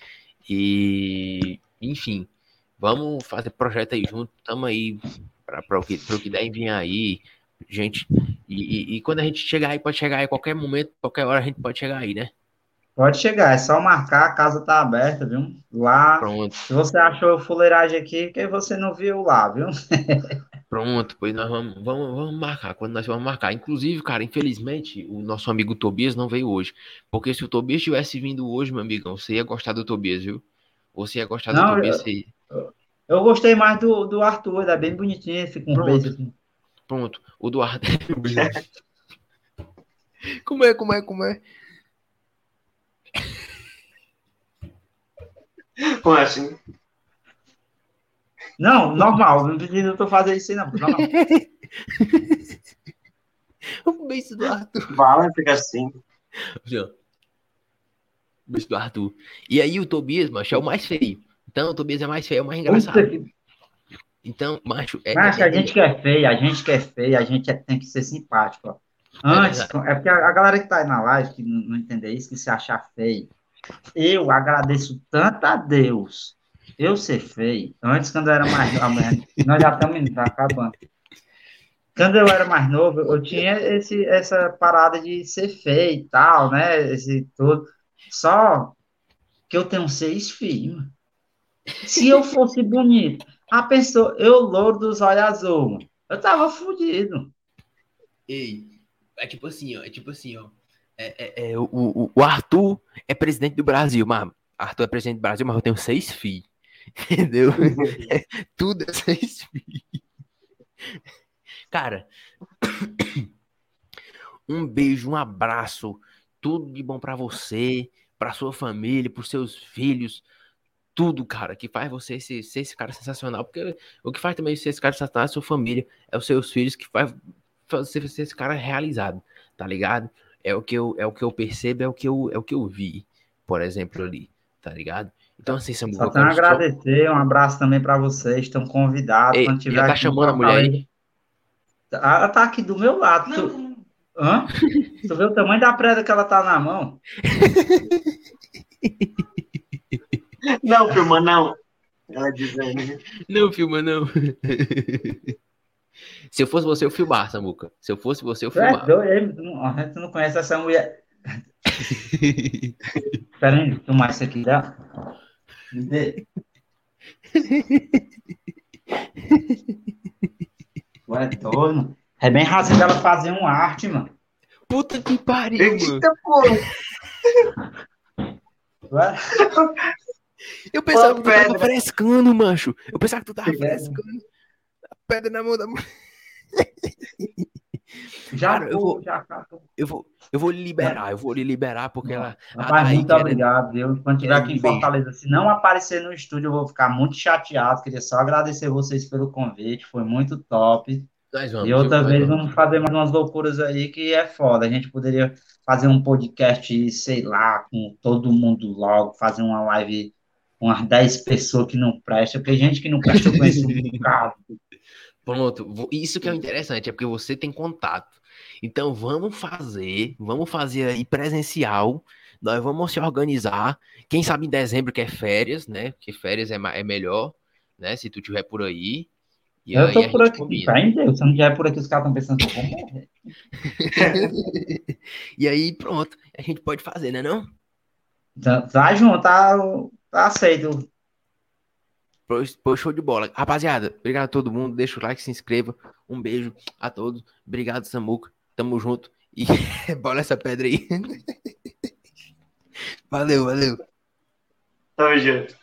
Speaker 1: E, enfim, vamos fazer projeto aí junto. Tamo aí para o que, o que der vir aí, gente. E, e, e quando a gente chegar aí, pode chegar aí a qualquer momento, qualquer hora a gente pode chegar aí, né?
Speaker 5: Pode chegar, é só marcar, a casa tá aberta, viu? Lá,
Speaker 1: Pronto.
Speaker 5: se você achou fuleiragem aqui, que você não viu lá, viu?
Speaker 1: Pronto, pois nós vamos, vamos, vamos marcar, quando nós vamos marcar. Inclusive, cara, infelizmente, o nosso amigo Tobias não veio hoje. Porque se o Tobias tivesse vindo hoje, meu amigão, você ia gostar do Tobias, viu? Você ia gostar
Speaker 5: Não,
Speaker 1: do Tobias.
Speaker 5: eu,
Speaker 1: Você...
Speaker 5: eu gostei mais do, do Arthur, ele é bem bonitinho, fica um beijo
Speaker 1: Pronto,
Speaker 5: assim.
Speaker 1: pronto. O Duarte. Como é, como é, como é?
Speaker 3: Como assim?
Speaker 5: Não, normal, não precisa tu fazer isso aí, não. Normal.
Speaker 1: O beijo do Arthur.
Speaker 3: Fala, fica assim.
Speaker 1: O beijo do Arthur. E aí o Tobias, macho, é o mais feio. Então o Tobias é mais feio, é o mais engraçado.
Speaker 5: Puta que-
Speaker 1: Então, macho, é.
Speaker 5: Mas
Speaker 1: é-
Speaker 5: a gente que é feio, a gente que é feio, a gente é- tem que ser simpático, ó. Antes,
Speaker 1: É
Speaker 5: é porque a, a galera que tá aí na live, que não, não entender isso, que se achar feio, eu agradeço tanto a Deus eu ser feio. Antes, quando eu era mais novo, nós já estamos tá acabando. Quando eu era mais novo, eu tinha esse, essa parada de ser feio e tal, né? Esse tudo. Só que eu tenho seis filhos. Mano. Se eu fosse bonito, a pessoa, eu louro dos olhos azul, mano, eu tava fudido.
Speaker 1: Ei, é tipo assim, ó. É tipo assim, ó. É, é, é, o, o, o Arthur é presidente do Brasil, mas Arthur é presidente do Brasil, mas eu tenho seis filhos. Entendeu? É, tudo é seis filhos. Cara, um beijo, um abraço, tudo de bom pra você, pra sua família, pros seus filhos, tudo, cara, que faz você ser, ser esse cara sensacional, porque o que faz também ser esse cara sensacional é a sua família, é os seus filhos, que faz você ser esse cara realizado, tá ligado? É o que eu, é o que eu percebo, é o que eu, é o que eu vi, por exemplo, ali, tá ligado? Então, assim, Samuel,
Speaker 5: Só
Speaker 1: eu
Speaker 5: tenho a
Speaker 1: quero só...
Speaker 5: agradecer, um abraço também para vocês, estão convidados,
Speaker 1: Ei,
Speaker 5: quando tiver
Speaker 1: já tá
Speaker 5: aqui em
Speaker 1: chamando a mulher aí?
Speaker 5: Fortaleza. Ela tá aqui do meu lado.
Speaker 2: Não,
Speaker 5: tu-
Speaker 2: não.
Speaker 5: Hã? Tu vê o tamanho da pedra que ela tá na mão?
Speaker 3: Não, filma, não. Ela dizendo.
Speaker 1: Não, filma, não. Se eu fosse você, eu filmar, Samuca. Se eu fosse você, eu
Speaker 5: Tu é
Speaker 1: filmar.
Speaker 5: doido, hein? Tu não- a gente não conhece essa mulher. Espera aí, filmar isso aqui, tá? Me dê. Tu é doido? É bem raso dela fazer uma arte, mano.
Speaker 1: Puta que pariu, mano.
Speaker 3: Eita, pô.
Speaker 5: Tu é-
Speaker 1: Eu pensava
Speaker 3: Pô,
Speaker 1: que tu tava
Speaker 3: pedra.
Speaker 1: frescando, mancho. Eu pensava que tu tava
Speaker 5: Pedra.
Speaker 1: frescando. A pedra na mão da mulher.
Speaker 5: Já
Speaker 1: Cara, eu
Speaker 5: tô,
Speaker 1: vou-
Speaker 5: já tá.
Speaker 1: Eu vou, eu vou lhe liberar, eu vou lhe liberar, porque ela. A
Speaker 5: Rapaz,
Speaker 1: daí
Speaker 5: muito
Speaker 1: querendo-
Speaker 5: obrigado, viu? Quando estiver
Speaker 1: querendo
Speaker 5: aqui em
Speaker 1: beijo.
Speaker 5: Fortaleza, se não aparecer no estúdio, eu vou ficar muito chateado. Queria só agradecer vocês pelo convite, foi muito top.
Speaker 1: Nós vamos,
Speaker 5: E outra
Speaker 1: viu? Nós
Speaker 5: vez
Speaker 1: vamos.
Speaker 5: vamos fazer mais umas loucuras aí que é foda. A gente poderia fazer um podcast, sei lá, com todo mundo logo, fazer uma live com umas dez pessoas que não prestam, porque gente que não presta eu conheço um bocado.
Speaker 1: Pronto, vo- isso que é o interessante, é porque você tem contato. Então vamos fazer, vamos fazer aí presencial. Nós vamos se organizar. Quem sabe em dezembro que é férias, né? Porque férias é, ma- é melhor, né? Se tu tiver por aí. E
Speaker 5: Eu
Speaker 1: aí
Speaker 5: tô
Speaker 1: a
Speaker 5: por
Speaker 1: gente
Speaker 5: aqui,
Speaker 1: combina.
Speaker 5: fé em Deus, se eu não estiver por aqui, os caras estão pensando que eu vou morrer.
Speaker 1: E aí pronto, a gente pode fazer, né não?
Speaker 5: Tá, tá junto, tá, tá aceito.
Speaker 1: Pois, pois, show de bola. Rapaziada, obrigado a todo mundo. Deixa o like, se inscreva. Um beijo a todos. Obrigado, Samuca. Tamo junto. E bola essa pedra aí. Valeu, valeu.
Speaker 3: Tamo junto.